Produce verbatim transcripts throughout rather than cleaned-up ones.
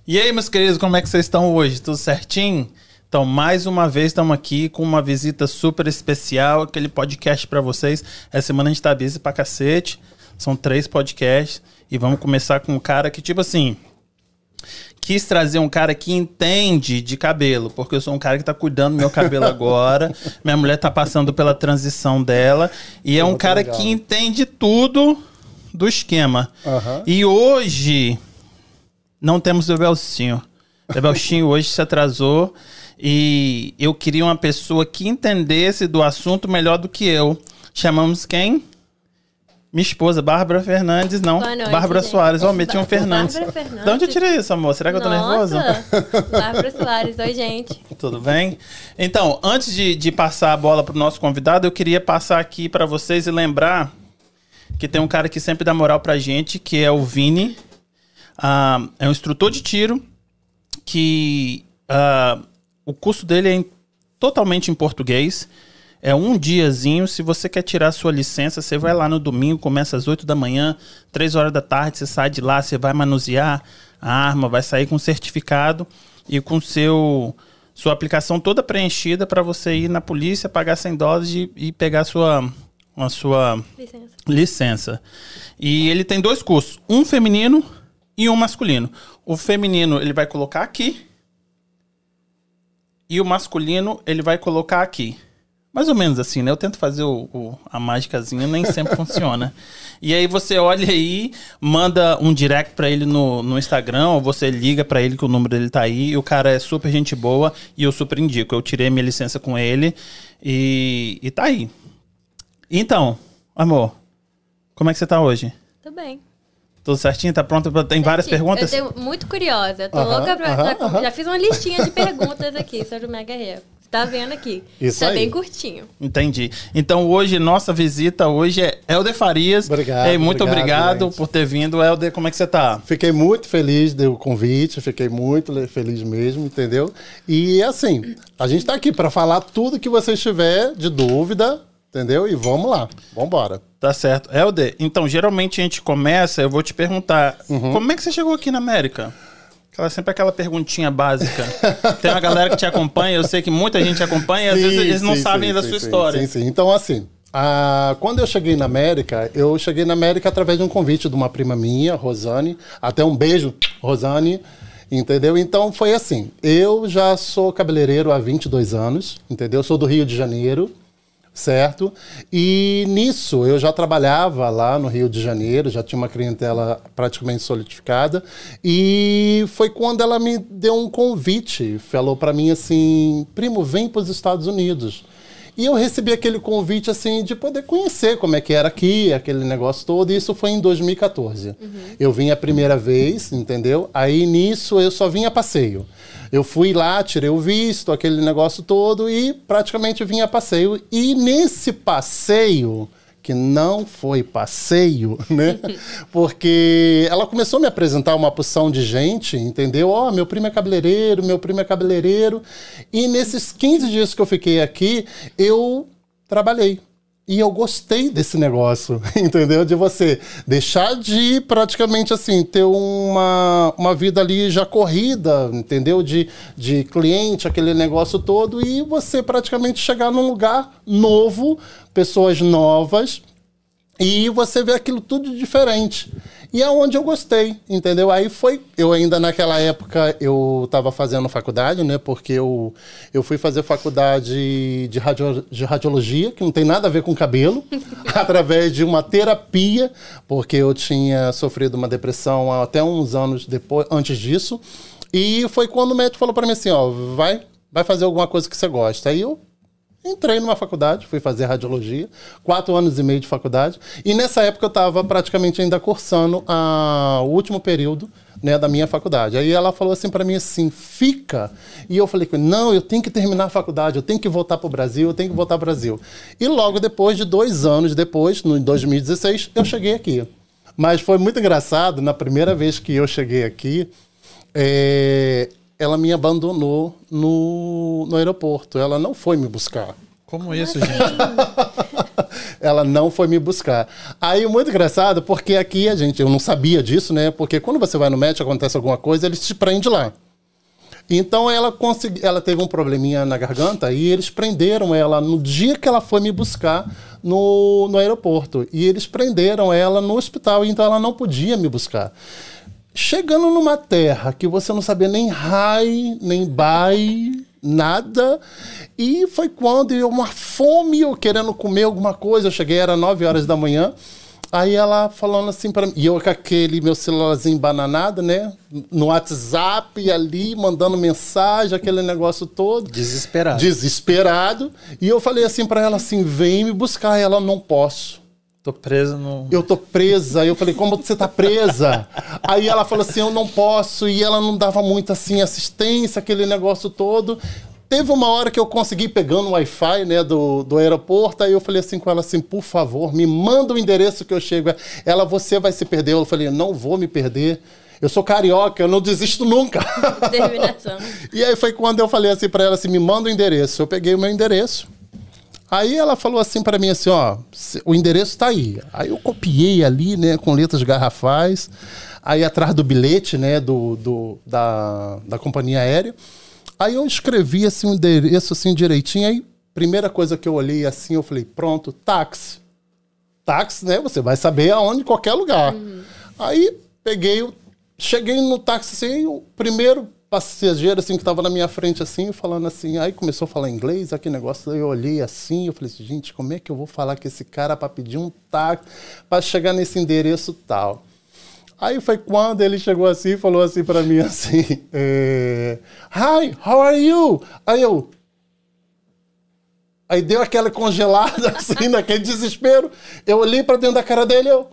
E aí, meus queridos, como é que vocês estão hoje? Tudo certinho? Então, mais uma vez, estamos aqui com uma visita super especial, aquele podcast para vocês. Essa semana a gente tá busy pra cacete, são três podcasts, e vamos começar com um cara que, tipo assim, quis trazer um cara que entende de cabelo, porque eu sou um cara que tá cuidando do meu cabelo agora, minha mulher tá passando pela transição dela, e é um cara legal. Que entende tudo do esquema. Uhum. E hoje... não temos o Belcinho. O Belcinho hoje se atrasou e eu queria uma pessoa que entendesse do assunto melhor do que eu. Chamamos quem? Minha esposa, Bárbara Fernandes, não. Boa noite, Bárbara gente. Soares, ó, meti um Fernandes. Bárbara Fernandes. De onde eu tirei isso, amor? Será que eu tô Nossa, nervosa? Bárbara Soares, oi, gente. Tudo bem? Então, antes de, de passar a bola pro nosso convidado, eu queria passar aqui para vocês e lembrar que tem um cara que sempre dá moral pra gente, que é o Vini. Uh, é um instrutor de tiro que uh, o curso dele é em, totalmente em português. É um diazinho. Se você quer tirar sua licença, você vai lá no domingo, começa às oito da manhã, três horas da tarde, você sai de lá, você vai manusear a arma, vai sair com certificado e com seu, sua aplicação toda preenchida para você ir na polícia, pagar cem dólares e, e pegar a sua, a sua licença. licença. E ele tem dois cursos, um feminino e um masculino. O feminino ele vai colocar aqui e o masculino ele vai colocar aqui. Mais ou menos assim, né? Eu tento fazer o, o, a mágicazinha, nem sempre funciona. E aí você olha aí, manda um direct pra ele no, no Instagram, ou você liga pra ele que o número dele tá aí, e o cara é super gente boa e eu super indico. Eu tirei minha licença com ele e, e tá aí. Então, amor, como é que você tá hoje? Tô bem. Tudo certinho? Tá pronto? Tem várias Sim, perguntas? Eu tô muito curiosa. Tô uh-huh, louca pra... uh-huh, uh-huh. Já fiz uma listinha de perguntas aqui sobre o Mega Rare. Você tá vendo aqui. Isso tá aí. Bem curtinho. Entendi. Então hoje, nossa visita hoje é Helder Farias. Obrigado. Ei, muito obrigado, obrigado por ter vindo. Helder, como é que você tá? Fiquei muito feliz do convite, fiquei muito feliz mesmo, entendeu? E assim, a gente tá aqui para falar tudo que você tiver de dúvida, entendeu? E vamos lá, vamos embora. Tá certo. Helder, então geralmente a gente começa, eu vou te perguntar, uhum. como é que você chegou aqui na América? Aquela, sempre aquela perguntinha básica. Tem uma galera que te acompanha, eu sei que muita gente acompanha, e às sim, vezes eles não sim, sabem sim, da sim, sua sim, história. Sim, sim. Então assim, a... quando eu cheguei na América, eu cheguei na América através de um convite de uma prima minha, Rosane, até um beijo, Rosane, entendeu? Então foi assim, eu já sou cabeleireiro há vinte e dois anos, entendeu? Sou do Rio de Janeiro, certo? E nisso eu já trabalhava lá no Rio de Janeiro, já tinha uma clientela praticamente solidificada, e foi quando ela me deu um convite, falou para mim assim, primo, vem para os Estados Unidos. E eu recebi aquele convite assim de poder conhecer como é que era aqui, aquele negócio todo, e isso foi em dois mil e quatorze. Uhum. Eu vim a primeira vez, entendeu? Aí nisso eu só vim a passeio. Eu fui lá, tirei o visto, aquele negócio todo e praticamente vim a passeio. E nesse passeio, que não foi passeio, né? Porque ela começou a me apresentar uma porção de gente, entendeu? Ó, oh, meu primo é cabeleireiro, meu primo é cabeleireiro. E nesses quinze dias que eu fiquei aqui, eu trabalhei. E eu gostei desse negócio, entendeu? De você deixar de praticamente assim, ter uma, uma vida ali já corrida, entendeu? De, de cliente, aquele negócio todo, e você praticamente chegar num lugar novo, pessoas novas, e você vê aquilo tudo diferente. E é onde eu gostei, entendeu? Aí foi, eu ainda naquela época, eu estava fazendo faculdade, né? Porque eu, eu fui fazer faculdade de, radio, de radiologia, que não tem nada a ver com cabelo, através de uma terapia, porque eu tinha sofrido uma depressão até uns anos depois, antes disso. E foi quando o médico falou para mim assim, ó, vai, vai fazer alguma coisa que você gosta. Aí eu entrei numa faculdade, fui fazer radiologia, quatro anos e meio de faculdade, e nessa época eu estava praticamente ainda cursando a, o último período, né, da minha faculdade. Aí ela falou assim para mim assim, fica. E eu falei, não, eu tenho que terminar a faculdade, eu tenho que voltar para o Brasil, eu tenho que voltar para o Brasil. E logo depois de dois anos depois, no dois mil e dezesseis, eu cheguei aqui. Mas foi muito engraçado, na primeira vez que eu cheguei aqui, é... ela me abandonou no, no aeroporto. Ela não foi me buscar. Como isso, gente? Ela não foi me buscar. Aí, muito engraçado, porque aqui a gente, eu não sabia disso, né? Porque quando você vai no médico, acontece alguma coisa, eles te prendem lá. Então, ela, consegui, ela teve um probleminha na garganta e eles prenderam ela no dia que ela foi me buscar no, no aeroporto. E eles prenderam ela no hospital, então ela não podia me buscar. Chegando numa terra que você não sabia nem hi, nem bye, nada. E foi quando eu, uma fome, eu querendo comer alguma coisa. Eu cheguei, era nove horas da manhã. Aí ela falando assim pra mim, e eu com aquele meu celularzinho bananado, né? No WhatsApp ali, mandando mensagem, aquele negócio todo. Desesperado. Desesperado. E eu falei assim pra ela assim, vem me buscar. Ela, não posso. Tô presa no... Eu tô presa. Eu falei, como você tá presa? Aí ela falou assim, eu não posso. E ela não dava muito assim assistência, aquele negócio todo. Teve uma hora que eu consegui pegando o Wi-Fi, né, do, do aeroporto, aí eu falei assim com ela assim, por favor, me manda o endereço que eu chego. Ela, você vai se perder. Eu falei, não vou me perder. Eu sou carioca, eu não desisto nunca. Determinação. E aí foi quando eu falei assim pra ela assim, me manda o endereço. Eu peguei o meu endereço. Aí ela falou assim pra mim assim, ó, o endereço tá aí. Aí eu copiei ali, né, com letras garrafais. Aí atrás do bilhete, né, do, do, da, da companhia aérea. Aí eu escrevi assim o um endereço assim direitinho, aí primeira coisa que eu olhei assim, eu falei, pronto, táxi. Táxi, né? Você vai saber aonde, em qualquer lugar. Uhum. Aí peguei, cheguei no táxi assim, o primeiro passageiro assim que tava na minha frente assim, falando assim, aí começou a falar inglês, aquele negócio, eu olhei assim, eu falei assim, gente, como é que eu vou falar com esse cara para pedir um táxi, para chegar nesse endereço tal? Aí foi quando ele chegou assim e falou assim pra mim assim, é, hi, how are you? Aí eu... Aí deu aquela congelada assim, naquele desespero. Eu olhei pra dentro da cara dele e eu...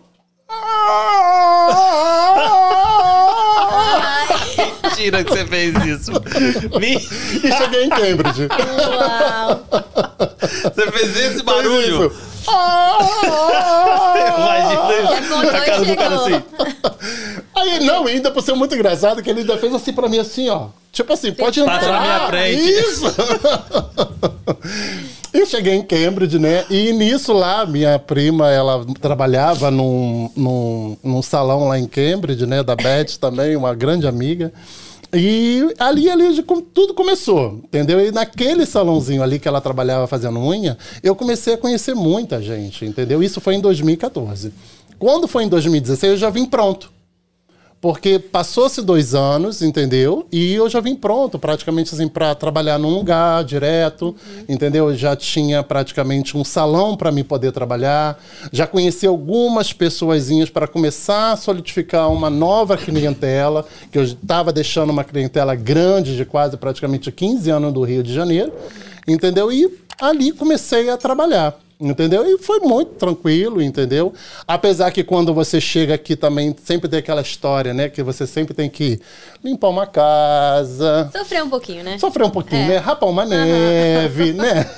Mentira que você fez isso. Me... E cheguei em Cambridge. Uau! Você fez esse barulho? Imagina a cara do cara assim. Aí, não, ainda por ser muito engraçado, que ele ainda fez assim pra mim, assim, ó. Tipo assim, pode entrar. Passa na minha frente. Isso! Eu cheguei em Cambridge, né? E nisso lá, minha prima, ela trabalhava num, num, num salão lá em Cambridge, né? Da Beth também, uma grande amiga. E ali, ali tudo começou, entendeu? E naquele salãozinho ali que ela trabalhava fazendo unha, eu comecei a conhecer muita gente, entendeu? Isso foi em dois mil e quatorze. Quando foi em dois mil e dezesseis, eu já vim pronto. Porque passou-se dois anos, entendeu? E eu já vim pronto, praticamente assim, para trabalhar num lugar direto, uhum. entendeu? Eu já tinha praticamente um salão para mim poder trabalhar. Já conheci algumas pessoazinhas para começar a solidificar uma nova clientela, que eu estava deixando uma clientela grande de quase praticamente quinze anos do Rio de Janeiro, entendeu? E ali comecei a trabalhar. Entendeu? E foi muito tranquilo, entendeu? Apesar que quando você chega aqui também sempre tem aquela história, né? Que você sempre tem que limpar uma casa. Sofrer um pouquinho, né? Sofrer um pouquinho, é. né? Rapar uma neve, uhum. né?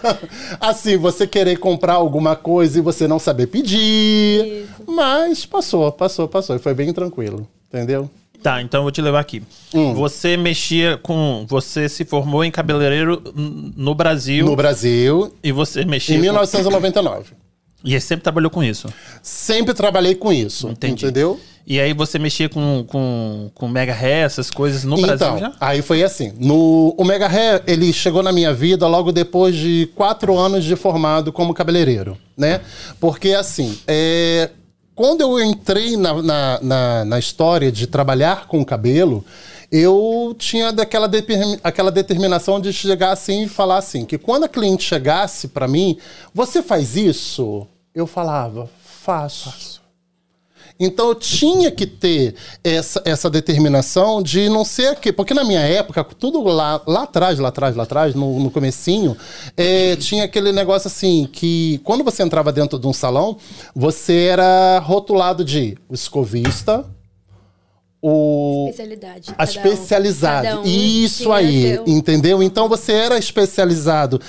Assim, você querer comprar alguma coisa e você não saber pedir. Isso. Mas passou, passou, passou. E foi bem tranquilo, entendeu? Tá, então eu vou te levar aqui. Hum. Você mexia com... Você se formou em cabeleireiro no Brasil. No Brasil. E você mexia... Em mil novecentos e noventa e nove. E você sempre trabalhou com isso? Sempre trabalhei com isso. Entendi. Entendeu? E aí você mexia com, com, com Mega Hair, essas coisas no então, Brasil já? Aí foi assim. No, o Mega Hair, ele chegou na minha vida logo depois de quatro anos de formado como cabeleireiro, né? Porque assim... É, quando eu entrei na, na, na, na história de trabalhar com cabelo, eu tinha daquela determin, aquela determinação de chegar assim e falar assim, que quando a cliente chegasse para mim, você faz isso? Eu falava, faço. faço. Então eu tinha que ter essa, essa determinação de não ser aqui, porque na minha época, tudo lá, lá atrás, lá atrás, lá atrás, no, no comecinho, é, tinha aquele negócio assim, que quando você entrava dentro de um salão, você era rotulado de escovista, o... Especialidade. A especialidade. Um, Isso aí, seu... entendeu? Então você era especializado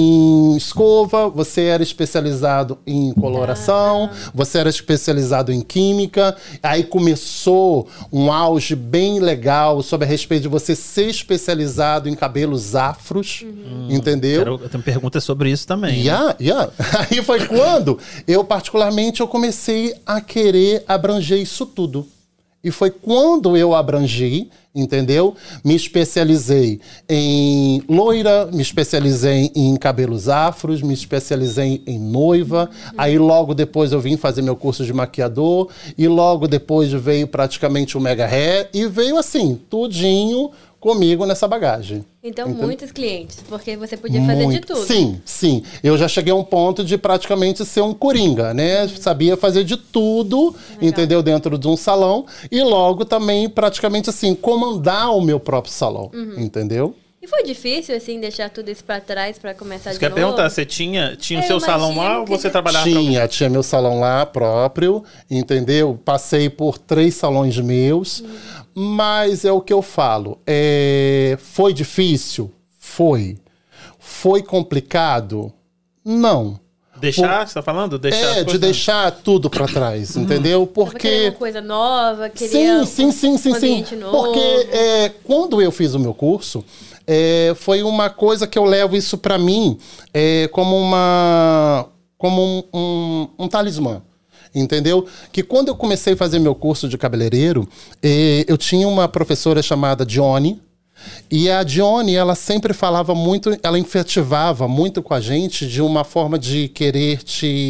em escova, você era especializado em coloração, ah. você era especializado em química. Aí começou um auge bem legal sobre a respeito de você ser especializado em cabelos afros, uhum. entendeu? Quero, eu tenho perguntas sobre isso também. Yeah, yeah. Aí foi quando eu, particularmente, eu comecei a querer abranger isso tudo. E foi quando eu abrangi, entendeu? Me especializei em loira, me especializei em cabelos afros, me especializei em noiva. Uhum. Aí logo depois eu vim fazer meu curso de maquiador. E logo depois veio praticamente o Mega Hair. E veio assim, tudinho comigo nessa bagagem. Então, Entendeu? muitos clientes, porque você podia fazer Muito. de tudo. Sim, sim. Eu já cheguei a um ponto de praticamente ser um coringa, né? Uhum. Sabia fazer de tudo, legal. Entendeu? Dentro de um salão. E logo também, praticamente assim, comandar o meu próprio salão, uhum. entendeu? E foi difícil, assim, deixar tudo isso pra trás pra começar você de quer novo? perguntar, você tinha, tinha o Eu seu salão lá ou que... você trabalhava? Tinha, pra... tinha meu salão lá próprio, entendeu? Passei por três salões meus, uhum. mas é o que eu falo. É... Foi difícil? Foi. Foi complicado? Não. Deixar, Por... você tá falando? Deixar é, de deixar tudo pra trás, entendeu? Porque... uma coisa nova, queria sim, sim, sim, sim, um ambiente sim. novo. Porque é, quando eu fiz o meu curso, é, foi uma coisa que eu levo isso pra mim é, como uma... como um, um, um talismã. Entendeu? Que quando eu comecei a fazer meu curso de cabeleireiro, é, eu tinha uma professora chamada Johnny. E a Dione, ela sempre falava muito, ela efetivava muito com a gente de uma forma de querer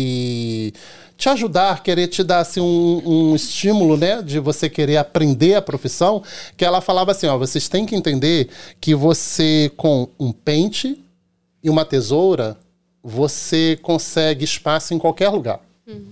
te, te ajudar, querer te dar assim, um, um estímulo, né? De você querer aprender a profissão, que ela falava assim, ó, vocês têm que entender que você, com um pente e uma tesoura, você consegue espaço em qualquer lugar. Uhum.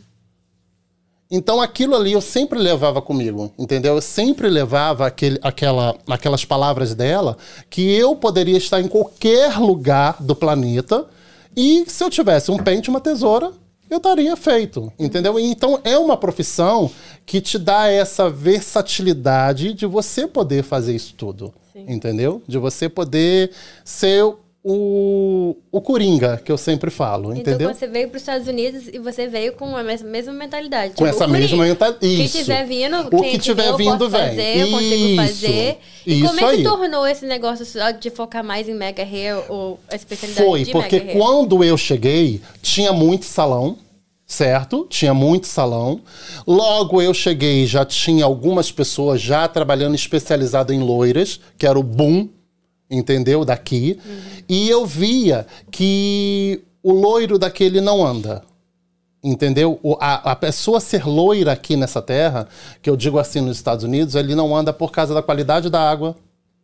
Então, aquilo ali eu sempre levava comigo, entendeu? Eu sempre levava aquele, aquela, aquelas palavras dela, que eu poderia estar em qualquer lugar do planeta e se eu tivesse um pente e uma tesoura, eu estaria feito, entendeu? Então, é uma profissão que te dá essa versatilidade de você poder fazer isso tudo, sim. entendeu? De você poder ser... O, o Coringa, que eu sempre falo, então, entendeu? Então você veio para os Estados Unidos e você veio com a mesma, mesma mentalidade. Com tipo, essa mesma mentalidade. Quem tiver vindo, o que tiver eu vindo, posso vem. fazer, eu consigo fazer. E isso como é que aí. tornou esse negócio de focar mais em Mega Hair ou a especialidade Foi, de porque Mega Hair? quando eu cheguei, tinha muito salão, certo? Tinha muito salão. Logo eu cheguei, já tinha algumas pessoas já trabalhando especializado em loiras, que era o boom, entendeu? Daqui. Uhum. E eu via que o loiro daquele não anda. Entendeu? O, a, a pessoa ser loira aqui nessa terra, que eu digo assim nos Estados Unidos, ele não anda por causa da qualidade da água,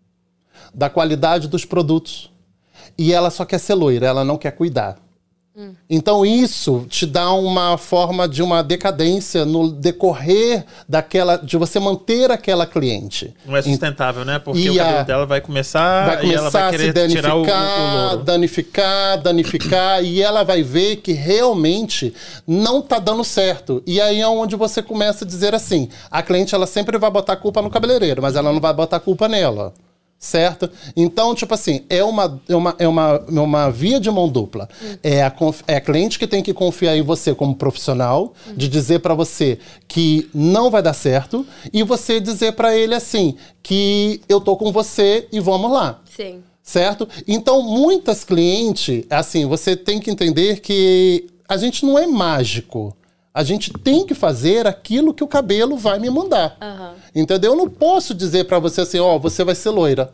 da qualidade dos produtos. E ela só quer ser loira, ela não quer cuidar. Hum. Então isso te dá uma forma de uma decadência no decorrer daquela, de você manter aquela cliente. Não é sustentável, né? Porque e o cabelo a, dela vai começar, vai começar e ela vai a querer se danificar, tirar o, o louro. danificar, danificar, e ela vai ver que realmente não tá dando certo. E aí é onde você começa a dizer assim, a cliente ela sempre vai botar a culpa no cabeleireiro, mas ela não vai botar a culpa nela. Certo? Então, tipo assim, é uma, é uma, é uma, é uma via de mão dupla. Hum. É, a conf, é a cliente que tem que confiar em você como profissional, hum. de dizer pra você que não vai dar certo, e você dizer pra ele assim, que eu tô com você e vamos lá. Sim. Certo? Então, muitas clientes, assim, você tem que entender que a gente não é mágico. A gente tem que fazer aquilo que o cabelo vai me mandar. Uhum. Entendeu? Eu não posso dizer pra você assim, ó, oh, você vai ser loira.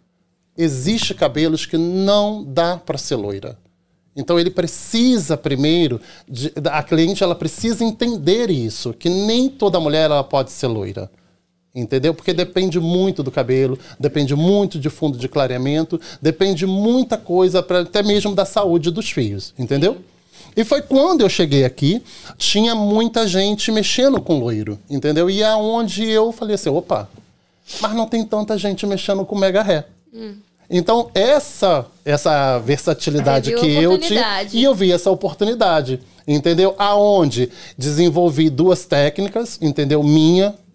Existem cabelos que não dá pra ser loira. Então ele precisa primeiro, de, a cliente ela precisa entender isso, que nem toda mulher ela pode ser loira. Entendeu? Porque depende muito do cabelo, depende muito de fundo de clareamento, depende muita coisa, pra, até mesmo da saúde dos fios. Entendeu? Sim. E foi quando eu cheguei aqui, tinha muita gente mexendo com loiro, entendeu? E é onde eu falei assim, opa, mas não tem tanta gente mexendo com Mega Hair. Hum. Então, essa, essa versatilidade que eu tive, e eu vi essa oportunidade, entendeu? Aonde desenvolvi duas técnicas, entendeu? Minha,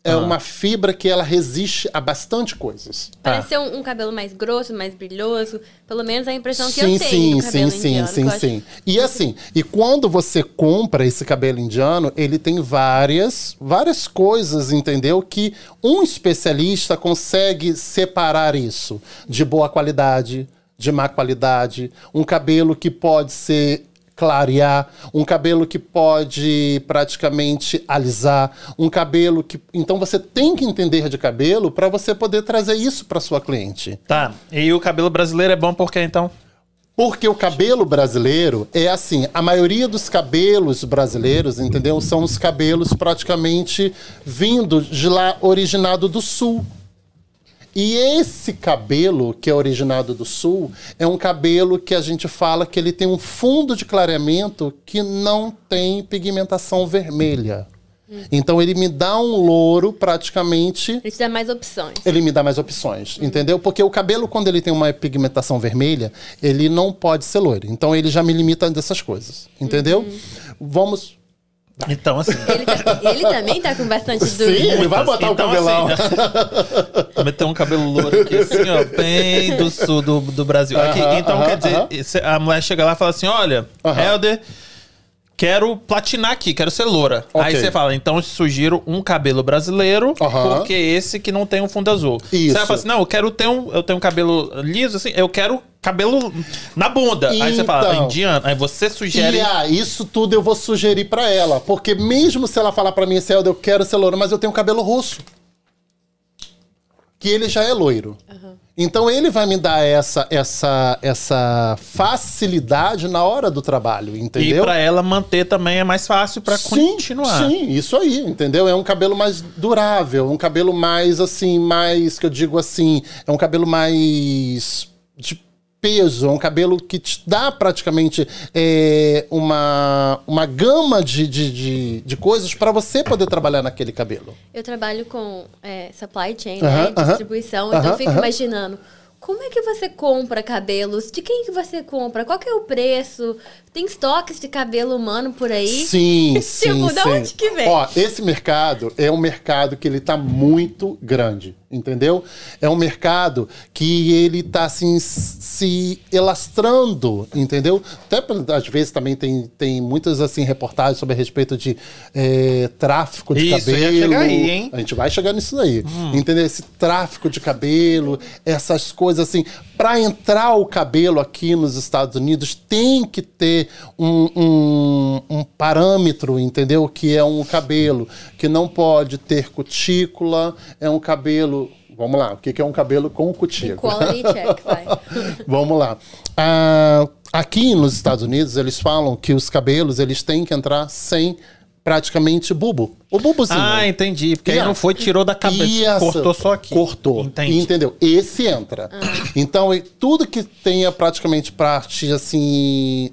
é Ah. uma fibra que ela resiste a bastante coisas. Parece ser um, um cabelo mais grosso, mais brilhoso. Pelo menos a impressão que Sim, eu tenho sim, do cabelo sim, sim, indiano. sim, que eu acho- sim. E assim, e quando você compra esse cabelo indiano, ele tem várias, várias coisas, entendeu? Que um especialista consegue separar isso de boa qualidade, de má qualidade, um cabelo que pode ser clarear, um cabelo que pode praticamente alisar, um cabelo que... Então você tem que entender de cabelo para você poder trazer isso para sua cliente. Tá. E o cabelo brasileiro é bom porque então? Porque o cabelo brasileiro é assim, a maioria dos cabelos brasileiros, entendeu? São os cabelos praticamente vindos de lá, originado do sul. E esse cabelo, que é originado do sul, é um cabelo que a gente fala que ele tem um fundo de clareamento que não tem pigmentação vermelha. Hum. Então ele me dá um louro praticamente... Ele te dá mais opções. Ele me dá mais opções, hum. entendeu? Porque o cabelo, quando ele tem uma pigmentação vermelha, ele não pode ser loiro. Então ele já me limita dessas coisas, entendeu? Hum. Vamos... Então, assim... Ele, tá, ele também tá com bastante dúvida. Sim, ele vai botar então, o cabelão. Assim, meter um cabelo louro aqui, assim, ó, bem do sul do, do Brasil. Aqui, Uh-huh, então, uh-huh, quer dizer, uh-huh. a mulher chega lá e fala assim, olha, Uh-huh. Helder, quero platinar aqui, quero ser loura. Okay. Aí você fala, então eu sugiro um cabelo brasileiro, Uh-huh. porque esse que não tem um fundo azul. Isso. Você vai falar assim, não, eu quero ter um, eu tenho um cabelo liso, assim, eu quero cabelo na bunda. Aí você fala, Então. indiano. Aí você sugere... E ah, isso tudo eu vou sugerir pra ela. Porque mesmo se ela falar pra mim, Helder, eu quero ser loiro, mas eu tenho cabelo roxo. Que ele já é loiro. Uhum. Então ele vai me dar essa, essa, essa facilidade na hora do trabalho, entendeu? E pra ela manter também é mais fácil pra Sim, continuar. Sim, isso aí, entendeu? É um cabelo mais durável, um cabelo mais, assim, mais, que eu digo assim, é um cabelo mais de peso, é um cabelo que te dá praticamente é, uma, uma gama de, de, de, de coisas para você poder trabalhar naquele cabelo. Eu trabalho com é, supply chain, Uh-huh, né, uh-huh. distribuição, então Uh-huh, eu fico uh-huh. imaginando, como é que você compra cabelos? De quem que você compra? Qual que é o preço? Tem estoques de cabelo humano por aí? Sim, sim, Tipo, sim. da onde que vem? Ó, esse mercado é um mercado que ele tá muito grande, entendeu? É um mercado que ele tá, assim, se elastrando, entendeu? Até, às vezes, também tem, tem muitas, assim, reportagens sobre a respeito de é, tráfico de Isso, cabelo. ia chegar aí, hein? A gente vai chegar nisso daí, hum. entendeu? Esse tráfico de cabelo, essas coisas, assim... Para entrar o cabelo aqui nos Estados Unidos, tem que ter um, um, um parâmetro, entendeu? Que é um cabelo que não pode ter cutícula, é um cabelo... Vamos lá, o que é um cabelo com cutícula? Quality check, vai. Vamos lá. Ah, aqui nos Estados Unidos, eles falam que os cabelos eles têm que entrar sem... praticamente bulbo. O bulbozinho. Ah, entendi. Porque Yeah. aí não foi, tirou da cabeça. Isso. Cortou só aqui. Cortou. Entendi. Entendeu? Esse entra. Ah. Então, e tudo que tenha praticamente parte, assim,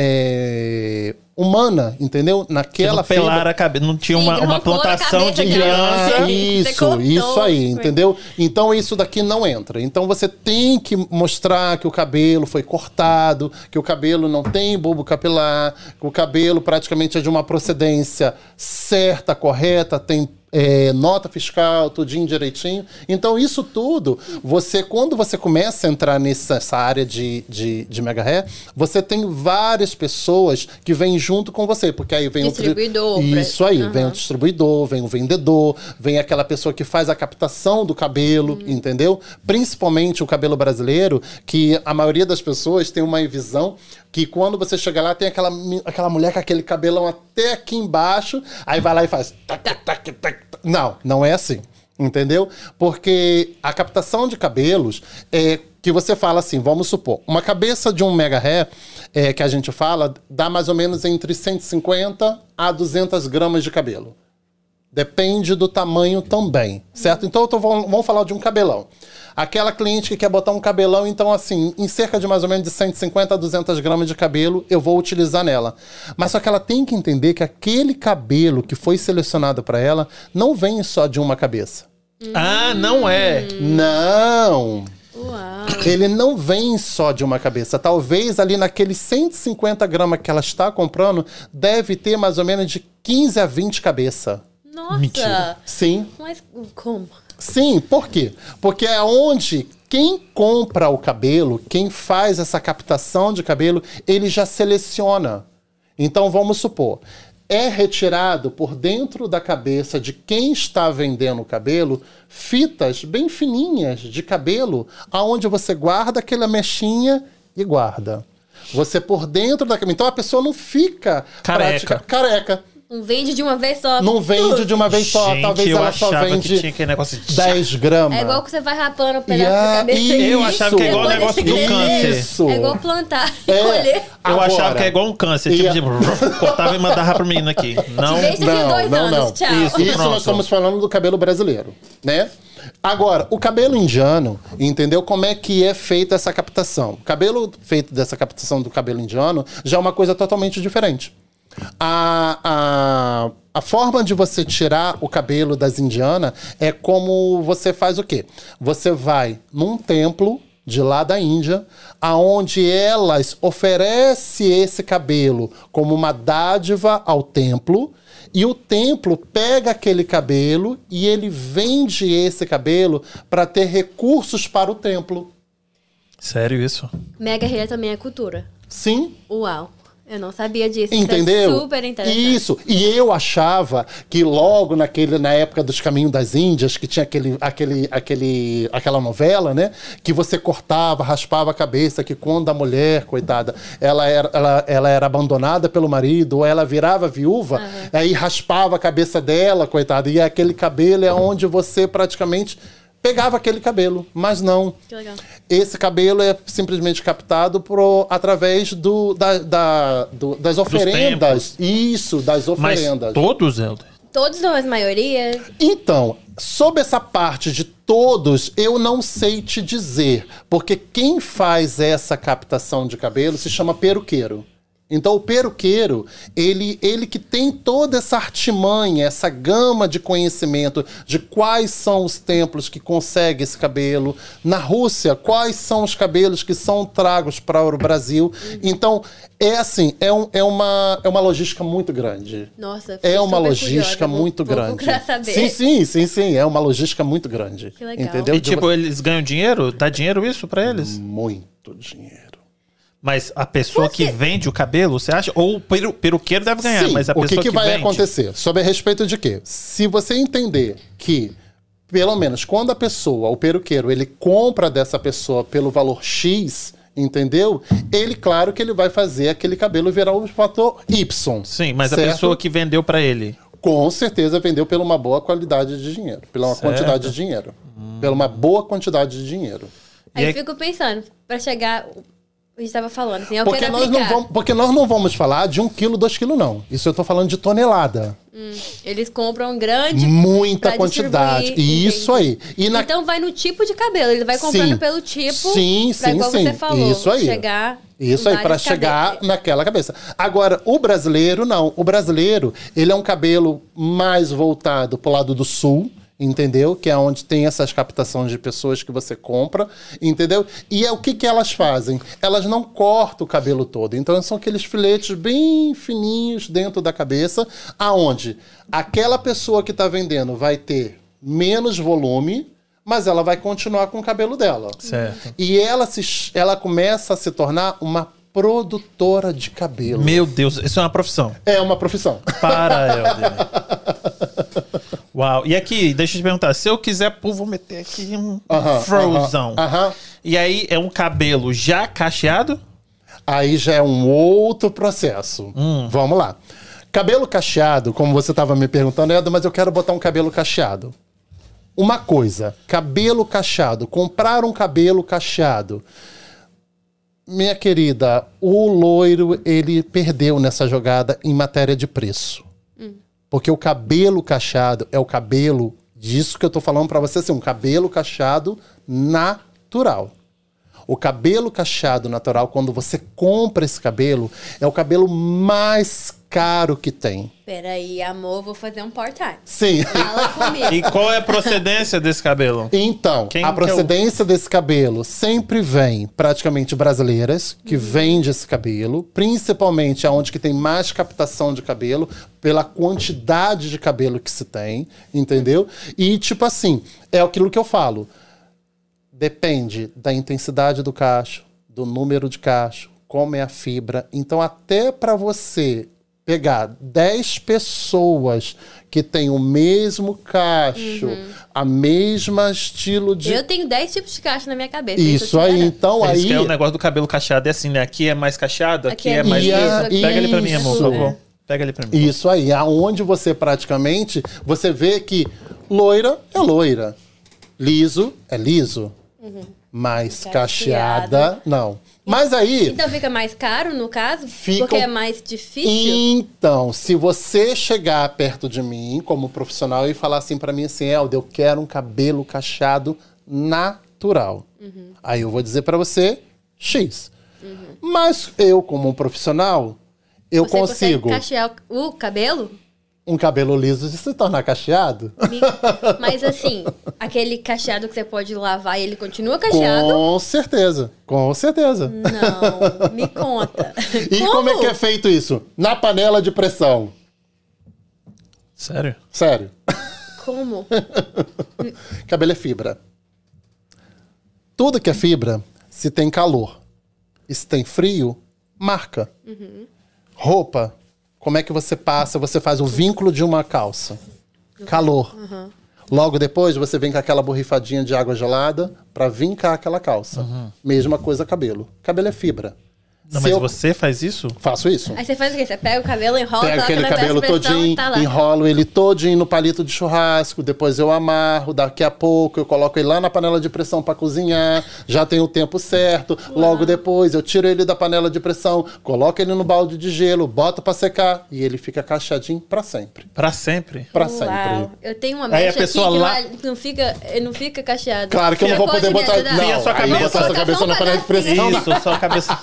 é, humana, entendeu? Naquela Que não pelar a cabeça. Não tinha Sim, uma, não uma pôr a plantação cabeça de de criança. criança. Isso, Você cortou. isso aí, entendeu? Então isso daqui não entra. Então você tem que mostrar que o cabelo foi cortado, que o cabelo não tem bulbo capilar, que o cabelo praticamente é de uma procedência certa, correta, tem é, nota fiscal, tudinho direitinho. Então isso tudo, você quando você começa a entrar nessa essa área de, de, de mega hair, você tem várias pessoas que vêm junto com você, porque aí vem Distribuidor, o... tri- Isso pra- aí, Uhum. vem o distribuidor, vem o vendedor, vem aquela pessoa que faz a captação do cabelo, Uhum. entendeu? Principalmente o cabelo brasileiro, que a maioria das pessoas tem uma visão que quando você chega lá, tem aquela, mi- aquela mulher com aquele cabelão até aqui embaixo, aí vai lá e faz... tac, tac, tac, tac, tac. Não, não é assim. Entendeu? Porque a captação de cabelos é que você fala assim, vamos supor, uma cabeça de um mega hair é, que a gente fala, dá mais ou menos entre cento e cinquenta a duzentas gramas de cabelo. Depende do tamanho também, certo? Então, eu tô, vamos falar de um cabelão. Aquela cliente que quer botar um cabelão, então, assim, em cerca de mais ou menos de cento e cinquenta a duzentas gramas de cabelo, eu vou utilizar nela. Mas só que ela tem que entender que aquele cabelo que foi selecionado para ela não vem só de uma cabeça. Ah, não é. Não! Uau. Ele não vem só de uma cabeça. Talvez ali naqueles cento e cinquenta gramas que ela está comprando, deve ter mais ou menos de quinze a vinte cabeças. Nossa. Mentira. Sim. Mas como? Sim, por quê? Porque é onde quem compra o cabelo, quem faz essa captação de cabelo, ele já seleciona. Então, vamos supor, é retirado por dentro da cabeça de quem está vendendo o cabelo fitas bem fininhas de cabelo, aonde você guarda aquela mechinha e guarda. Você por dentro da cabeça. Então, a pessoa não fica Careca. prática- careca. Não vende de uma vez só. Não vende de uma vez só. Gente, Talvez eu ela só achava que vende tinha aquele negócio de... dez gramas. É igual que você vai rapando o pedaço Yeah, da cabeça. isso. Eu achava que é igual o negócio do Depois câncer. Isso. É igual plantar e É. colher. Eu Agora, achava que é igual um câncer. Tipo, e a- de... cortava e mandava pro menino aqui. Não. Desde daqui a dois anos, tchau. Isso. Isso Pronto. nós estamos falando do cabelo brasileiro, né? Agora, o cabelo indiano, entendeu como é que é feita essa captação? O cabelo feito dessa captação do cabelo indiano já é uma coisa totalmente diferente. A, a, a forma de você tirar o cabelo das indianas é como você faz o quê? Você vai num templo de lá da Índia, aonde elas oferecem esse cabelo como uma dádiva ao templo, e o templo pega aquele cabelo e ele vende esse cabelo para ter recursos para o templo. Sério isso? Mega hair também é cultura. Sim. Uau. Eu não sabia disso. Entendeu? Isso é super interessante. Isso. E eu achava que logo naquele, na época dos Caminhos das Índias, que tinha aquele, aquele, aquele, aquela novela, né? Que você cortava, raspava a cabeça, que quando a mulher, coitada, ela era, ela, ela era abandonada pelo marido, ou ela virava viúva, Uhum. aí raspava a cabeça dela, coitada, e aquele cabelo é onde você praticamente pegava aquele cabelo, mas não. Que legal. Esse cabelo é simplesmente captado pro, através do, da, da- do- das oferendas. Isso, das Mas oferendas. todos, Helder? Todos ou a maioria? Então, sobre essa parte de todos, eu não sei te dizer. Porque quem faz essa captação de cabelo se chama peruqueiro. Então, o peruqueiro, ele, ele que tem toda essa artimanha, essa gama de conhecimento de quais são os templos que conseguem esse cabelo. Na Rússia, quais são os cabelos que são tragos para o Brasil. Então, é assim, é, um, é, uma, é uma logística muito grande. Nossa, fiquei É uma super logística curiosa. Vou- muito vou grande. procurar saber. Sim, sim, sim, sim. É uma logística muito grande. Que legal. Entendeu? E De tipo, eles ganham dinheiro? Dá dinheiro isso pra eles? Muito dinheiro. Mas a pessoa que vende o cabelo, você acha? Ou o peru, peruqueiro deve ganhar, Sim, mas a o pessoa que, que, que vai vende... acontecer? Sob a respeito de quê? Se você entender que, pelo menos, quando a pessoa, o peruqueiro, ele compra dessa pessoa pelo valor X, entendeu? Ele, claro que ele vai fazer aquele cabelo virar o fator Y. Sim, mas a certo? pessoa que vendeu pra ele... Com certeza vendeu pela uma boa qualidade de dinheiro. Pela uma Certo. quantidade de dinheiro. Pela uma boa quantidade de dinheiro. Aí E eu aí- fico pensando, pra chegar... A gente tava falando, assim, eu Porque quero nós, aplicar. não vamos, porque nós não vamos falar de um quilo, dois quilos, não. Isso eu tô falando de tonelada. Hum, eles compram grande Muita pra quantidade. distribuir, Isso aí. E na... Então vai no tipo de cabelo, ele vai comprando Sim. pelo tipo. Sim, pra sim, igual sim. você falou, Isso aí. chegar Isso em aí, para vários chegar cabelos. naquela cabeça. Agora, o brasileiro, não. O brasileiro, ele é um cabelo mais voltado pro lado do sul, entendeu? Que é onde tem essas captações de pessoas que você compra, entendeu? E é o que, que elas fazem? Elas não cortam o cabelo todo. Então, são aqueles filetes bem fininhos dentro da cabeça, aonde aquela pessoa que está vendendo vai ter menos volume, mas ela vai continuar com o cabelo dela. Certo. E ela, se, ela começa a se tornar uma produtora de cabelo. Meu Deus, isso é uma profissão. É uma profissão. Para, Helder. Uau. E aqui, deixa eu te perguntar. Se eu quiser, pô, vou meter aqui um Aham, frozão. aham, aham. E aí, é um cabelo já cacheado? Aí já é um outro processo. Hum. Vamos lá. Cabelo cacheado, como você estava me perguntando, Eda, mas eu quero botar um cabelo cacheado. Uma coisa, cabelo cacheado, comprar um cabelo cacheado. Minha querida, o loiro, ele perdeu nessa jogada em matéria de preço. Porque o cabelo cacheado é o cabelo, disso que eu tô falando pra você, assim, um cabelo cacheado natural. O cabelo cacheado natural, quando você compra esse cabelo, é o cabelo mais caro que tem. Peraí, amor, vou fazer um part-time. Sim. Fala comigo. E qual é a procedência desse cabelo? Então, Quem a que é o- procedência desse cabelo sempre vem praticamente brasileiras, que vende esse cabelo, principalmente aonde que tem mais captação de cabelo, pela quantidade de cabelo que se tem, entendeu? E tipo assim, é aquilo que eu falo. Depende da intensidade do cacho, do número de cacho, como é a fibra. Então, até para você pegar dez pessoas que têm o mesmo cacho, a mesma estilo de... Eu tenho dez tipos de cacho na minha cabeça. Isso eu te aí, garanto. então É isso aí... que é o negócio do cabelo cacheado, é assim, né? Aqui é mais cacheado, aqui, Aqui é é mais... liso, Pega aqui ele pra mim, amor, por isso. favor. Pega ele pra mim. Isso aí, aonde você praticamente, você vê que loira é loira, liso é liso, mas Cacheada. cacheada, não. Mas aí... Então fica mais caro, no caso? Fica Porque um- é mais difícil? Então, se você chegar perto de mim, como profissional, e falar assim pra mim assim, Helder, eu quero um cabelo cacheado natural. Aí eu vou dizer pra você, X. Mas eu, como um profissional, eu Você consigo consegue cachear o o cabelo? um cabelo liso se tornar cacheado. Me- Mas assim, aquele cacheado que você pode lavar e ele continua cacheado? Com certeza, com certeza. Não, me conta. E como? é que é feito isso? Na panela de pressão. Sério? Sério. Como? Cabelo é fibra. Tudo que é fibra, se tem calor e se tem frio, marca. Roupa, como é que você passa? Você faz o vínculo de uma calça. Calor. Logo depois, você vem com aquela borrifadinha de água gelada para vincar aquela calça. Mesma coisa cabelo. Cabelo é fibra. Não, Se mas eu você faz isso? faço isso. Aí você faz o quê? Você pega o cabelo, enrola, Pego coloca aquele na cabelo pressão todinho, e tá lá. enrolo ele todinho no palito de churrasco, depois eu amarro, daqui a pouco eu coloco ele lá na panela de pressão para cozinhar, já tem o tempo certo, logo depois eu tiro ele da panela de pressão, coloco ele no balde de gelo, boto para secar e ele fica cacheadinho para sempre. Pra sempre? Para Uau. sempre. Eu tenho uma Aí a mecha pessoa aqui que lá- não, não fica, não fica cacheado. Claro que eu não vou Pode poder me botar... ajudar? Não, Enfia a sua aí cabeça. botar sua Colocar cabeça só um na panela de pressão, não. Isso, só a cabeça...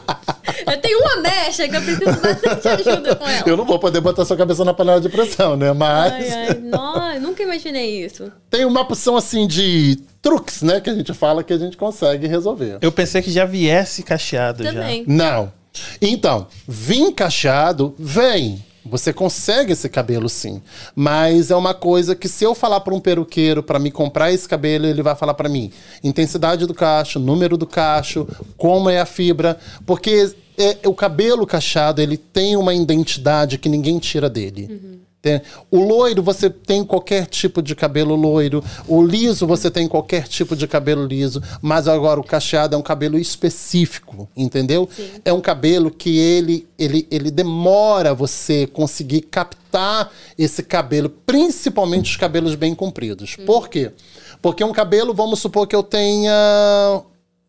Eu tenho uma mecha que eu preciso bastante ajuda com ela. Eu não vou poder botar sua cabeça na panela de pressão, né? Mas Ai, ai, não, eu nunca imaginei isso. tem uma opção assim de truques, né? Que a gente fala que a gente consegue resolver. Eu pensei que já viesse cacheado Também. Não. Então, vim cacheado, vem. Você consegue esse cabelo sim. Mas é uma coisa que se eu falar para um peruqueiro para me comprar esse cabelo, ele vai falar para mim intensidade do cacho, número do cacho, como é a fibra. Porque é, o cabelo cacheado, ele tem uma identidade que ninguém tira dele. Tem- O loiro, você tem qualquer tipo de cabelo loiro. O liso, você tem qualquer tipo de cabelo liso. Mas agora o cacheado é um cabelo específico, entendeu? É um cabelo que ele, ele, ele demora você conseguir captar esse cabelo, principalmente os cabelos bem compridos. Por quê? Porque um cabelo, vamos supor que eu tenha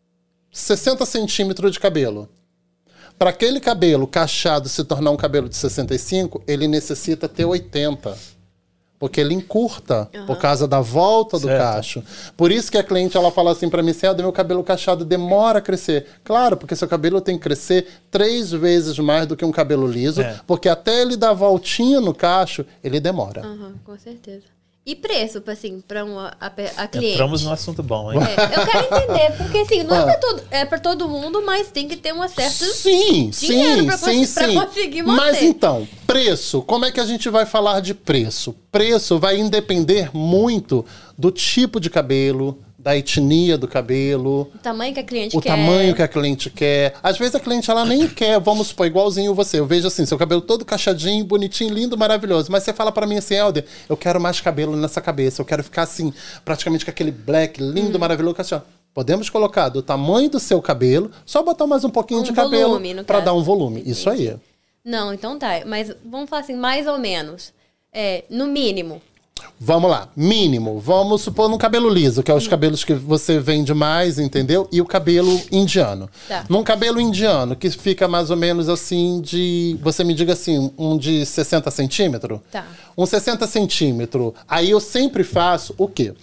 sessenta centímetros de cabelo. Para aquele cabelo cacheado se tornar um cabelo de sessenta e cinco, ele necessita ter oitenta. Porque ele encurta por causa da volta do Certo. cacho. Por isso que a cliente ela fala assim para mim, Helder, meu cabelo cacheado demora a crescer. Claro, porque seu cabelo tem que crescer três vezes mais do que um cabelo liso, É. porque até ele dar voltinha no cacho, ele demora. Aham, com certeza. E preço, assim, pra uma, a, pe- a cliente? Entramos num assunto bom, hein? É, eu quero entender, porque assim, não é Ah. pra todo, é pra todo mundo, mas tem que ter uma certa... Sim, dinheiro sim, pra sim, cons- pra sim. conseguir manter. Mas então, preço, como é que a gente vai falar de preço? Preço vai depender muito do tipo de cabelo, da etnia do cabelo, O tamanho que a cliente o quer. tamanho que a cliente quer. Às vezes a cliente ela nem quer, vamos supor, igualzinho você. Eu vejo assim, seu cabelo todo cacheadinho, bonitinho, lindo, maravilhoso. Mas você fala pra mim assim, Helder, eu quero mais cabelo nessa cabeça. Eu quero ficar assim, praticamente com aquele black lindo, Hum. maravilhoso, cacheado. Podemos colocar do tamanho do seu cabelo, só botar mais um pouquinho Um de cabelo volume, no pra caso. dar um volume. Isso aí. Não, então tá. Mas vamos falar assim, mais ou menos. É, no mínimo. Vamos lá, mínimo. Vamos supor no cabelo liso, que é os cabelos que você vende mais, entendeu? E o cabelo indiano. Tá. Num cabelo indiano, que fica mais ou menos assim de... Você me diga assim, um de sessenta centímetros? Tá. Um sessenta centímetros. Aí eu sempre faço o quê?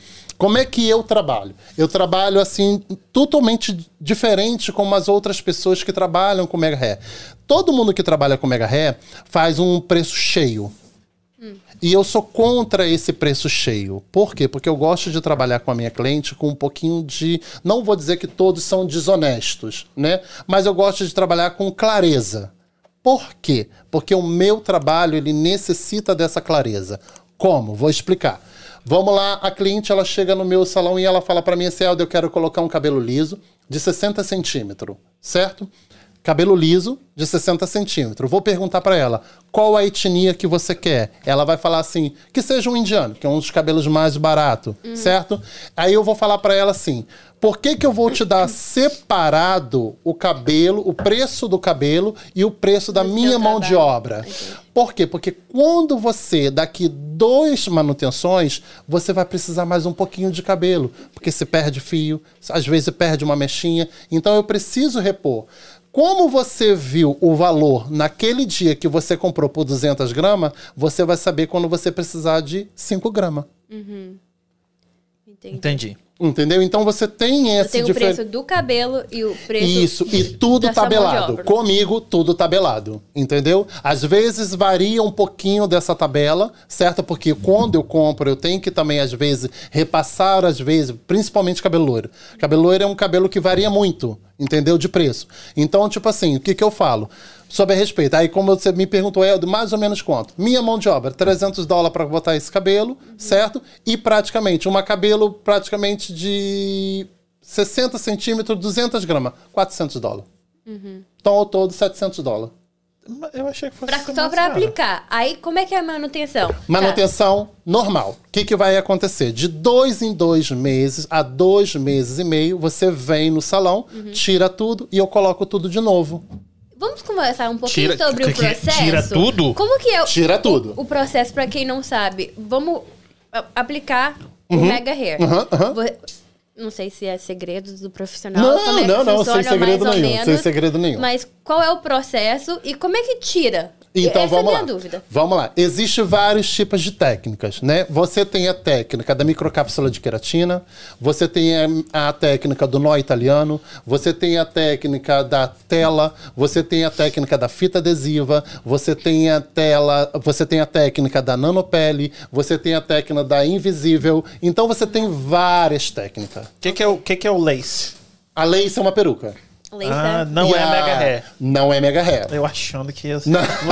Como é que eu trabalho? Eu trabalho assim, totalmente diferente como as outras pessoas que trabalham com mega hair. Todo mundo que trabalha com mega hair faz um preço cheio. Hum. E eu sou contra esse preço cheio. Por quê? Porque eu gosto de trabalhar com a minha cliente com um pouquinho de... Não vou dizer que todos são desonestos, né? Mas eu gosto de trabalhar com clareza. Por quê? Porque o meu trabalho, ele necessita dessa clareza. Como? Vou explicar. Vamos lá, a cliente, ela chega no meu salão e ela fala para mim assim, Helder, eu quero colocar um cabelo liso de sessenta centímetros, certo? Cabelo liso de sessenta centímetros. Vou perguntar para ela, qual a etnia que você quer? Ela vai falar assim, que seja um indiano, que é um dos cabelos mais baratos, uhum. certo? Aí eu vou falar para ela assim, por que que eu vou te dar separado o cabelo, o preço do cabelo e o preço da minha mão de obra? Okay. Por quê? Porque quando você, daqui dois manutenções, você vai precisar mais um pouquinho de cabelo, porque você perde fio, às vezes perde uma mechinha, então eu preciso repor. Como você viu o valor naquele dia que você comprou por duzentas gramas, você vai saber quando você precisar de cinco gramas. Uhum. Entendi. Entendi. Entendeu? Então você tem esse... Tem o difer... preço do cabelo e o preço... Isso, e tudo tabelado. Comigo, tudo tabelado. Entendeu? Às vezes varia um pouquinho dessa tabela, certo? Porque quando eu compro, eu tenho que também, às vezes, repassar, às vezes, principalmente cabelo loiro. Cabelo loiro é um cabelo que varia muito, entendeu? De preço. Então, tipo assim, o que que eu falo? Sobre a respeito. Aí, como você me perguntou, Helder, mais ou menos quanto? Minha mão de obra, trezentos dólares para botar esse cabelo, uhum. certo? E praticamente, um cabelo praticamente de sessenta centímetros, duzentas gramas, quatrocentos dólares. Uhum. Então, ao todo, setecentos dólares. Eu achei que fosse pra, só para aplicar. Aí, como é que é a manutenção? Manutenção tá. normal. O que, que vai acontecer? De dois em dois meses a dois meses e meio, você vem no salão, uhum. tira tudo e eu coloco tudo de novo. Vamos conversar um pouquinho tira, sobre o processo? Tira tudo? Como que é o, tira tudo. o, o processo, para quem não sabe? Vamos aplicar uhum. o Mega Hair. Uhum, uhum. Vou, não sei se é segredo do profissional. Não, como é que não, não, funciona, sem segredo mais ou nenhum. menos, sem segredo nenhum. Mas qual é o processo e como é que tira? Então, Essa vamos é a minha lá. dúvida. Vamos lá. Existem vários tipos de técnicas, né? Você tem a técnica da microcápsula de queratina, você tem a, a técnica do nó italiano, você tem a técnica da tela, você tem a técnica da fita adesiva, você tem a tela, você tem a técnica da nanopele, você tem a técnica da invisível. Então você tem várias técnicas. O que, que, é o, que, que é o lace? A lace é uma peruca. Ah, não e é a... mega hair. Não é mega hair. Eu achando que ia ser.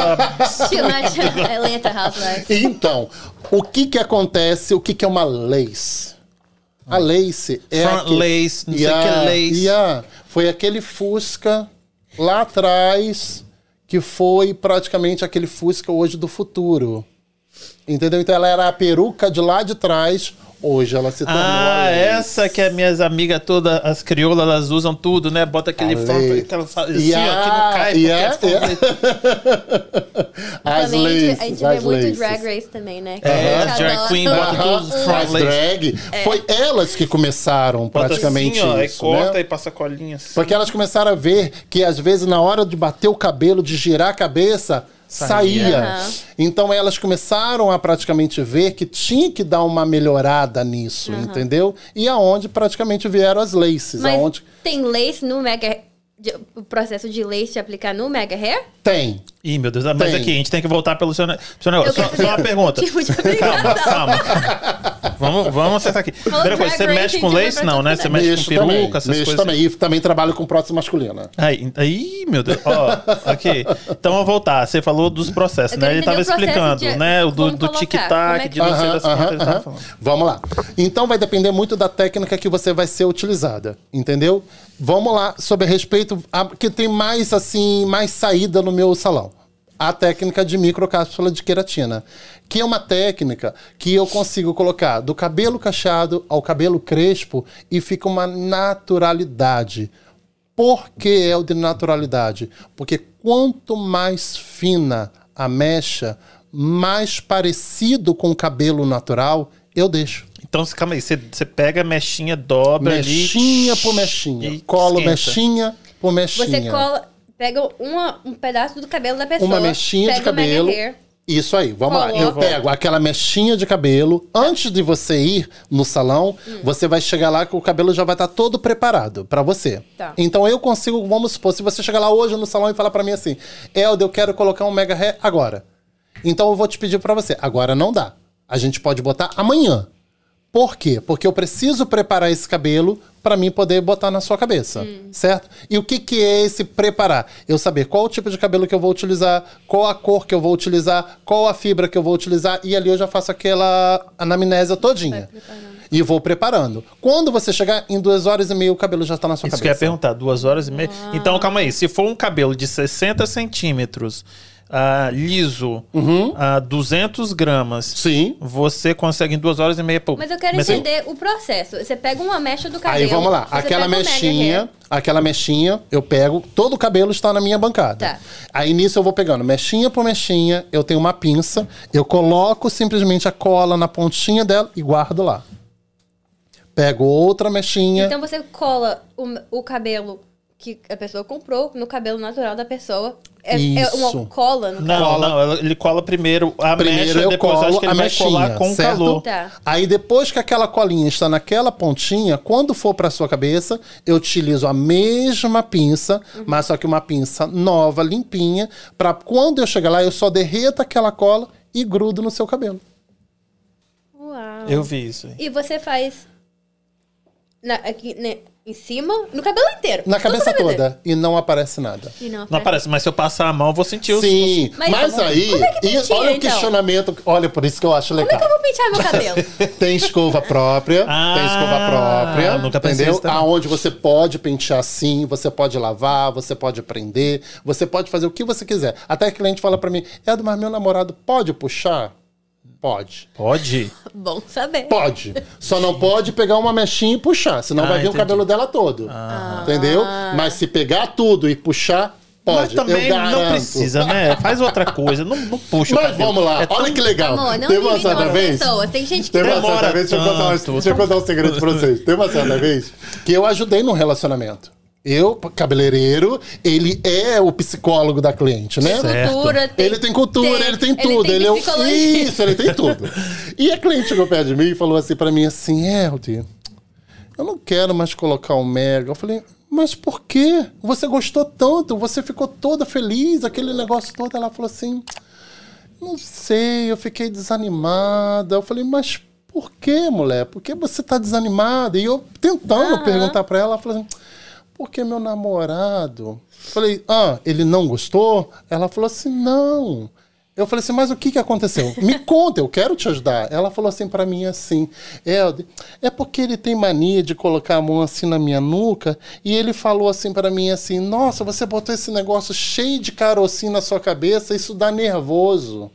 Então, o que que acontece? O que que é uma lace? A lace é Front aquele... lace, não sei o que é lace. Yeah. Foi aquele Fusca lá atrás que foi praticamente aquele Fusca hoje do futuro. Entendeu? Então ela era a peruca de lá de trás. Hoje ela se tornou Ah, essa que as minhas amigas todas, as crioulas, elas usam tudo, né? Bota aquele front, aquela, assim, yeah, ó, que não cai, yeah, porque yeah. As também laces, a gente vê muito laces. Drag race também, né? Que é, as drag queen, bota tudo os front lace. Drag, é. Foi elas que começaram bota praticamente assim, ó, isso, aí corta né? e passa colinha assim. Porque elas começaram a ver que às vezes na hora de bater o cabelo, de girar a cabeça, saía. Uhum. Então elas começaram a praticamente ver que tinha que dar uma melhorada nisso, uhum. entendeu? E aonde praticamente vieram as laces. Mas aonde... tem lace no Mega... O processo de lace de aplicar no Mega Hair? Tem. Ih, meu Deus, mas tem. Aqui, a gente tem que voltar pelo seu, seu negócio. Só, só uma pergunta. Tipo de calma, calma. Vamos, vamos acertar aqui. Primeira coisa, você mexe com lace? Não, né? Você mexe mexo com peruca, também, essas mexo coisas? também. E também trabalho com prótese masculina. Aí, aí, meu Deus. Ó, ok. Então, vamos voltar. Você falou dos processos, né? Ele estava explicando, de, né? O do, do tic-tac, é que... de não sei das uh-huh, quantas ele uh-huh. falando. Vamos lá. Então, vai depender muito da técnica que você vai ser utilizada. Entendeu? Vamos lá, sobre a respeito... A, que tem mais, assim, mais saída no meu salão. A técnica de microcápsula de queratina, que é uma técnica que eu consigo colocar do cabelo cacheado ao cabelo crespo e fica uma naturalidade. Por que é o de naturalidade? Porque quanto mais fina a mecha, mais parecido com o cabelo natural, eu deixo. Então, calma aí, você, você pega a mechinha, dobra mechinha ali... Mechinha por mechinha. Colo esquenta. Mechinha por mechinha. Você cola... Pega uma, um pedaço do cabelo da pessoa. Uma mexinha pega de cabelo. O Mega Hair, Isso aí, vamos lá. Eu Coloca. pego aquela mechinha de cabelo. Antes de você ir no salão, Hum. você vai chegar lá que o cabelo já vai estar todo preparado pra você. Tá. Então eu consigo, vamos supor, se você chegar lá hoje no salão e falar pra mim assim, Helder, eu quero colocar um mega hair agora. Então eu vou te pedir pra você. Agora não dá. A gente pode botar amanhã. Por quê? Porque eu preciso preparar esse cabelo para mim poder botar na sua cabeça, certo? E o que, que é esse preparar? Eu saber qual o tipo de cabelo que eu vou utilizar, qual a cor que eu vou utilizar, qual a fibra que eu vou utilizar, e ali eu já faço aquela anamnésia todinha. E vou preparando. Quando você chegar, em duas horas e meia, o cabelo já tá na sua Isso que eu ia cabeça. perguntar, duas horas e meia. Então, calma aí. Se for um cabelo de sessenta centímetros, ah, liso, ah, duzentos gramas, Sim. você consegue em duas horas e meia... Pô, Mas eu quero começou- entender o processo. Você pega uma mecha do cabelo. Aí vamos lá, você aquela pega o mega mechinha, hair. aquela mechinha, eu pego, todo o cabelo está na minha bancada. Tá. Aí nisso eu vou pegando mechinha por mechinha, eu tenho uma pinça, eu coloco simplesmente a cola na pontinha dela e guardo lá. Pego outra mechinha. Então você cola o, o cabelo que a pessoa comprou no cabelo natural da pessoa. É, é Isso. uma cola no Não, Cola. não, ela- ele cola primeiro a Primeiro mecha, eu depois colo acho que ele a vai mechinha, colar com o certo? calor. Tá. Aí depois que aquela colinha está naquela pontinha, quando for para sua cabeça, eu utilizo a mesma pinça, Uhum. mas só que uma pinça nova, limpinha, para quando eu chegar lá eu só derreto aquela cola e grudo no seu cabelo. Uau. Eu vi isso. aí. E você faz na- aqui, né, em cima, no cabelo inteiro. Na Todo cabeça o cabelo inteiro. toda e não aparece nada. E não, Não aparece, mas se eu passar a mão, eu vou sentir os... Sim, Mas mas, como- aí, como é que e penteia, olha o então? questionamento, olha, por isso que eu acho Como é legal. que eu vou pentear meu cabelo? Tem escova própria, Ah, tem escova própria, nunca pensei entendeu? nisso também. Aonde você pode pentear sim, você pode lavar, você pode prender, você pode fazer o que você quiser. Até que o cliente fala pra mim, Edu, mas meu namorado pode puxar? Pode. Pode? Bom saber. Pode. Só não pode pegar uma mechinha e puxar, senão Ah, vai vir entendi. o cabelo dela todo. Entendeu? Mas se pegar tudo e puxar, pode. Mas também eu garanto. não precisa, né? Faz outra coisa, não, não puxa o Mas cabelo. vamos lá, É tão- olha que legal. Amor, não Teve uma dividam certa as vez. pessoas. Tem gente que Teve uma Demora certa vez, deixa eu, contar uma- tanto. deixa eu contar um segredo pra vocês. Teve uma certa vez que eu ajudei num relacionamento. Eu, cabeleireiro, ele é o psicólogo da cliente, né? Certo. cultura, tem, Ele tem cultura, ele tem tudo. Ele Ele, tem é o... psicologia. Isso, ele tem tudo. E a cliente chegou perto de mim e falou assim pra mim assim, Helder, eu não quero mais colocar o mega. Eu falei, mas por quê? Você gostou tanto, você ficou toda feliz, aquele negócio todo. Ela falou assim, não sei, eu fiquei desanimada. Eu falei, mas por quê, mulher? Por que você tá desanimada? E eu tentando Aham. perguntar pra ela, ela falou assim, porque meu namorado... Falei, ah, ele não gostou? Ela falou assim, não. Eu falei assim, mas o que que aconteceu? Me conta, eu quero te ajudar. Ela falou assim pra mim assim, Helder, é porque ele tem mania de colocar a mão assim na minha nuca e ele falou assim pra mim assim, nossa, você botou esse negócio cheio de carocinho na sua cabeça, isso dá nervoso.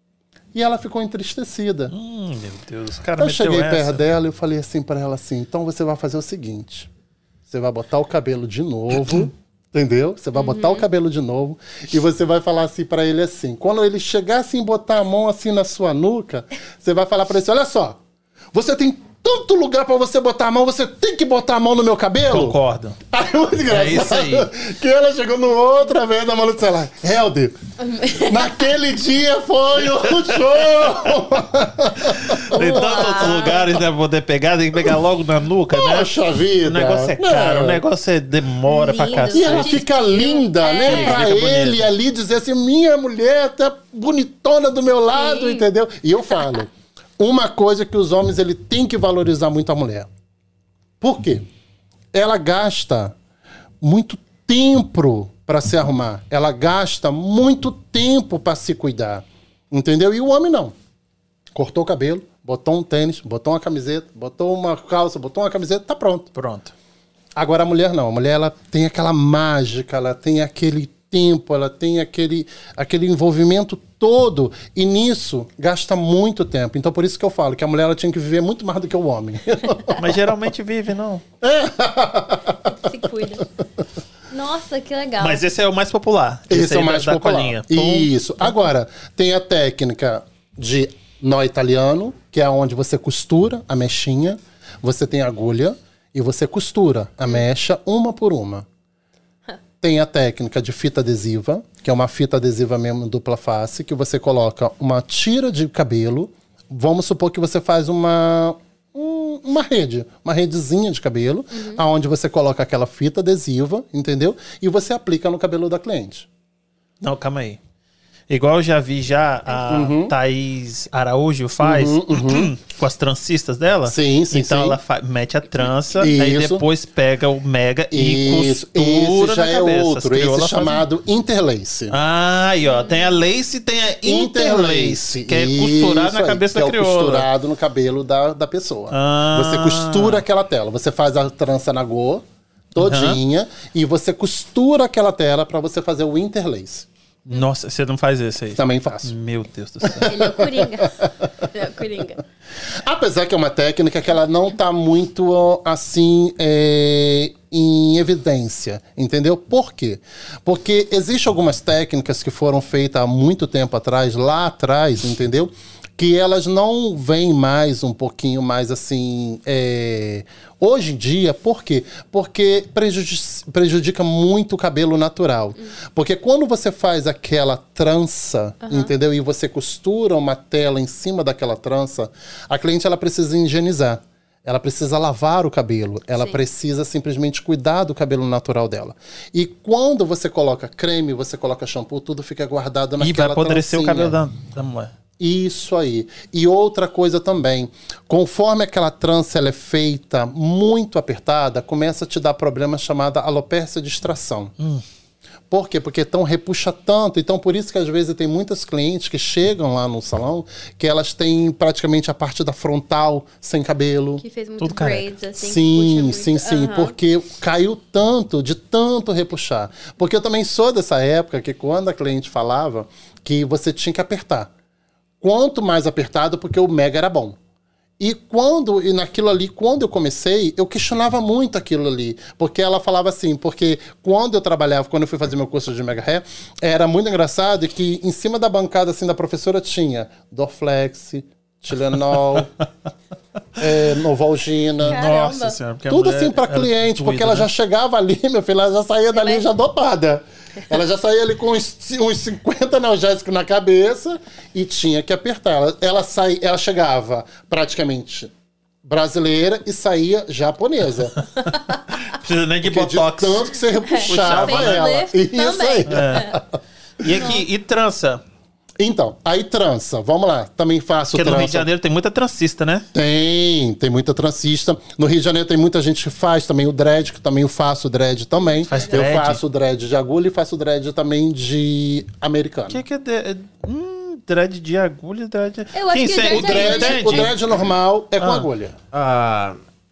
E ela ficou entristecida. Hum, meu Deus, o cara Eu meteu cheguei essa. perto dela e eu falei assim pra ela assim, então você vai fazer o seguinte, você vai botar o cabelo de novo, entendeu? Você vai botar o cabelo de novo e você vai falar assim pra ele assim, quando ele chegar assim, botar a mão assim na sua nuca, você vai falar pra ele assim, olha só, você tem tanto lugar pra você botar a mão, você tem que botar a mão no meu cabelo? Concordo. Aí, muito engraçado, É isso aí. que ela chegou no outra vez na mão do celular. Helder, naquele dia foi o show! Tem tantos outros lugares, né, pra poder pegar, tem que pegar logo na nuca, né? Poxa vida! O negócio é caro, o negócio é demora pra Lindo. cacete. E ela fica linda, né? Sim, Pra fica ele bonito. ali dizer assim, minha mulher tá bonitona do meu lado, Sim. entendeu? E eu falo, uma coisa que os homens ele tem que valorizar muito a mulher. Por quê? Ela gasta muito tempo para se arrumar. Ela gasta muito tempo para se cuidar. Entendeu? E o homem não. Cortou o cabelo, botou um tênis, botou uma camiseta, botou uma calça, botou uma camiseta, tá pronto. Pronto. Agora a mulher não. A mulher ela tem aquela mágica, ela tem aquele tempo, ela tem aquele, aquele envolvimento todo. E nisso gasta muito tempo. Então por isso que eu falo que a mulher ela tinha que viver muito mais do que o homem. Mas geralmente vive, não. Se cuida. Nossa, que legal. Mas esse é o mais popular. Esse é aí o mais da, da popular. colinha. Isso. Agora, tem a técnica de nó italiano, que é onde você costura a mechinha, você tem a agulha e você costura a mecha uma por uma. tem a técnica de fita adesiva, que é uma fita adesiva mesmo dupla face, que você coloca uma tira de cabelo. Vamos supor que você faz uma, um, uma rede, uma redezinha de cabelo, uhum. aonde você coloca aquela fita adesiva, entendeu? E você aplica no cabelo da cliente. Não, calma aí. Igual eu já vi já a uhum. Thaís Araújo faz uhum, uhum. com as trancistas dela. Sim, sim, Então sim. ela mete a trança, Isso. aí depois pega o mega Isso. e costura Esse já na é cabeça. outro, esse chamado fazem... interlace. Ah, aí ó, tem a lace e tem a interlace, que é costurado na cabeça aí, da que crioula. É costurado no cabelo da, da pessoa. Ah. Você costura aquela tela, você faz a trança na go todinha uhum. e você costura aquela tela para você fazer o interlace. Nossa, você não faz esse aí? Também faço. Meu Deus do céu. Ele é o Coringa. Ele é o Coringa. Apesar que é uma técnica que ela não tá muito, assim, é, em evidência, entendeu? Por quê? Porque existem algumas técnicas que foram feitas há muito tempo atrás, lá atrás, entendeu? Que elas não vêm mais um pouquinho mais assim... É... Hoje em dia, por quê? Porque prejudica, prejudica muito o cabelo natural. Uhum. Porque quando você faz aquela trança, uhum. entendeu? E você costura uma tela em cima daquela trança, a cliente ela precisa higienizar. Ela precisa lavar o cabelo. Ela Sim. precisa simplesmente cuidar do cabelo natural dela. E quando você coloca creme, você coloca shampoo, tudo fica guardado naquela trancinha. E vai apodrecer o cabelo da, da mulher. Isso aí. E outra coisa também, conforme aquela trança ela é feita muito apertada, começa a te dar problema chamado alopecia de extração. Hum. Por quê? Porque então repuxa tanto. Então por isso que às vezes tem muitas clientes que chegam lá no salão que elas têm praticamente a parte da frontal sem cabelo. Que fez muito Tudo braids, assim. Sim, muito. sim, sim. Uhum. Porque caiu tanto, de tanto repuxar. Porque eu também sou dessa época que quando a cliente falava que você tinha que apertar. Quanto mais apertado, porque o mega era bom. E quando, e naquilo ali, quando eu comecei, eu questionava muito aquilo ali. Porque ela falava assim, porque quando eu trabalhava, quando eu fui fazer meu curso de mega hair, era muito engraçado que em cima da bancada, assim, da professora tinha Dorflex, Tilenol, é, Novalgina. Caramba. Nossa senhora. Tudo assim pra cliente, porque ela né? já chegava ali, meu filho, ela já saía dali é. já dopada. Ela já saía ali com uns, uns cinquenta analgésicos na cabeça e tinha que apertar. Ela, ela, saía, ela chegava praticamente brasileira e saía japonesa. Precisa nem de porque botox. De tanto que você repuxava é. ela. Isso também. aí. É. E aqui, e trança? Então, aí trança, vamos lá, também faço Porque trança. no Rio de Janeiro tem muita trancista, né? Tem, tem muita trancista. No Rio de Janeiro tem muita gente que faz também o dread, que também eu faço dread também. Faz eu dread? faço dread de agulha e faço dread também de americano. O que, que é de... hum, dread de agulha? Dread... Eu acho Quem que sei- dread O dread, Entende? o dread normal é com Ah. agulha. Há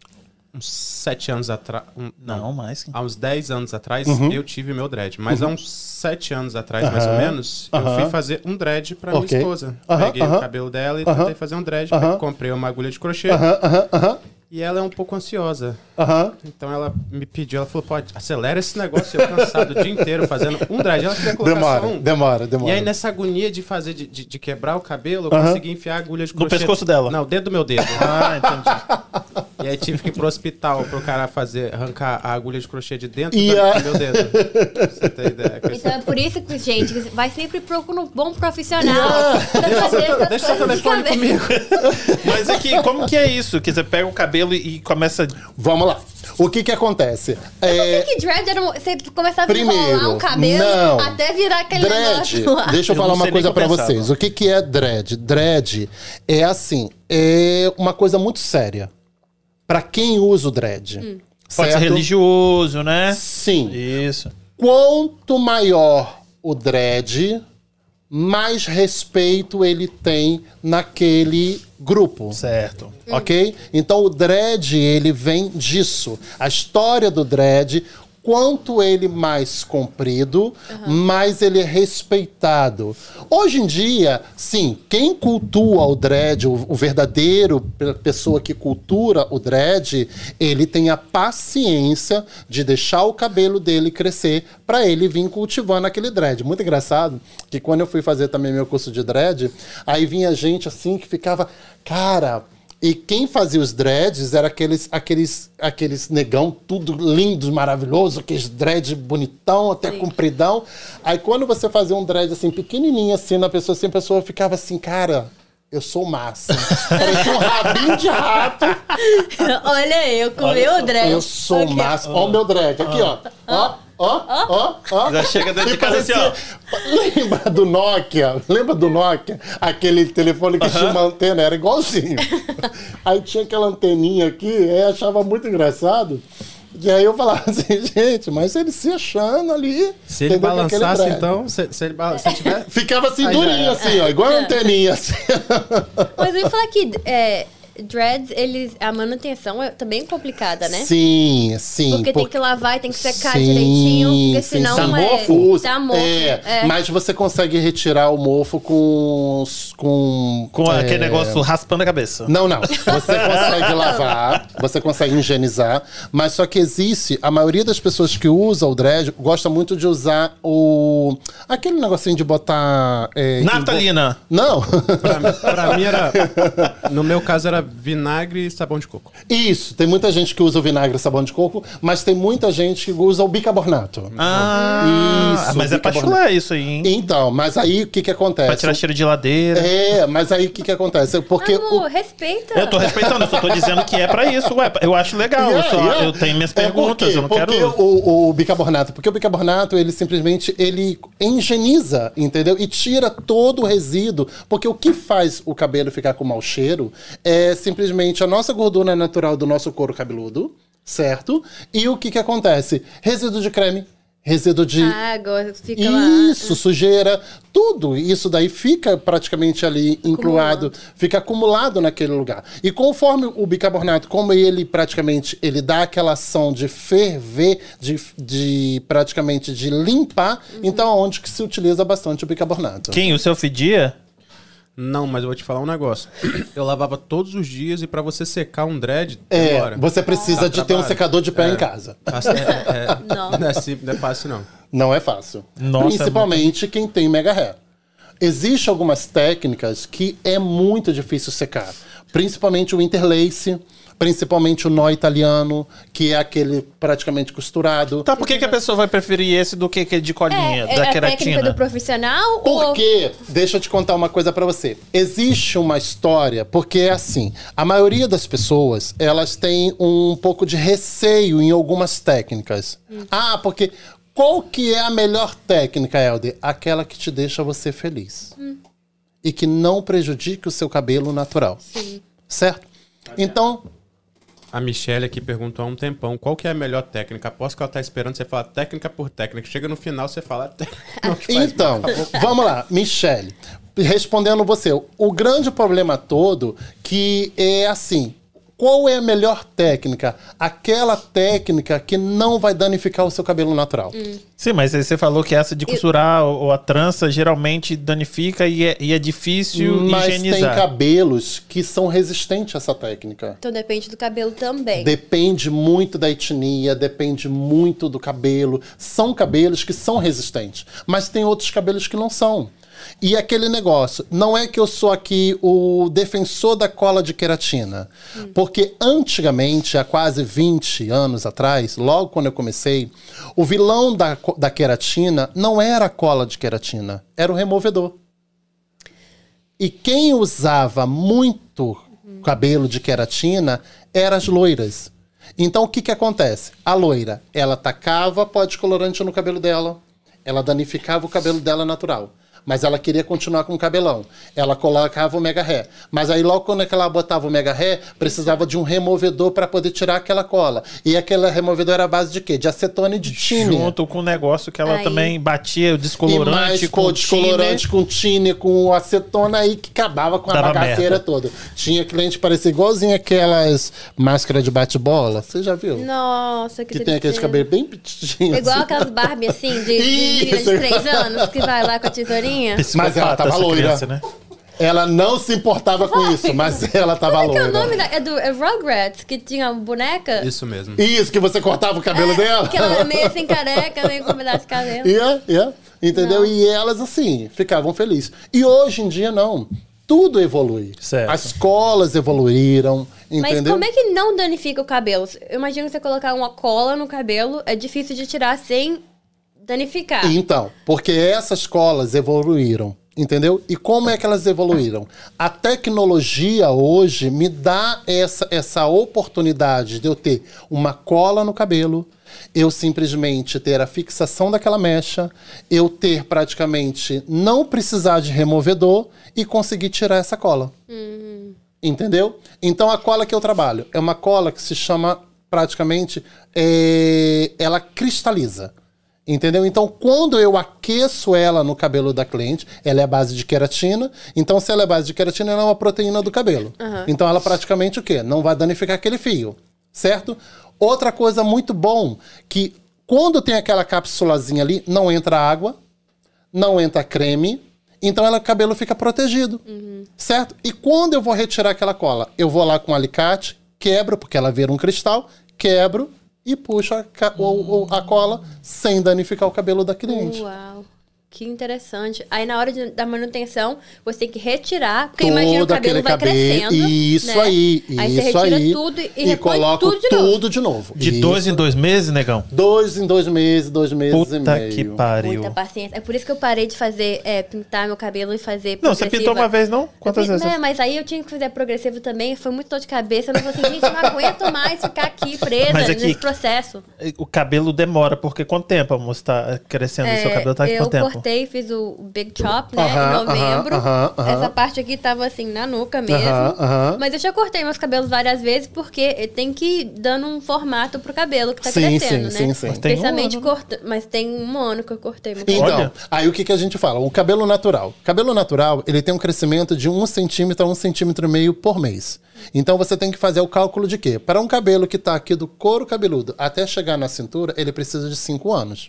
uns sete anos atrás. Um, Não, mais. Há uns dez anos atrás Uhum. eu tive meu dread. Mas há uns sete anos atrás, mais ou Aham. menos, eu Aham. fui fazer um dread pra Ok. minha esposa. Aham, Peguei aham. o cabelo dela e Aham. tentei fazer um dread. Aham. Comprei uma agulha de crochê. Aham, aham, aham, E ela é um pouco ansiosa. aham. Então ela me pediu, ela falou, pode, acelera esse negócio. Eu cansado o dia inteiro fazendo um dread. Ela queria colocar Demora, só um. demora, demora. E aí, nessa agonia de fazer, de, de, de quebrar o cabelo, eu Aham. consegui enfiar a agulha de No crochê. pescoço dela? Não, dentro do meu dedo. Ah, entendi. E aí tive que ir pro hospital pro cara fazer, arrancar a agulha de crochê de dentro E do, a- do meu dedo. Pra você ter ideia. com Então esse- é por isso que, gente, que vai sempre procurar um bom profissional. pra fazer essas Deixa seu coisas de telefone cabelo. comigo. Mas aqui, como que é isso? Que você pega o cabelo e, e começa... Vamos lá. O que que acontece? Eu É, pensei que dread era um- você começava a Primeiro, enrolar o cabelo não. até virar aquele dread, negócio lá. deixa eu Eu falar não uma sei nem coisa o que eu pra pensava. vocês. O que que é dread? Dread é assim, é uma coisa muito séria. Pra quem usa o dread. Hum. Pode ser certo? religioso, né? Sim. Isso. Quanto maior o dread, mais respeito ele tem naquele grupo. Certo. Ok? Então o dread, ele vem disso. A história do dread, quanto ele mais comprido, mais ele é respeitado. Hoje em dia, sim, quem cultua o dread, o, o verdadeiro pe- pessoa que cultura o dread, ele tem a paciência de deixar o cabelo dele crescer para ele vir cultivando aquele dread. Muito engraçado que quando eu fui fazer também meu curso de dread, aí vinha gente assim que ficava, cara, E quem fazia os dreads era aqueles, aqueles, aqueles negão, tudo lindo, maravilhoso, aqueles dread bonitão, até Sim. compridão. Aí quando você fazia um dread assim, pequenininho assim, na pessoa, assim, a pessoa ficava assim, cara, eu sou massa. Parecia um rabinho de rato. Olha eu com Olha meu só. dread. Eu sou Aqui. massa. Ó o meu dread, aqui, ó. Ó, ó, ó, ó. Já chega dentro de E casa assim, ó. parecia- Lembra do Nokia? Lembra do Nokia? Aquele telefone que tinha uma antena, era igualzinho. Aí tinha aquela anteninha aqui, aí eu achava muito engraçado. E aí eu falava assim, gente, mas ele se achando ali. Se ele entendeu? Com aquele balançasse, dread. então, se, se ele ba- se ele tiver... Ficava assim, Aí já durinho, era. assim, ó, igual a anteninha, assim. Mas eu ia falar que é, dreads, eles, a manutenção é também complicada, né? Sim, sim. Porque tem que lavar e tem que secar Sim, direitinho, porque sim, senão sim. é... mofo. Tá mofo. É, é. mas você consegue retirar o mofo com... os- Com, Com é, aquele negócio raspando a cabeça. Não, não. Você consegue lavar, você consegue higienizar, mas só que existe, a maioria das pessoas que usam o dread gosta muito de usar o... aquele negocinho de botar... É, Naftalina. em- Não. Pra, pra mim era... No meu caso era vinagre e sabão de coco. Isso, tem muita gente que usa o vinagre e sabão de coco, mas tem muita gente que usa o bicarbonato. Ah, Isso, mas é pra bicarbonato. chular isso aí, hein? Então, mas aí o que que acontece? Pra tirar cheiro de ladeira. É, mas aí o que que acontece? Porque Amor, o... respeita. Eu tô respeitando, eu só tô dizendo que é pra isso. Ué, eu acho legal. eu, Yeah, só, yeah. eu tenho minhas É perguntas, porque, eu não porque quero. o, o bicarbonato, porque o bicarbonato, ele simplesmente, ele higieniza, entendeu? E tira todo o resíduo, porque o que faz o cabelo ficar com mau cheiro é simplesmente a nossa gordura natural do nosso couro cabeludo, certo? E o que que acontece? Resíduo de creme, resíduo de... Água, fica lá. Isso, sujeira, tudo isso daí fica praticamente ali incluado, fica acumulado naquele lugar. E conforme o bicarbonato, como ele praticamente, ele dá aquela ação de ferver, de, de praticamente de limpar, então é onde que se utiliza bastante o bicarbonato. Quem? O seu fedia? Não, mas eu vou te falar um negócio. Eu lavava todos os dias e pra você secar um dread, É, demora. você precisa Dá de ter um trabalho. secador de pé É. em casa. Assim, é, é, Não. não. é simples, não é fácil, não. Não é fácil. Nossa, Principalmente quem tem mega hair. Existem algumas técnicas que é muito difícil secar. Principalmente o interlace, principalmente o nó italiano, que é aquele praticamente costurado. Tá, por que, que a pessoa vai preferir esse do que aquele de colinha, É, é da a queratina? técnica do profissional? ou... Porque, deixa eu te contar uma coisa pra você. Existe uma história, porque é assim, a maioria das pessoas, elas têm um pouco de receio em algumas técnicas. Hum. Ah, porque qual que é a melhor técnica, Helder? Aquela que te deixa você feliz. Hum. E que não prejudique o seu cabelo natural. Sim. Certo? Então, A Michelle aqui perguntou há um tempão qual que é a melhor técnica. Aposto que ela tá esperando você falar técnica por técnica. Chega no final, você fala... técnica que faz então, mal. vamos lá, Michelle. Respondendo você, o grande problema todo que é assim, qual é a melhor técnica? Aquela técnica que não vai danificar o seu cabelo natural. Sim, mas aí você falou que essa de costurar ou a trança geralmente danifica e é, e é difícil Mas tem higienizar. cabelos que são resistentes a essa técnica. Então depende do cabelo também. Depende muito da etnia, depende muito do cabelo. São cabelos que são resistentes, mas tem outros cabelos que não são. E aquele negócio, não é que eu sou aqui o defensor da cola de queratina. Hum. Porque antigamente, há quase vinte anos atrás, logo quando eu comecei, o vilão da, da queratina não era a cola de queratina, era o removedor. E quem usava muito cabelo de queratina eram as loiras. Então o que que acontece? A loira, ela tacava pó descolorante no cabelo dela, ela danificava o cabelo dela natural. Mas ela queria continuar com o cabelão. Ela colocava o mega hair. Mas aí logo quando ela botava o mega hair, precisava de um removedor para poder tirar aquela cola. E aquele removedor era a base de quê? De acetona e de thinner. Junto com o negócio que ela Aí. também batia, o E descolorante mais com com o descolorante, com thinner, com acetona aí que acabava com a Dava bagaceira merda. toda. Tinha cliente parecia igualzinho aquelas máscaras de bate-bola. Você já viu? Nossa, que Que tem aqueles tristeza. cabelos bem pequenininhos. Igual assim. aquelas Barbie, assim, de, de, de, de Isso. três anos, que vai lá com a tesourinha. Mas ela Psicopata tava essa loira. criança, né? Ela não se importava com isso, mas ela tava Como é que é o loira. nome da... É do é Rugrats, que tinha uma boneca? Isso mesmo. Isso, que você cortava o cabelo É, dela? que ela era meio assim careca, meio com um pedaço de cabelo. Yeah, yeah. Entendeu? Não. E elas, assim, ficavam felizes. E hoje em dia, não. tudo evolui. Certo. As escolas evoluíram, Mas entendeu? como é que não danifica o cabelo? Eu imagino você colocar uma cola no cabelo, é difícil de tirar sem danificar. Então, porque essas colas evoluíram, entendeu? E como é que elas evoluíram? A tecnologia hoje me dá essa, essa oportunidade de eu ter uma cola no cabelo, eu simplesmente ter a fixação daquela mecha, eu ter praticamente não precisar de removedor e conseguir tirar essa cola. Uhum. Entendeu? Então a cola que eu trabalho é uma cola que se chama praticamente, é, ela cristaliza. Entendeu? Então, quando eu aqueço ela no cabelo da cliente, ela é a base de queratina. Então, se ela é base de queratina, ela é uma proteína do cabelo. Uhum. Então, ela praticamente o quê? Não vai danificar aquele fio, certo? Outra coisa muito bom, que quando tem aquela cápsulazinha ali, não entra água, não entra creme, então ela, o cabelo fica protegido, uhum. certo? E quando eu vou retirar aquela cola, eu vou lá com um alicate, quebro, porque ela vira um cristal, quebro, e puxa a, o, a cola sem danificar o cabelo da cliente. Uau, que interessante. Aí na hora de, da manutenção, você tem que retirar, porque imagina o cabelo vai cabelo, crescendo. Isso né? aí, aí isso você retira aí. tudo e, e repõe coloca tudo de tudo novo. de novo. De Isso. dois em dois meses, negão? Dois em dois meses, dois meses Puta e meio. que pariu. Muita paciência. É por isso que eu parei de fazer, é, pintar meu cabelo e fazer Não, você pintou uma vez, não? Quantas eu, vezes? Né, mas aí eu tinha que fazer progressivo também, foi muito dor de cabeça. Eu não falei assim, gente, eu não aguento mais ficar aqui presa Mas aqui- nesse processo. O cabelo demora, porque quanto tempo a moça tá crescendo? O seu cabelo tá É, eu quanto tempo? cortei, fiz o Big Chop, né, Aham, em novembro. aham, aham. Essa parte aqui tava assim, na nuca mesmo. Aham, aham. Mas eu já cortei meus cabelos várias vezes, porque tem que ir dando um formato pro cabelo que tá Sim, crescendo, sim, né? sim, sim. Mas tem um Especialmente ano, né? corta... Mas tem um ano que eu cortei meu cabelo. Então, Olha. aí o que, que a gente fala? O cabelo natural. Cabelo natural, ele tem um crescimento de um centímetro a um centímetro e meio por mês. Então você tem que fazer o cálculo de quê? Para um cabelo que tá aqui do couro cabeludo até chegar na cintura, ele precisa de cinco anos.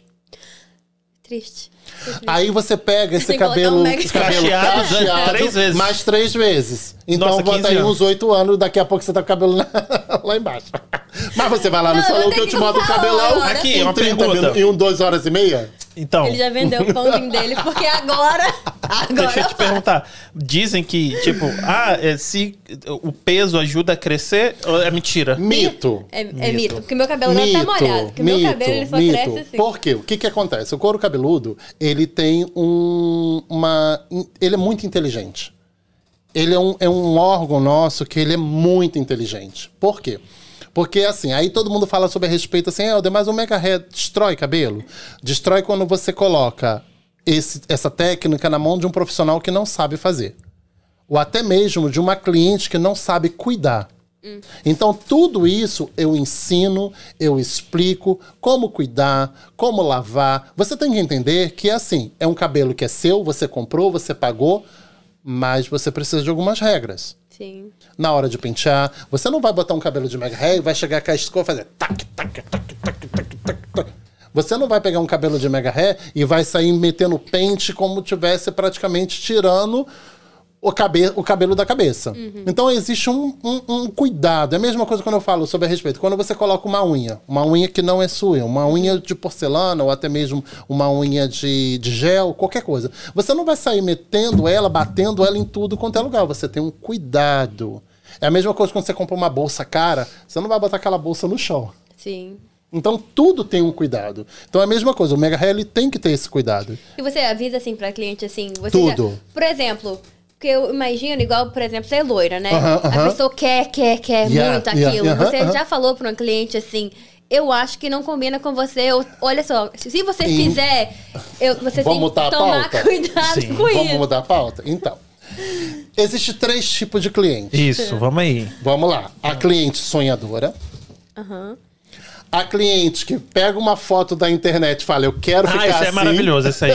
Triste. Aí você pega esse Tem que colocar cabelo, um mega esse cabelo cacheado, cacheado três vezes. mais três vezes. Então Nossa, bota quinze aí anos. uns oito anos, daqui a pouco você tá com o cabelo na- lá embaixo. Mas você vai lá no Não, salão eu que eu tenho te que mando o falar cabelão agora. Aqui, em uma trinta pergunta. minutos, em um, duas horas e meia. Então, Ele já vendeu o pãozinho dele, porque agora... agora deixa eu te perguntar. Dizem que, tipo, ah, é, se o peso ajuda a crescer, ou é mentira? Mito. É, é mito. Porque meu cabelo agora tá molhado. Porque meu cabelo ele só cresce assim. Por quê? O que que acontece? O couro cabeludo, ele tem um, uma... Ele é muito inteligente. Ele é um, é um órgão nosso que ele é muito inteligente. Por quê? Porque, assim, aí todo mundo fala sobre a respeito, assim, Helder, mas o mega hair destrói cabelo? Destrói quando você coloca esse, essa técnica na mão de um profissional que não sabe fazer. Ou até mesmo de uma cliente que não sabe cuidar. Hum. Então, tudo isso eu ensino, eu explico como cuidar, como lavar. Você tem que entender que, assim, é um cabelo que é seu, você comprou, você pagou, mas você precisa de algumas regras. Sim. Na hora de pentear, você não vai botar um cabelo de mega hair e vai chegar com a escova e fazer tac, tac, tac, tac, tac, tac, tac. Você não vai pegar um cabelo de mega hair e vai sair metendo pente como tivesse praticamente tirando o, cabe o cabelo da cabeça. Uhum. Então existe um, um, um cuidado. É a mesma coisa quando eu falo sobre a respeito. Quando você coloca uma unha, uma unha que não é sua, uma unha de porcelana ou até mesmo uma unha de, de gel, qualquer coisa. Você não vai sair metendo ela, batendo ela em tudo quanto é lugar. Você tem um cuidado. É a mesma coisa quando você compra uma bolsa cara, você não vai botar aquela bolsa no chão. Sim. Então tudo tem um cuidado. Então é a mesma coisa, o mega hair ele tem que ter esse cuidado. E você avisa assim pra cliente assim, você Tudo. já- por exemplo, porque eu imagino, igual, por exemplo, você é loira, né? Aham, A aham. pessoa quer, quer, quer Yeah, muito yeah, aquilo. aham, Você aham. já falou pra uma cliente assim, eu acho que não combina com você. ou- Olha só, se você Sim. fizer, eu, você Vamos tem mudar a que tomar pauta? cuidado Sim. com Vamos isso. mudar a pauta? Então, existe três tipos de cliente. Isso, vamos aí. Vamos lá. A cliente sonhadora. Aham. A cliente que pega uma foto da internet e fala, eu quero ficar Ah, isso é assim. maravilhoso, isso aí.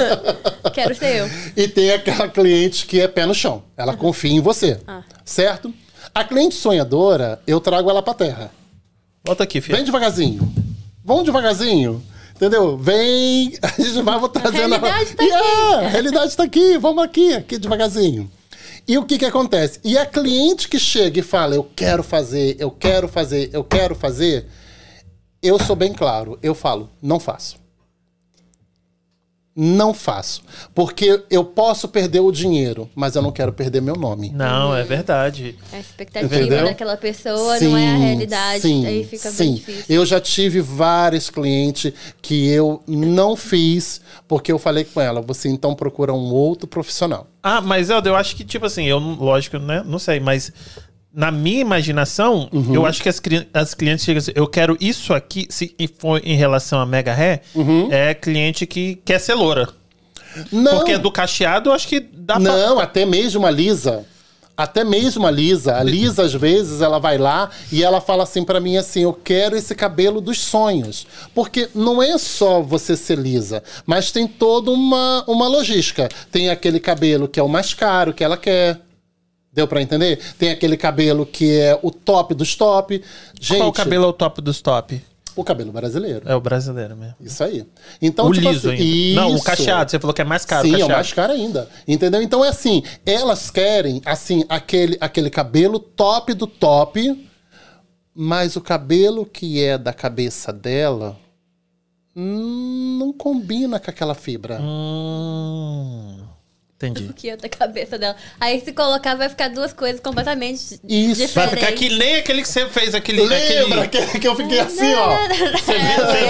Quero ser eu. E tem aquela cliente que é pé no chão. Ela confia em você. Ah. Certo? A cliente sonhadora, eu trago ela pra terra. Volta aqui, filho. Vem devagarzinho. Vamos devagarzinho. Entendeu? Vem. A gente vai vou trazendo. realidade tá Yeah, a realidade tá aqui. Vamos aqui, aqui devagarzinho. E o que que acontece? E a cliente que chega e fala, eu quero fazer, eu quero fazer, eu quero fazer, eu sou bem claro. Eu falo, não faço. Não faço. Porque eu posso perder o dinheiro, mas eu não quero perder meu nome. Não, é verdade. A expectativa Entendeu? daquela pessoa Sim, não é a realidade. Sim, Aí fica sim. bem difícil. Eu já tive vários clientes que eu não fiz porque eu falei com ela, você então procura um outro profissional. Ah, mas Helder, eu acho que, tipo assim, eu, lógico, né? Não sei, mas na minha imaginação, Uhum. eu acho que as, cri- as clientes chegam assim, eu quero isso aqui, se for em relação a mega hair, Uhum. é cliente que quer ser loura. Não, Porque do cacheado, eu acho que dá não, até mesmo a Lisa. Até mesmo a Lisa. A Lisa, às vezes, ela vai lá e ela fala assim pra mim assim, eu quero esse cabelo dos sonhos. Porque não é só você ser lisa, mas tem toda uma, uma logística. Tem aquele cabelo que é o mais caro, que ela quer. Deu pra entender? Tem aquele cabelo que é o top dos top. Gente, Qual o cabelo é o top dos top? o cabelo brasileiro. É o brasileiro mesmo. Isso aí. Então, O tipo liso assim, ainda. Não, o isso. cacheado. Você falou que é mais caro o Sim, é o cacheado. mais caro ainda. Entendeu? Então é assim, elas querem, assim, aquele, aquele cabelo top do top, mas o cabelo que é da cabeça dela hum, não combina com aquela fibra. Hum, entendi. O que é da cabeça dela. Aí se colocar vai ficar duas coisas completamente Isso. diferentes. Vai ficar que nem aquele que você fez, aquele... Lembra aquele... que, que eu fiquei assim, ó? Você viu? Você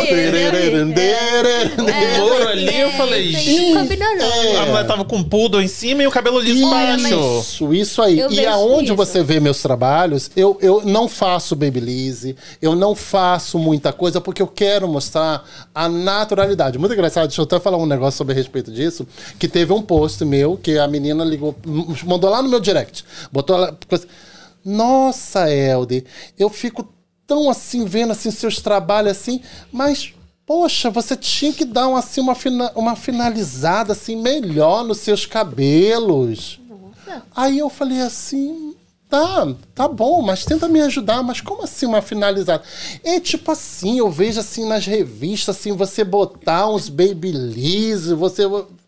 viu? É, O louro ali, eu falei, gente, não combinou não. É. A mulher tava com poodle em cima e o cabelo liso embaixo. Isso, isso aí. Eu E vejo aonde isso. você vê meus trabalhos, eu, eu não faço babyliss, eu não faço muita coisa porque eu quero mostrar a naturalidade. Muito engraçado, deixa eu até falar um negócio sobre a respeito disso, que teve um post meu que a menina ligou, m- mandou lá no meu direct, botou lá, nossa, Helder, eu fico tão assim, vendo assim seus trabalhos assim, mas... Poxa, você tinha que dar um, assim, uma, fina- uma finalizada assim, melhor nos seus cabelos. Nossa. Aí eu falei assim, tá, tá bom, mas tenta me ajudar. Mas como assim uma finalizada? É tipo assim, eu vejo assim nas revistas, assim, você botar uns babyliss, você...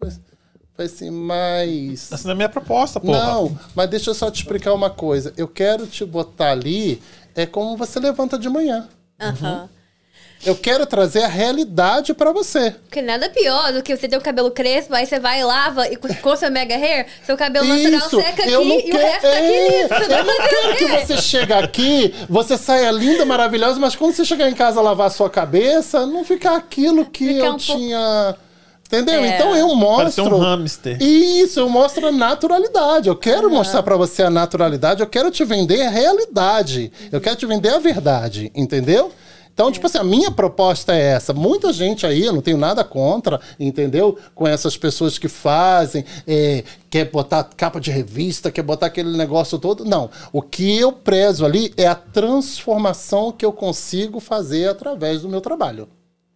Falei assim, mas... Essa não é a minha proposta, porra. Não, mas deixa eu só te explicar uma coisa. Eu quero te botar ali, é como você levanta de manhã. Aham. Eu quero trazer a realidade pra você. Porque nada pior do que você ter o cabelo crespo, aí você vai e lava e com com seu mega hair, seu cabelo natural Isso, seca aqui eu não e o quero- resto tá aqui é, liso. Você eu vai não fazer quero o que quê? você chegue aqui, você saia linda, maravilhosa, mas quando você chegar em casa lavar a sua cabeça, não ficar aquilo que Ficar eu um pouco- tinha... Entendeu? É. Então eu Parece mostro... um hamster. Isso, eu mostro a naturalidade. Eu quero mostrar pra você a naturalidade, eu quero te vender a realidade. Eu quero te vender a verdade, entendeu? Então, tipo assim, a minha proposta é essa. Muita gente aí, eu não tenho nada contra, entendeu? Com essas pessoas que fazem, é, quer botar capa de revista, quer botar aquele negócio todo. Não. O que eu prezo ali é a transformação que eu consigo fazer através do meu trabalho.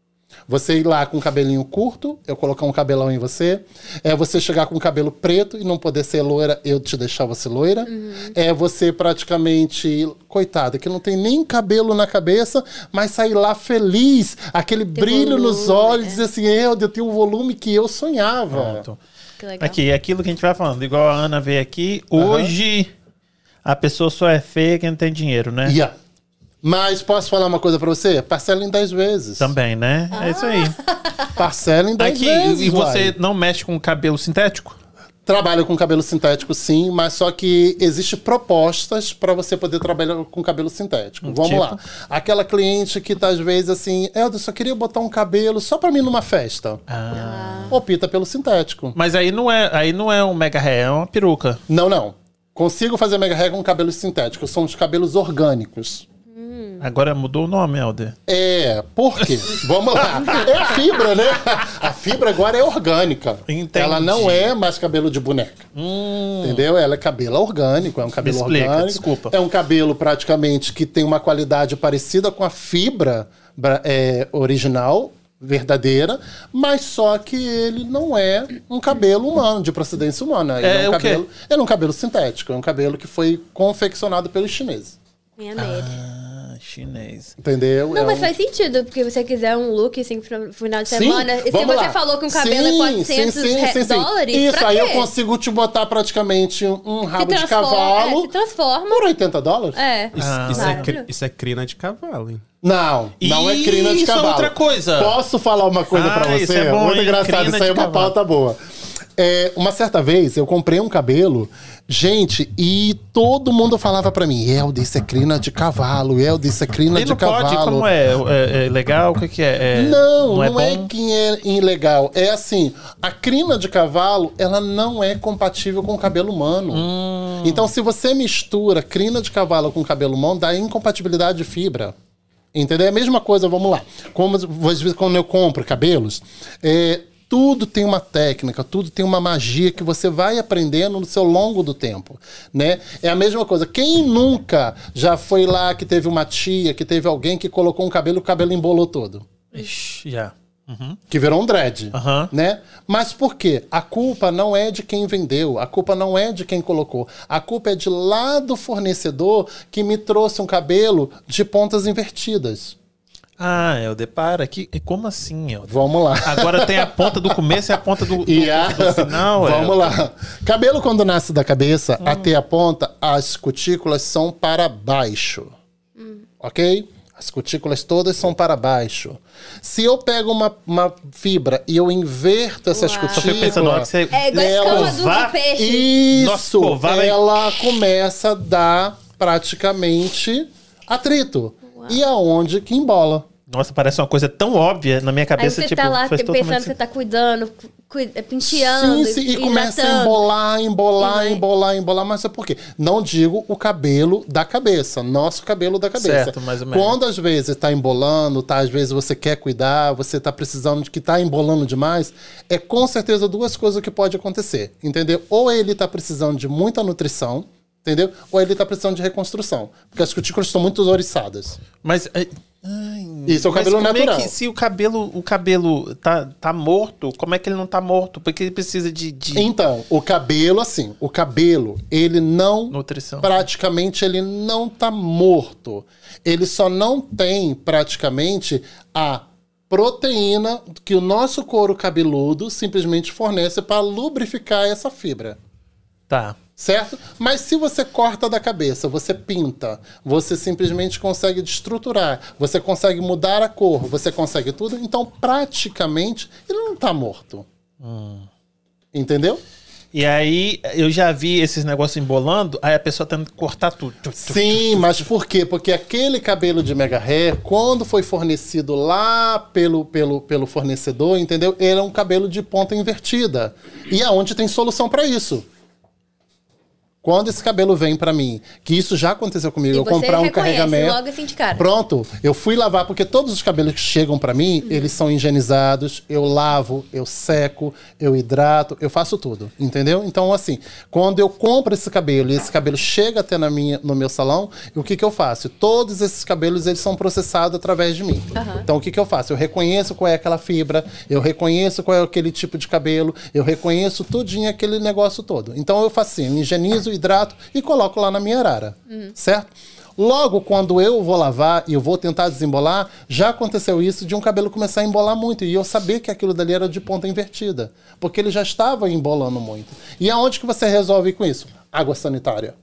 Você ir lá com o cabelinho curto, eu colocar um cabelão em você. É você chegar com o cabelo preto e não poder ser loira, eu te deixar você loira. Uhum. É você praticamente, coitada, que não tem nem cabelo na cabeça, mas sair lá feliz, aquele brilho nos volume, olhos, é. dizer assim, eu, eu tenho o volume que eu sonhava. Pronto. Que legal. Aqui, é aquilo que a gente vai falando. Igual a Ana veio aqui. Hoje, a pessoa só é feia quem não tem dinheiro, né? Yeah. Mas posso falar uma coisa pra você? Parcela em dez vezes. Também, né? É isso aí. Parcela em dez Aqui, vezes. e você uai. não mexe com cabelo sintético? Trabalho com cabelo sintético, sim, mas só que existe propostas para você poder trabalhar com cabelo sintético. Vamos Tipo? lá. Aquela cliente que tá às vezes assim, Helder, só queria botar um cabelo só para mim numa festa. Ah. Opta pelo sintético. Mas aí não é, aí não é um mega hair, é uma peruca. Não, não. Consigo fazer mega hair com cabelo sintético. São os cabelos orgânicos. Agora mudou o nome, Helder. É, por quê? Vamos lá. É a fibra, né? A fibra agora é orgânica. Entendi. Ela não é mais cabelo de boneca. Hum. Entendeu? Ela é cabelo orgânico, é um cabelo explica, orgânico. desculpa. É um cabelo praticamente que tem uma qualidade parecida com a fibra bra- é, original, verdadeira, mas só que ele não é um cabelo humano, de procedência humana. Ele É é, um o quê? cabelo, ele é um cabelo sintético, é um cabelo que foi confeccionado pelos chineses. Em América. Ah, Chinês. Entendeu? Não, É mas um- faz sentido, porque você quiser um look assim pro final de Sim, semana. E se vamos você lá. falou que um cabelo Sim, é quatrocentos sim, sim, re- sim, sim. dólares, Isso, pra aí quê? eu consigo te botar praticamente um rabo de transforma- cavalo é, se transforma. por oitenta dólares? É. Isso, Ah. isso, é, cri- Maravilhoso. isso é crina de cavalo, hein? Não, não é crina de Isso é cavalo. outra coisa. Posso falar uma coisa Ah, pra isso você? é bom, Muito hein? engraçado, Crina isso aí é de uma cavalo. pauta boa. É, uma certa vez eu comprei um cabelo, gente, e todo mundo falava pra mim: Helder, isso é crina de cavalo, Helder, isso é crina E de não cavalo. pode? Como é? É, é legal? O que, que é? É- Não, não, é é, bom? que é ilegal. É assim, a crina de cavalo, ela não é compatível com o cabelo humano. Hum. Então, se você mistura crina de cavalo com cabelo humano, dá incompatibilidade de fibra. Entendeu? É a mesma coisa, vamos lá. Como às vezes quando eu compro cabelos, é, tudo tem uma técnica, tudo tem uma magia que você vai aprendendo no seu longo do tempo, né? É a mesma coisa. Quem nunca já foi lá que teve uma tia, que teve alguém que colocou um cabelo e o cabelo embolou todo? Ixi, já. Uhum. Que virou um dread, Aham. né? Mas por quê? A culpa não é de quem vendeu, a culpa não é de quem colocou. A culpa é de lá do fornecedor que me trouxe um cabelo de pontas invertidas. Ah, Helder, para. Que, como assim, Helder? Vamos lá. Agora tem a ponta do começo e a ponta do, do, E a... do final. Vamos Helder. lá. Cabelo quando nasce da cabeça até a ponta, as cutículas são para baixo. Ok? As cutículas todas são para baixo. Se eu pego uma, uma fibra e eu inverto essas Uau. cutículas... Só fico pensando, na hora que você... É igual a Ela escama do, vá- do peixe. Isso, Nossa, covar vai- ela começa a dar praticamente atrito. E aonde que embola? Nossa, parece uma coisa tão óbvia na minha Aí cabeça, você tipo, tá lá faz pensando totalmente que você tá cuidando, cu- penteando, Sim, sim, e começa a hidratando. embolar, embolar, E vai- embolar, embolar. Mas é por quê? Não digo o cabelo da cabeça, nosso cabelo da cabeça. Certo, mais ou menos. Quando às vezes tá embolando, tá, às vezes você quer cuidar, você tá precisando de que tá embolando demais, é com certeza duas coisas que pode acontecer, entendeu? Ou ele tá precisando de muita nutrição, entendeu? Ou ele tá precisando de reconstrução, porque as cutículas estão muito ouriçadas. Mas... ai, ai, Isso é o mas cabelo como é natural. que, se o cabelo, o cabelo tá, tá morto, como é que ele não tá morto? Porque ele precisa de, de Então, o cabelo, assim, o cabelo, ele não... nutrição. Praticamente ele não tá morto. Ele só não tem praticamente a proteína que o nosso couro cabeludo simplesmente fornece para lubrificar essa fibra. Tá. Certo? Mas se você corta da cabeça, você pinta, você simplesmente consegue destruturar, você consegue mudar a cor, você consegue tudo, então praticamente ele não tá morto. Entendeu? E aí, eu já vi esses negócios embolando, aí a pessoa tendo que cortar tudo. Sim, mas por quê? Porque aquele cabelo de mega hair, quando foi fornecido lá pelo, pelo, pelo fornecedor, entendeu? Ele é um cabelo de ponta invertida. E aonde tem solução para isso? Quando esse cabelo vem pra mim, que isso já aconteceu comigo, E eu você comprar um reconhece carregamento. logo assim de cara. Pronto, eu fui lavar, porque todos os cabelos que chegam pra mim, eles são higienizados, eu lavo, eu seco, eu hidrato, eu faço tudo, entendeu? Então, assim, quando eu compro esse cabelo e esse cabelo chega até na minha, no meu salão, o que que eu faço? Todos esses cabelos, eles são processados através de mim. Aham. Então, o que que eu faço? Eu reconheço qual é aquela fibra, eu reconheço qual é aquele tipo de cabelo, eu reconheço tudinho aquele negócio todo. Então, eu faço assim, eu higienizo, hidrato e coloco lá na minha arara, certo? Logo, quando eu vou lavar e eu vou tentar desembolar, já aconteceu isso de um cabelo começar a embolar muito e eu saber que aquilo dali era de ponta invertida, porque ele já estava embolando muito. E aonde que você resolve com isso? Água sanitária.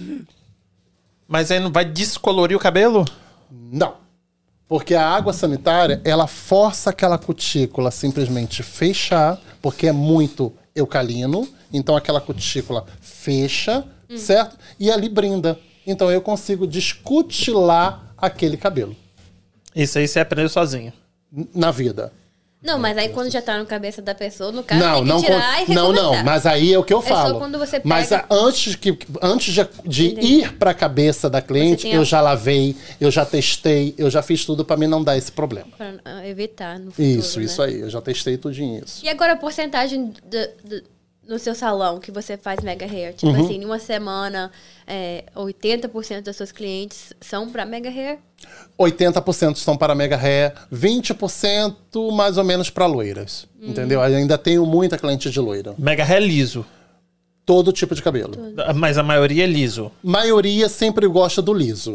Mas aí não vai descolorir o cabelo? Não. Porque a água sanitária, ela força aquela cutícula simplesmente fechar, porque é muito eucalino, então aquela cutícula fecha, certo? E ali brinda. Então eu consigo descutilar aquele cabelo Isso aí você aprendeu sozinho. n- na vida. Não, mas aí quando já tá na cabeça da pessoa, no caso, Não, tem que não, tirar con- e não, recomeçar. não, mas aí é o que eu É só falo. quando você Mas pega- a- antes, que, antes de, de Entendi. ir para a cabeça da cliente, tem a- eu já lavei, eu já testei, eu já fiz tudo para mim não dar esse problema. Pra ah, evitar no futuro, Isso, né? isso aí, eu já testei tudinho isso. E agora a porcentagem do- do- no seu salão que você faz mega hair? Tipo Uhum. assim, em uma semana, é, oitenta por cento dos seus clientes são pra mega hair? oitenta por cento são para mega hair, vinte por cento mais ou menos para loiras. Entendeu? Ainda tenho muita cliente de loira. Mega hair liso. Todo tipo de cabelo. Mas a maioria é liso. Maioria sempre gosta do liso.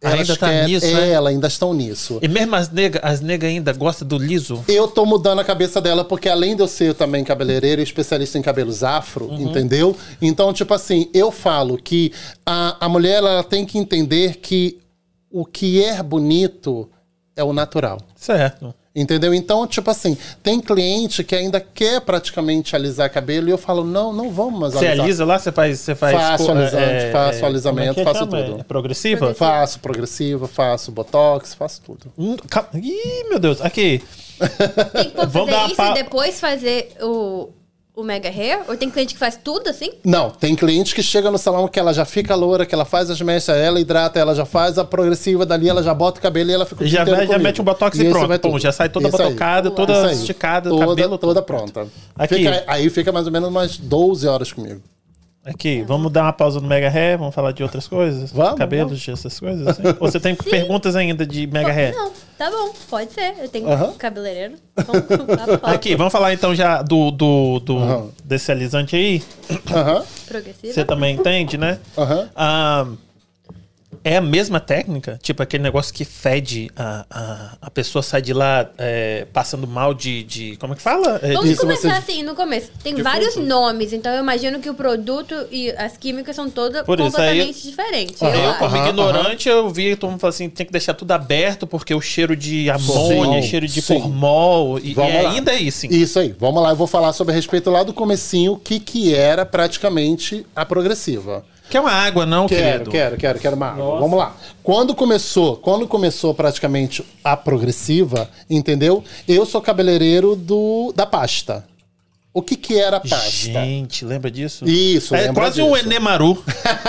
Elas Ainda tá querem- nisso, é, né? elas ainda estão nisso. E mesmo as negas as nega ainda gostam do liso? Eu tô mudando a cabeça dela, porque além de eu ser também cabeleireiro e especialista em cabelos afro, Uhum. entendeu? Então, tipo assim, eu falo que a, a mulher ela tem que entender que o que é bonito é o natural. Certo. Entendeu? Então, tipo assim, tem cliente que ainda quer praticamente alisar cabelo e eu falo, não, não vamos mais Você alisar. alisa lá? Você faz... Você faz Faço pô, alisante, faço como alisamento, é que faço chama? tudo. É progressiva? Faço progressiva, faço botox, faço tudo. Hum, ca- Ih, meu Deus. Aqui. Tem que pô, Vamos dar fazer uma isso pa- e depois fazer o, o mega hair? Ou tem cliente que faz tudo assim? Não, tem cliente que chega no salão que ela já fica loura, que ela faz as mechas, ela hidrata, ela já faz a progressiva, dali ela já bota o cabelo e ela fica o dia Já, inteiro vai- já comigo. mete um botox e, esse pronto. vai Pum, tudo. já sai toda Isso aí. botocada, Isso toda aí. esticada, toda, cabelo toda tudo. pronta. Aqui. Fica- aí fica mais ou menos umas doze horas comigo. Aqui, vamos dar uma pausa no Mega Hair, vamos falar de outras coisas? Vamos, Cabelos, essas coisas assim? Ou você tem perguntas ainda de Mega Hair? Não, tá bom, pode ser. Eu tenho Aham. um cabeleireiro. Vamos comprar pauta. Aqui, vamos falar então já do, do, do Aham. desse alisante aí. Aham, Progressiva. Você também entende, né? aham. Ah, é a mesma técnica? Tipo aquele negócio que fede, a, a, a pessoa sai de lá é, passando mal de, de... Como é que fala? É, Vamos Isso começar você- assim, no começo. Tem De vários fluxo. nomes, então eu imagino que o produto e as químicas são todas Por isso, aí- completamente diferentes. Aham, eu Eu, acho. como Aham, ignorante, eu vi todo mundo falando assim, tem que deixar tudo aberto, porque o cheiro de amônia, Sim, cheiro de sim. formol, e, e Vamos lá. ainda é isso, sim. Isso aí, vamos lá, eu vou falar sobre a respeito lá do comecinho, o que que era praticamente a progressiva. Que é uma água, não, Quero, querido? quero, quero, quero uma água. Nossa. Vamos lá. Quando começou, quando começou praticamente a progressiva, entendeu? Eu sou cabeleireiro do, da pasta. O que que era a pasta? Gente, lembra disso? Isso, É lembra quase disso. um Enemaru.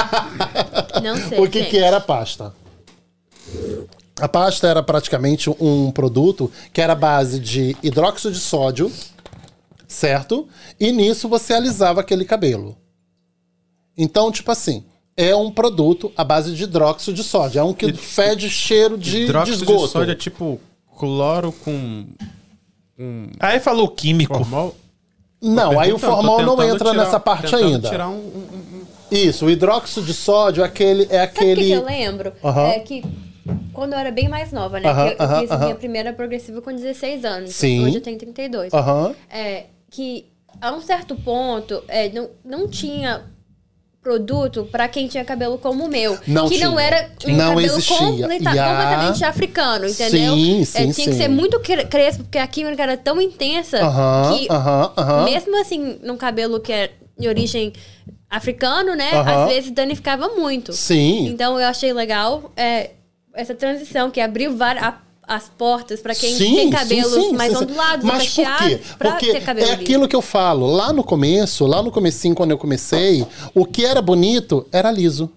Não sei. O que gente. que era a pasta? A pasta era praticamente um produto que era a base de hidróxido de sódio, certo? E nisso você alisava aquele cabelo. Então, tipo assim, é um produto à base de hidróxido de sódio. É um que fede cheiro de, de Hidróxido de esgoto. sódio é tipo cloro com um Aí falou químico. formol. Não, Tô aí o perguntando, tô formol não tentando entra tirar- nessa parte tentando ainda. tirar um- um- um- Isso, o hidróxido de sódio é aquele... É Sabe o que, aquele... que eu lembro? Aham. É que quando eu era bem mais nova, né? Aham, que eu, eu aham, fiz aham. minha primeira progressiva com dezesseis anos. Sim. Hoje eu tenho trinta e dois. Aham. É, que a um certo ponto é, não, não tinha produto pra quem tinha cabelo como o meu. Não que não tinha. era um Não cabelo existia. completa- E a- completamente africano, entendeu? Sim, É, sim, tinha sim. que ser muito cre- crespo, porque a química era tão intensa Aham, que aham, aham. mesmo assim, num cabelo que é de origem africano, né? Aham. Às vezes danificava muito. Sim. Então eu achei legal é, essa transição que abriu várias, a- as portas pra quem Sim, tem sim, cabelos sim, mais sim, sim. ondulados, Mas por quê? cacheados, pra Porque ter cabelo é liso. aquilo que eu falo. Lá no começo, lá no comecinho, quando eu comecei, o que era bonito era liso.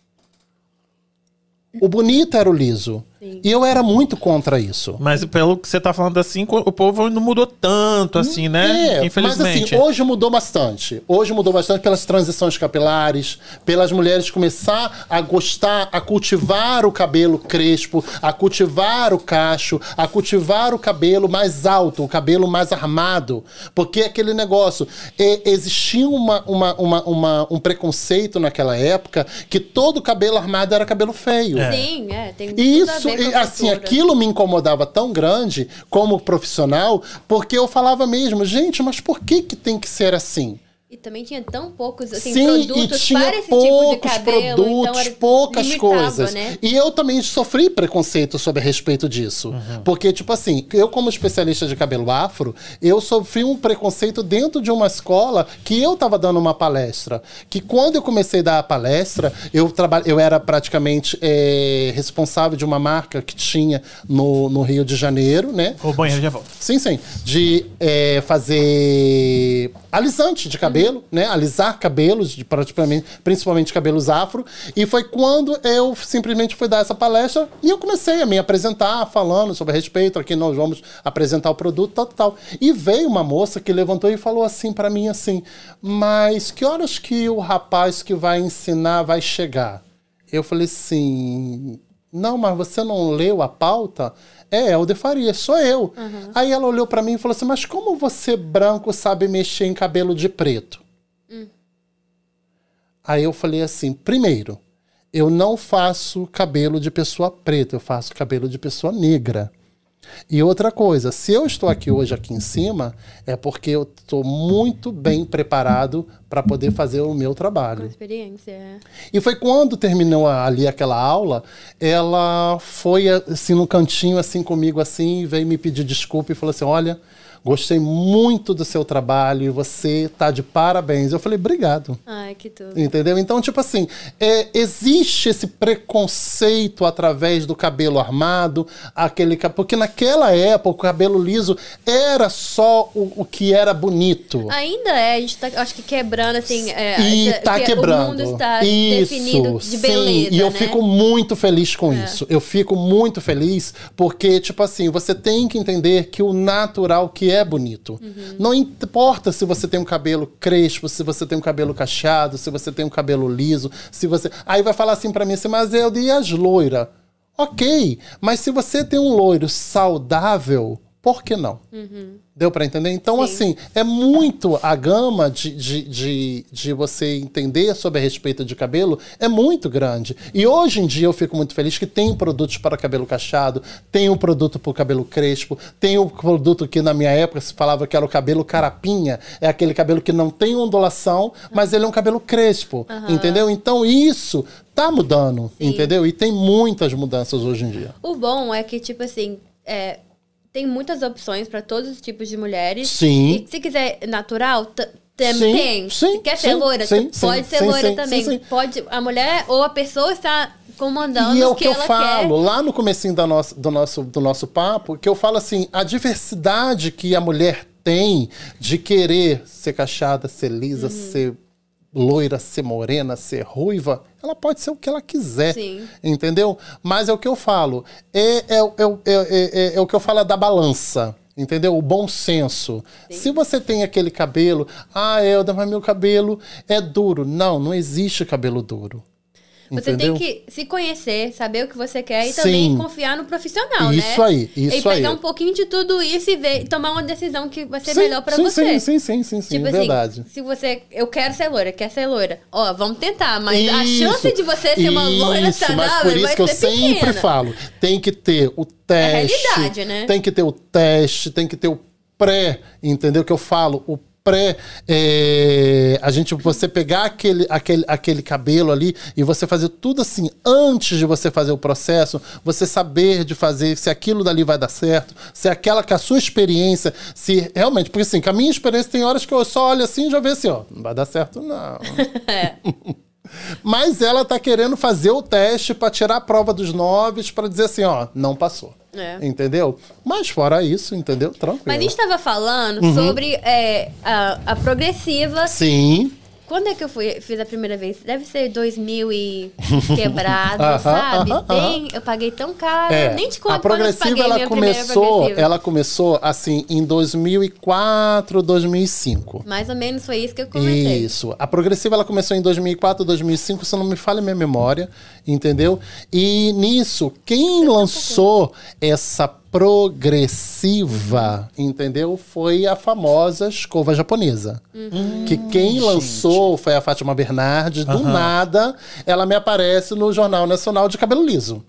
O bonito era o liso. Sim. E eu era muito contra isso. Mas pelo que você tá falando assim, o povo não mudou tanto assim, né? É, Infelizmente. mas assim, hoje mudou bastante. Hoje mudou bastante pelas transições capilares, pelas mulheres começar a gostar, a cultivar o cabelo crespo, a cultivar o cacho, a cultivar o cabelo mais alto, o cabelo mais armado. Porque aquele negócio, é, existia uma, uma, uma, uma- um preconceito naquela época que todo cabelo armado era cabelo feio. Sim, é, tem tudo a Isso, ver com e, a assim, cultura. aquilo me incomodava tão grande como profissional, porque eu falava mesmo, gente, mas por que que tem que ser assim? E também tinha tão poucos assim, Sim, e produtos tinha para esse tipo de poucos cabelo, produtos, então era, poucas limitava, coisas. né? E eu também sofri preconceito sobre a respeito disso. Porque, tipo assim, eu como especialista de cabelo afro, eu sofri um preconceito dentro de uma escola que eu tava dando uma palestra. Que quando eu comecei a dar a palestra, eu, traba... eu era praticamente é, responsável de uma marca que tinha no, no Rio de Janeiro, né? O banheiro já volta. Sim, sim. De é, fazer alisante de cabelo, né? Alisar cabelos, de, praticamente, principalmente cabelos afro. E foi quando eu simplesmente fui dar essa palestra e eu comecei a me apresentar, falando sobre a respeito. Aqui nós vamos apresentar o produto, tal, tal. E veio uma moça que levantou e falou assim pra mim, assim, mas que horas que o rapaz que vai ensinar vai chegar? Eu falei assim, não, mas você não leu a pauta? É, Helder Faria, sou eu. Aí ela olhou pra mim e falou assim, mas como você branco sabe mexer em cabelo de preto? Aí eu falei assim, primeiro, eu não faço cabelo de pessoa preta, eu faço cabelo de pessoa negra. E outra coisa, se eu estou aqui hoje aqui em cima, é porque eu estou muito bem preparado para poder fazer o meu Com trabalho. experiência. é. E foi quando terminou ali aquela aula, ela foi assim no cantinho assim comigo assim, veio me pedir desculpa e falou assim, olha, gostei muito do seu trabalho e você tá de parabéns. Eu falei, obrigado. Ai, que tudo. Entendeu? Então, tipo assim, é, existe esse preconceito através do cabelo armado, aquele ca- porque naquela época o cabelo liso era só o, o que era bonito. Ainda é, a gente tá, acho que quebrando, assim... É, E é, tá que quebrando. O mundo está Isso, definido de sim. beleza, E eu né? fico muito feliz com isso. Eu fico muito feliz porque, tipo assim, você tem que entender que o natural que é bonito. Uhum. Não importa se você tem um cabelo crespo, se você tem um cabelo cacheado, se você tem um cabelo liso, se você... Aí vai falar assim pra mim assim, mas eu e as loiras? Ok, mas se você tem um loiro saudável, por que não? Deu pra entender? Então, Sim. assim, é muito a gama de, de, de, de você entender sobre a respeito de cabelo é muito grande. E hoje em dia eu fico muito feliz que tem produtos para cabelo cacheado, tem um produto para o cabelo crespo, tem um produto que na minha época se falava que era o cabelo carapinha, é aquele cabelo que não tem ondulação, mas ele é um cabelo crespo, entendeu? Então isso tá mudando, Sim. entendeu? E tem muitas mudanças hoje em dia. O bom é que, tipo assim, é, tem muitas opções para todos os tipos de mulheres. Sim. E se quiser natural, t- também Sim, tem. sim, se quer ser sim, loira, sim, tu pode sim, ser sim, loira sim, também. sim, sim. Pode, a mulher ou a pessoa está comandando E é o o que, que eu ela falo quer. lá no comecinho da nossa, do, nosso, do nosso papo, que eu falo assim, a diversidade que a mulher tem de querer ser cacheada, ser lisa, Uhum. ser loira, ser morena, ser ruiva, ela pode ser o que ela quiser, Sim. entendeu? Mas é o que eu falo, é, é, é, é, é, é o que eu falo é da balança. Entendeu? O bom senso. Se você tem aquele cabelo, ah, Elda, mas meu cabelo é duro. Não, não existe cabelo duro. Você Entendeu? tem que se conhecer, saber o que você quer e Sim. também confiar no profissional, né? Isso aí, isso E pegar aí. um pouquinho de tudo isso e ver, tomar uma decisão que vai ser Sim, melhor pra sim, você. Sim, sim, sim, sim, Tipo sim, verdade. assim, se você... Eu quero ser loira, quer ser loira. Ó, vamos tentar, mas a Isso, chance de você ser uma loira isso, saudável mas por isso vai que eu ser sempre pequena. falo, tem que ter o teste, realidade, né? tem que ter o teste, tem que ter o pré, entendeu? Que eu falo, o pré, é, a gente, você pegar aquele, aquele, aquele cabelo ali e você fazer tudo assim, antes de você fazer o processo, você saber de fazer, se aquilo dali vai dar certo, se aquela com a sua experiência, se realmente, porque assim, com a minha experiência tem horas que eu só olho assim e já vejo assim, ó, não vai dar certo não. É. Mas ela tá querendo fazer o teste pra tirar a prova dos nove pra dizer assim, ó, não passou. É. Entendeu? Mas fora isso, entendeu? Tranquilo. Mas a gente tava falando Uhum. sobre é, a, a progressiva. Sim. Quando é que eu fui, fiz a primeira vez? Deve ser dois mil e quebrado, Aham, sabe? aham, Bem, eu paguei tão caro. É, Nem te conto a quando eu progressiva paguei ela minha primeira começou, progressiva. ela começou assim em dois mil e quatro, dois mil e cinco. Mais ou menos foi isso que eu comecei. Isso. A progressiva ela começou em dois mil e quatro, dois mil e cinco, se não me falha a minha memória, entendeu? E nisso, quem lançou essa progressiva, entendeu? Foi a famosa escova japonesa. Uhum. Que quem lançou foi a Fátima Bernardes. Do nada, ela me aparece no Jornal Nacional de Cabelo Liso.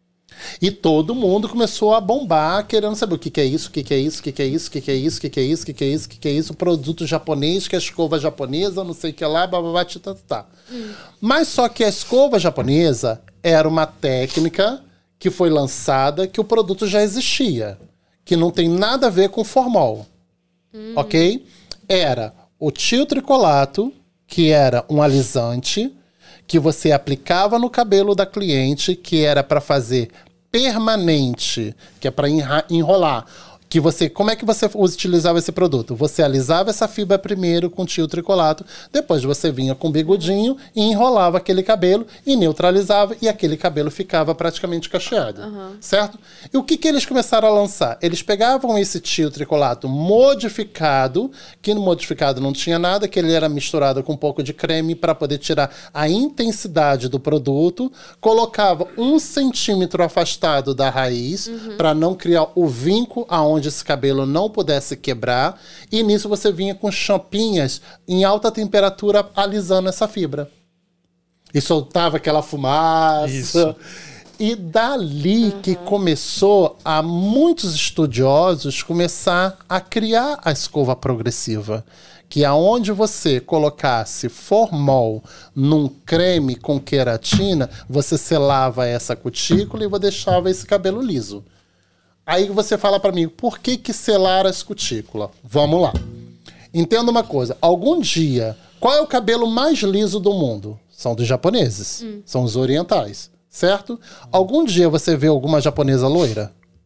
E todo mundo começou a bombar, querendo saber o que, que é isso, o que, que é isso, o que, que é isso, o que, que é isso, o que, que é isso, o que, que é isso, o que, que é isso, produto japonês, que é a escova japonesa, não sei o que lá, bababá, tita, tá. Hum. Mas só que a escova japonesa era uma técnica que foi lançada, que o produto já existia, que não tem nada a ver com formol, hum. ok? Era o tio tricolato, que era um alisante, que você aplicava no cabelo da cliente, que era para fazer permanente, que é para enrolar. Que você, como é que você utilizava esse produto? Você alisava essa fibra primeiro com tio tricolato, depois você vinha com bigodinho e enrolava aquele cabelo e neutralizava e aquele cabelo ficava praticamente cacheado, uhum. certo? E o que, que eles começaram a lançar? Eles pegavam esse tio tricolato modificado, que no modificado não tinha nada, que ele era misturado com um pouco de creme para poder tirar a intensidade do produto, colocava um centímetro afastado da raiz uhum. para não criar o vinco aonde esse cabelo não pudesse quebrar, e nisso você vinha com champinhas em alta temperatura alisando essa fibra. e soltava aquela fumaça. Isso. E dali uhum. que começou a muitos estudiosos começar a criar a escova progressiva. Que aonde você colocasse formol num creme com queratina, você selava essa cutícula e você deixava esse cabelo liso. Aí você fala para mim, por que que selar as cutículas? Vamos lá. Entenda uma coisa, algum dia, qual é o cabelo mais liso do mundo? São dos japoneses, hum. são os orientais. Certo? Algum dia você vê alguma japonesa loira?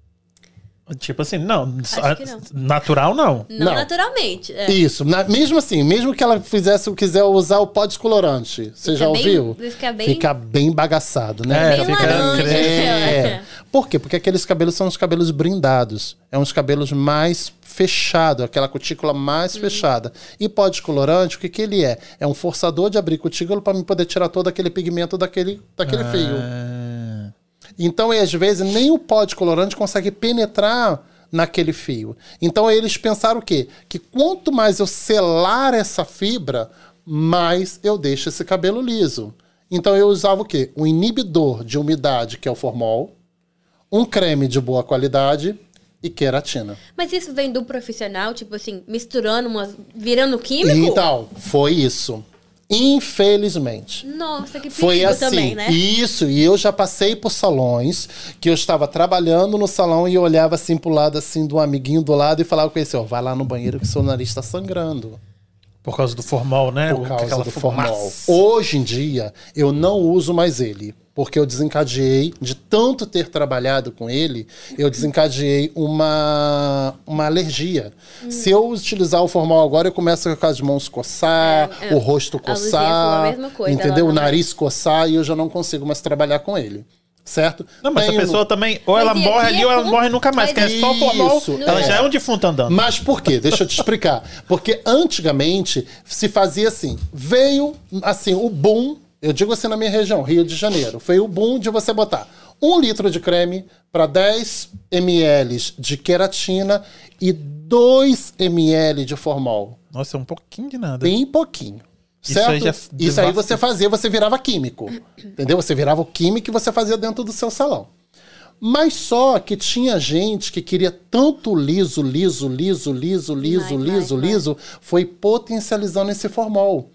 Tipo assim, não. Acho que não. Natural, não. Não, não. naturalmente. É. Isso. Na, mesmo assim, mesmo que ela fizesse, quiser usar o pó descolorante, você fica já bem, ouviu? Fica bem... fica bem bagaçado, né? É, bem fica laranja. É. Por quê? Porque aqueles cabelos são os cabelos brindados. É uns cabelos mais fechado, aquela cutícula mais uhum. fechada. E pó descolorante, o que que ele é? É um forçador de abrir cutícula para poder tirar todo aquele pigmento daquele, daquele ah. fio. Então, e às vezes, nem o pó descolorante consegue penetrar naquele fio. Então, eles pensaram o quê? Que quanto mais eu selar essa fibra, mais eu deixo esse cabelo liso. Então, eu usava o quê? Um inibidor de umidade, que é o formol, um creme de boa qualidade e queratina. Mas isso vem do profissional, tipo assim, misturando, umas, virando químico? Então, foi isso. Infelizmente. Nossa, que perigo foi assim, também, né? Isso, e eu já passei por salões que eu estava trabalhando no salão e eu olhava assim pro lado assim do amiguinho do lado e falava com ele assim, ó, vai lá no banheiro que seu nariz tá sangrando. Por causa do formol, né? Por causa Aquela do fumaça. formol. Hoje em dia, eu não uso mais ele. Porque eu desencadeei, de tanto ter trabalhado com ele, eu desencadeei uma, uma alergia. Hum. Se eu utilizar o formol agora, eu começo com as mãos coçar, é, é. o rosto coçar, a mesma coisa, entendeu? O nariz coçar e eu já não consigo mais trabalhar com ele. Certo? Não, mas Tenho... a pessoa também, ou ela mas morre ali, é ou ela como... morre nunca mais. Porque é só o formol, ela é. já é um defunto andando. Mas por quê? Deixa eu te explicar. Porque antigamente se fazia assim, veio assim o boom. Eu digo assim na minha região, Rio de Janeiro. Foi o boom de você botar um litro de creme para dez mililitros de queratina e dois mililitros de formol. Nossa, é um pouquinho de nada. Bem pouquinho. Certo? Isso aí, já... Isso aí você fazia, você virava químico. Entendeu? Você virava o químico que você fazia dentro do seu salão. Mas só que tinha gente que queria tanto liso, liso, liso, liso, liso, vai, liso, vai, liso, vai. Foi potencializando esse formol.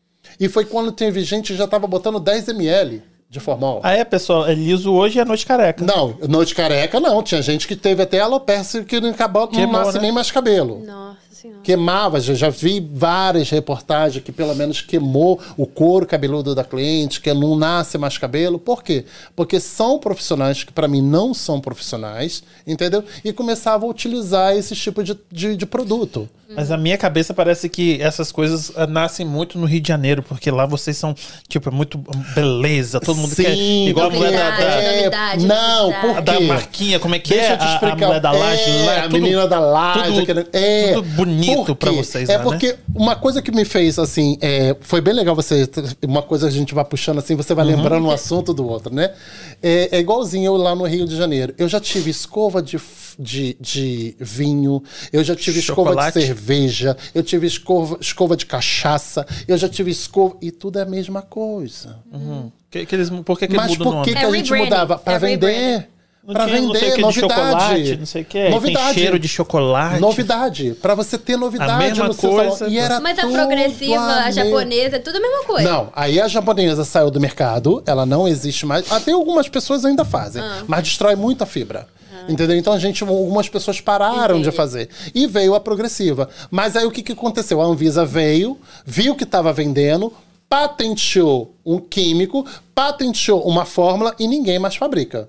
E foi quando teve gente que já tava botando dez mililitros de formol. Ah, é, pessoal? É liso hoje e é noite careca. Não, noite careca não. Tinha gente que teve até alopecia que não acabou, não nasce, né? Nem mais cabelo. Nossa Senhora. Queimava, já, já vi várias reportagens que pelo menos queimou o couro cabeludo da cliente, que não nasce mais cabelo. Por quê? Porque são profissionais que para mim não são profissionais, entendeu? E começavam a utilizar esse tipo de, de, de produto. Mas a minha cabeça parece que essas coisas uh, nascem muito no Rio de Janeiro, porque lá vocês são, tipo, é muito beleza, todo mundo Sim, quer. Igual a mulher da, da, é, novidade, não, novidade. por da quê? Marquinha, como é que Deixa é? eu te A, explicar. a mulher da laje é, lá. É a tudo, menina da laje. tudo, que, é, tudo bonito pra vocês É lá, porque né? uma coisa que me fez, assim, é, foi bem legal você, uma coisa que a gente vai puxando assim, você vai uhum. lembrando um assunto do outro, né? É, é igualzinho eu lá no Rio de Janeiro. Eu já tive escova de De, de vinho, eu já tive Chocolate. escova de cerveja, eu tive escova, escova de cachaça, eu já tive escova. E tudo é a mesma coisa. Uhum. Que, que eles, por que, que Mas eles mudam por que, o nome? que É a gente rebranding. mudava? Para É vender. Para vender, não sei o que novidade. De chocolate, não sei o que. Novidade. Tem cheiro de chocolate. Novidade. Para você ter novidade a mesma no seu coisa. salão. E era Mas a tudo progressiva, a me... japonesa, é tudo a mesma coisa. Não, aí a japonesa saiu do mercado, ela não existe mais. Até algumas pessoas ainda fazem, Ah. mas destrói muita fibra. Entendeu? Então a gente, algumas pessoas pararam Entendi. de fazer. E veio a progressiva. Mas aí o que, que aconteceu? A Anvisa veio, viu que estava vendendo, patenteou um químico, patenteou uma fórmula e ninguém mais fabrica.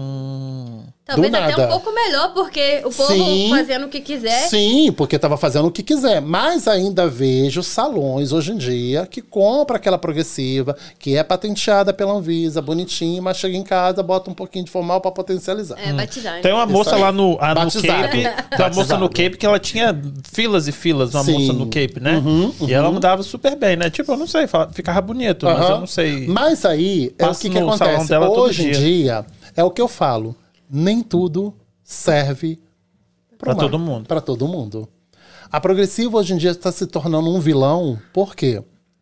Hum. Talvez Do até nada. um pouco melhor, porque o povo Sim. fazendo o que quiser. Sim, porque estava fazendo o que quiser. Mas ainda vejo salões hoje em dia que compra aquela progressiva, que é patenteada pela Anvisa, bonitinho, mas chega em casa, bota um pouquinho de formal para potencializar. É, batizar. Tem uma moça aí. lá no, ah, no Batizado. Cape, tem uma moça Batizado. no Cape que ela tinha filas e filas, uma Sim. moça no Cape, né? Uhum, E ela mudava super bem, né? Tipo, eu não sei, fala- ficava bonito, mas Aham. eu não sei. Mas aí, é o Passo que, que no salão acontece? dela todo Hoje em dia. dia, é o que eu falo, nem tudo serve Pra uma- todo mundo. Pra todo mundo. A progressiva hoje em dia está se tornando um vilão, por quê?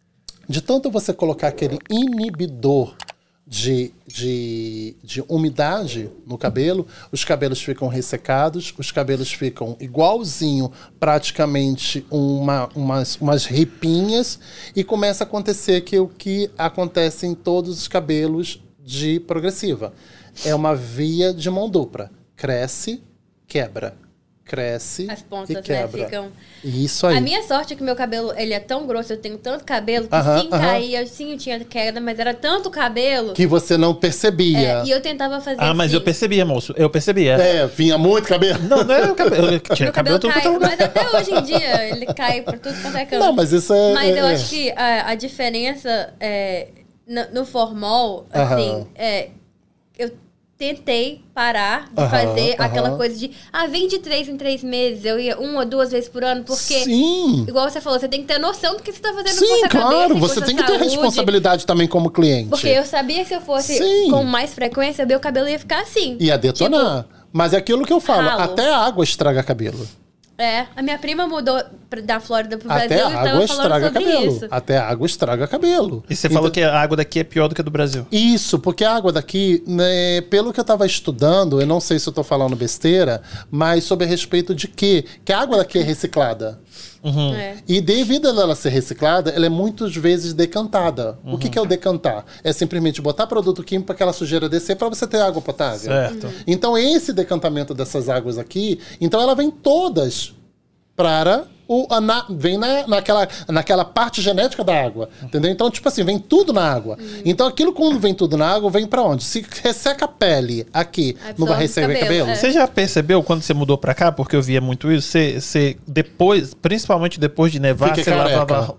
de tanto você colocar aquele inibidor de, de, de umidade no cabelo, os cabelos ficam ressecados, os cabelos ficam igualzinho, praticamente uma, umas, umas ripinhas, e começa a acontecer que o que acontece em todos os cabelos de progressiva. É uma via de mão dupla. Cresce, quebra. Cresce As pontas, e quebra. né, ficam... Isso aí. A minha sorte é que meu cabelo, ele é tão grosso, eu tenho tanto cabelo, que Aham, sim aham. caía, sim tinha queda, mas era tanto cabelo... Que você não percebia. É, e eu tentava fazer Ah, mas assim. eu percebia, moço. Eu percebia. É, vinha muito cabelo. Não, não é o cabelo. Eu tinha Meu cabelo cabelo tudo cai, quanto é lugar. mas até hoje em dia ele cai por tudo quanto é canto. Não, mas isso é... Mas eu é- acho que a, a diferença é, no, no formol, Aham. assim, é, eu tentei parar de Aham, fazer aham. aquela coisa de, ah, vem de três em três meses, eu ia uma ou duas vezes por ano, porque, Sim. igual você falou, você tem que ter noção do que você tá fazendo com Sim, sua claro. cabeça, e com Você sua tem que ter saúde. responsabilidade também como cliente. Porque eu sabia que se eu fosse Sim. com mais frequência, meu cabelo ia ficar assim. Ia detonar. Mas é aquilo que eu falo, ralo. até a água estraga cabelo. É, a minha prima mudou pra- da Flórida pro Até Brasil a e água tava falando estraga sobre cabelo. isso. Até a água estraga cabelo. E você Então- falou que a água daqui é pior do que a do Brasil. Isso, porque a água daqui, né, pelo que eu estava estudando, eu não sei se eu estou falando besteira, mas sobre a respeito de quê? Que a água daqui é reciclada. É. E devido a ela ser reciclada, ela é muitas vezes decantada. O que, que é o decantar? É simplesmente botar produto químico para aquela sujeira descer para você ter água potável. Certo. Então esse decantamento dessas águas aqui, então ela vem todas para o a na- vem na, naquela, naquela parte genética da água, entendeu? Então tipo assim, vem tudo na água. Então aquilo quando vem tudo na água, vem para onde? Se resseca a pele aqui, não vai Absorve receber cabelo, cabelo? é. Você já percebeu quando você mudou pra cá, porque eu via muito isso, você, você depois, principalmente depois de nevar, Fiquei você careca. lavava...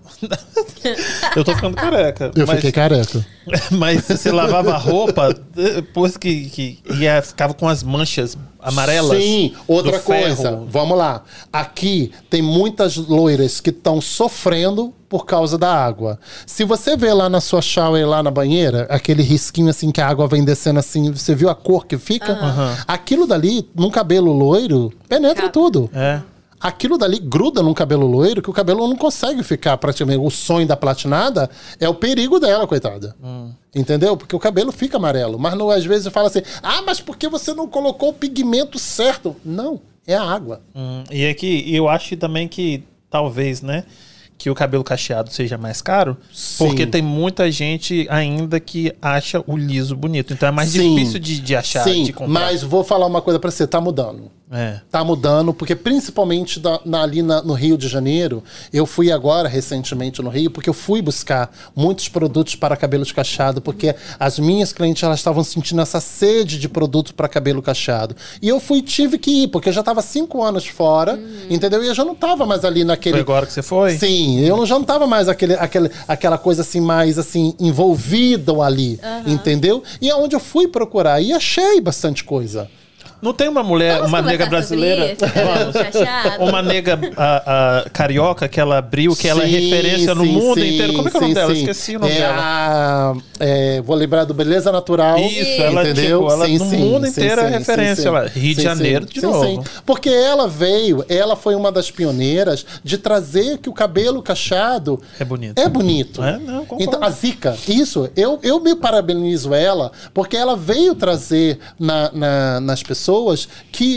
eu tô ficando careca. Eu mas, fiquei careca. mas você lavava a roupa, depois que, que ia, ficava com as manchas amarelas. Sim, outra do ferro. coisa, vamos lá. Aqui tem muitas loiras que estão sofrendo por causa da água. Se você vê lá na sua shower, lá na banheira, aquele risquinho assim que a água vem descendo assim, você viu a cor que fica? Aquilo dali, num cabelo loiro, penetra Capa. tudo. É. Aquilo dali gruda num cabelo loiro que o cabelo não consegue ficar praticamente. O sonho da platinada é o perigo dela, coitada. Entendeu? Porque o cabelo fica amarelo. Mas não, às vezes fala assim, ah, mas por que você não colocou o pigmento certo? Não, é a água. Hum, e é que eu acho também que talvez, né, que o cabelo cacheado seja mais caro, Sim. porque tem muita gente ainda que acha o liso bonito. Então é mais Sim. difícil de, de achar, Sim, de comprar. mas vou falar uma coisa pra você, tá mudando. É. Tá mudando, porque principalmente da- na- ali na- no Rio de Janeiro, eu fui agora recentemente no Rio, porque eu fui buscar muitos produtos para cabelo cacheado, porque as minhas clientes elas estavam sentindo essa sede de produto para cabelo cacheado. E eu fui, tive que ir, porque eu já tava cinco anos fora, entendeu? E eu já não tava mais ali naquele... Foi agora que você foi? Sim, eu não- já não tava mais aquele, aquele, aquela coisa assim, mais assim, envolvida ali, entendeu? E é onde eu fui procurar e achei bastante coisa. Não tem uma mulher, Vamos uma nega conversar sobre brasileira, isso, cabelo Vamos. cacheado? uma nega a, a, carioca que ela abriu, que ela é Sim, referência no sim, mundo sim, inteiro. Como é que é o nome sim, dela? sim. Esqueci o nome é dela. A, é, vou lembrar do Beleza Natural. Isso, ela, entendeu? tipo, ela Sim, no sim, mundo sim, inteiro é sim, referência. sim, sim. Ela, Rio de Sim, Janeiro sim, de sim, novo. sim. Porque ela veio, ela foi uma das pioneiras de trazer que o cabelo cacheado É bonito. É bonito. É, não, concordo. Então, a Zica, isso, eu, eu me parabenizo ela, porque ela veio trazer na, na- nas pessoas que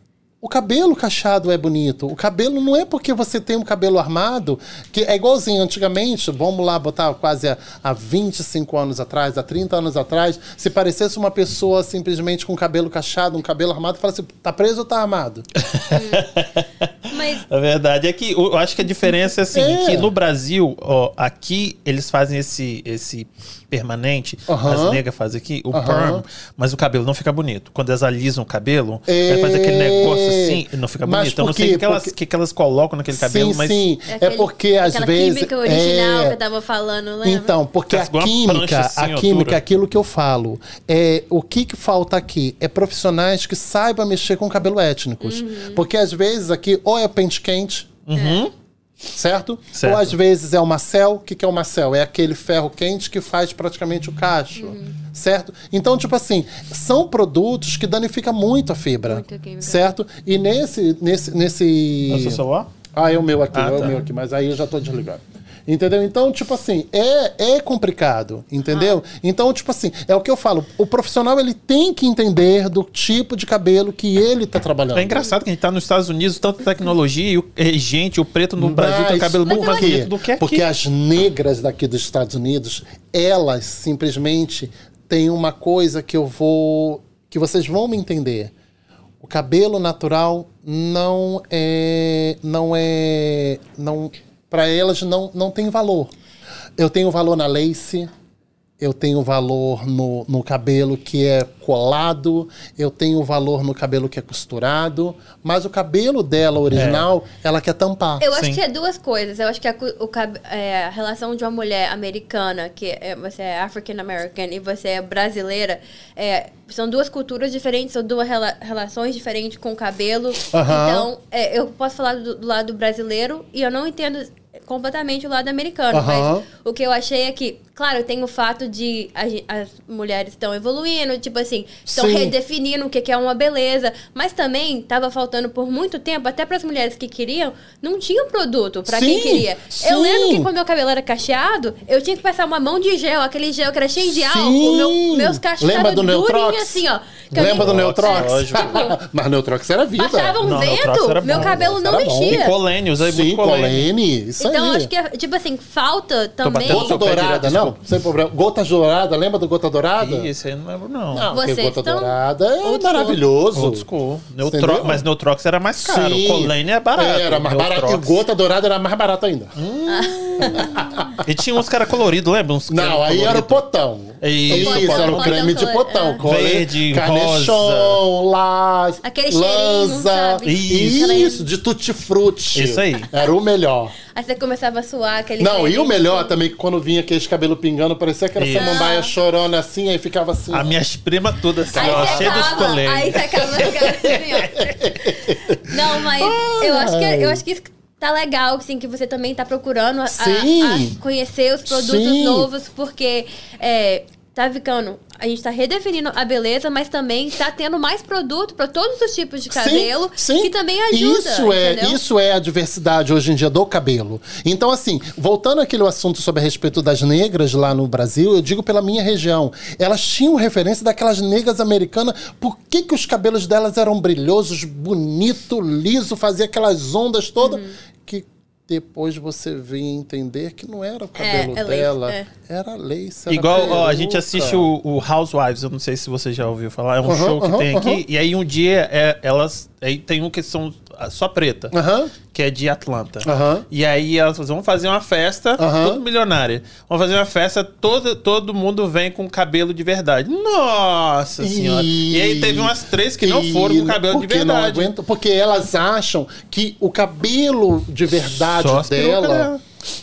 o cabelo cacheado é bonito. O cabelo não é porque você tem um cabelo armado, que é igualzinho antigamente, vamos lá botar quase há, há vinte e cinco anos atrás, há trinta anos atrás, se parecesse uma pessoa simplesmente com cabelo cacheado, um cabelo armado, fala assim, tá preso ou tá armado? Mas A verdade é que eu acho que a diferença é assim, É. que no Brasil, ó, aqui eles fazem esse, esse permanente, Aham. as negas fazem aqui, o Aham. perm, mas o cabelo não fica bonito. Quando elas alisam o cabelo, É. ela faz aquele negócio assim e não fica Mas bonito. Eu não por sei o quê? que, que elas, Porque- que, que elas colocam naquele cabelo, sim, mas sim. é É, aquele- porque às aquela vezes... química original é, que eu tava falando, lembra? Então, porque a Faz igual uma química, prancha assim, a ó, química, dura. é aquilo que eu falo. É, o que, que falta aqui? É profissionais que saibam mexer com cabelo étnicos. Porque às vezes aqui, ou é pente quente, certo? Certo. Ou às vezes é o macel. O que, que é o macel? É aquele ferro quente que faz praticamente o cacho. Certo? Então, tipo assim, são produtos que danificam muito a fibra. Muito química. Certo? E nesse. nesse, nesse... é o seu celular? Ah, é o meu aqui, Ah, é o tá. meu aqui, mas aí eu já tô desligando. Entendeu? Então, tipo assim, é, é complicado, entendeu? Ah. Então, tipo assim, é o que eu falo. O profissional, ele tem que entender do tipo de cabelo que ele tá trabalhando. É engraçado que a gente tá nos Estados Unidos, tanta tecnologia, e o, e gente, o preto no Brasil mas, tem o cabelo muito mais bonito do que aqui. Porque as negras daqui dos Estados Unidos, elas simplesmente têm uma coisa que eu vou... que vocês vão me entender. O cabelo natural não é... não é... não... para elas não, não tem valor. Eu tenho valor na lace, eu tenho valor no, no cabelo que é colado, eu tenho valor no cabelo que é costurado, mas o cabelo dela original, é. ela quer tampar. Eu acho Sim. que é duas coisas. Eu acho que a, o, é, a relação de uma mulher americana, que é, você é African American e você é brasileira, é, são duas culturas diferentes, são duas rela, relações diferentes com o cabelo. Uhum. Então, é, eu posso falar do, do lado brasileiro e eu não entendo completamente o lado americano, uhum. mas o que eu achei é que, claro, tem o fato de a, as mulheres estão evoluindo, tipo assim, estão redefinindo o que é uma beleza, mas também estava faltando por muito tempo, até para as mulheres que queriam, não tinha produto para quem queria. Sim. Eu lembro que quando meu cabelo era cacheado, eu tinha que passar uma mão de gel, aquele gel que era cheio de álcool, meu, meus cachos estavam durinhos assim, ó. Lembra do Neutrox? Tipo, mas Neutrox era vida. Passava um não, vento, meu cabelo não mexia. E colene, usei Sim, muito colene. colene, isso Então, aí. acho que, tipo assim, falta também... Gota dourada, não? Sem problema. Gota dourada, lembra do gota dourada? Ih, esse aí eu não lembro, não. Não, Vocês porque gota estão dourada é old maravilhoso. Old school. Neutro... Mas Neutrox era mais caro. Sim. Colene é barato. Era mais Neutrox. barato. E gota dourada era mais barato ainda. Hum. E tinha uns caras coloridos, lembra? Uns Não, aí colorido. era o potão. Isso, Isso, era o potão, creme de potão. é. Cole- Verde, Carnechon, las, Aquele cheirinho, lança. sabe? Isso, Isso. de tutti-frutti. Isso aí. Era o melhor. Aí você começava a suar aquele... Não, e o cheirinho. melhor também, que quando vinha aqueles cabelos pingando, parecia que era Isso. samambaia chorando assim, aí ficava assim. A minhas primas todas assim, Aí ó, você cheia dos acaba, aí colegas. você acaba ficando assim, ó. Não, mas eu acho, que, eu acho que isso tá legal, assim, que você também tá procurando a, Sim. a, a conhecer os produtos Sim. novos, porque é, tá ficando... A gente tá redefinindo a beleza, mas também tá tendo mais produto para todos os tipos de cabelo, sim, sim. que também ajuda, Isso é, entendeu? isso é a diversidade hoje em dia do cabelo. Então, assim, voltando àquele assunto sobre a respeito das negras lá no Brasil, eu digo pela minha região, elas tinham referência daquelas negras americanas, por que que os cabelos delas eram brilhosos, bonito, liso, fazia aquelas ondas todas, Uhum. que depois você vinha entender que não era o cabelo é lace, dela, é. era a lace, era Igual, ó, a gente peruca. assiste o, o Housewives, eu não sei se você já ouviu falar, é um Uhum, show que uhum, tem aqui, uhum. e aí um dia é, elas, aí tem um que são só preta, Aham. que é de Atlanta. Aham. E aí elas vão fazer uma festa, Aham. tudo milionária. Vão fazer uma festa, todo, todo mundo vem com cabelo de verdade. Nossa E- senhora! E aí teve umas três que não E foram com cabelo de porque não verdade. aguentam- porque elas acham que o cabelo de verdade Só as perucas dela dela.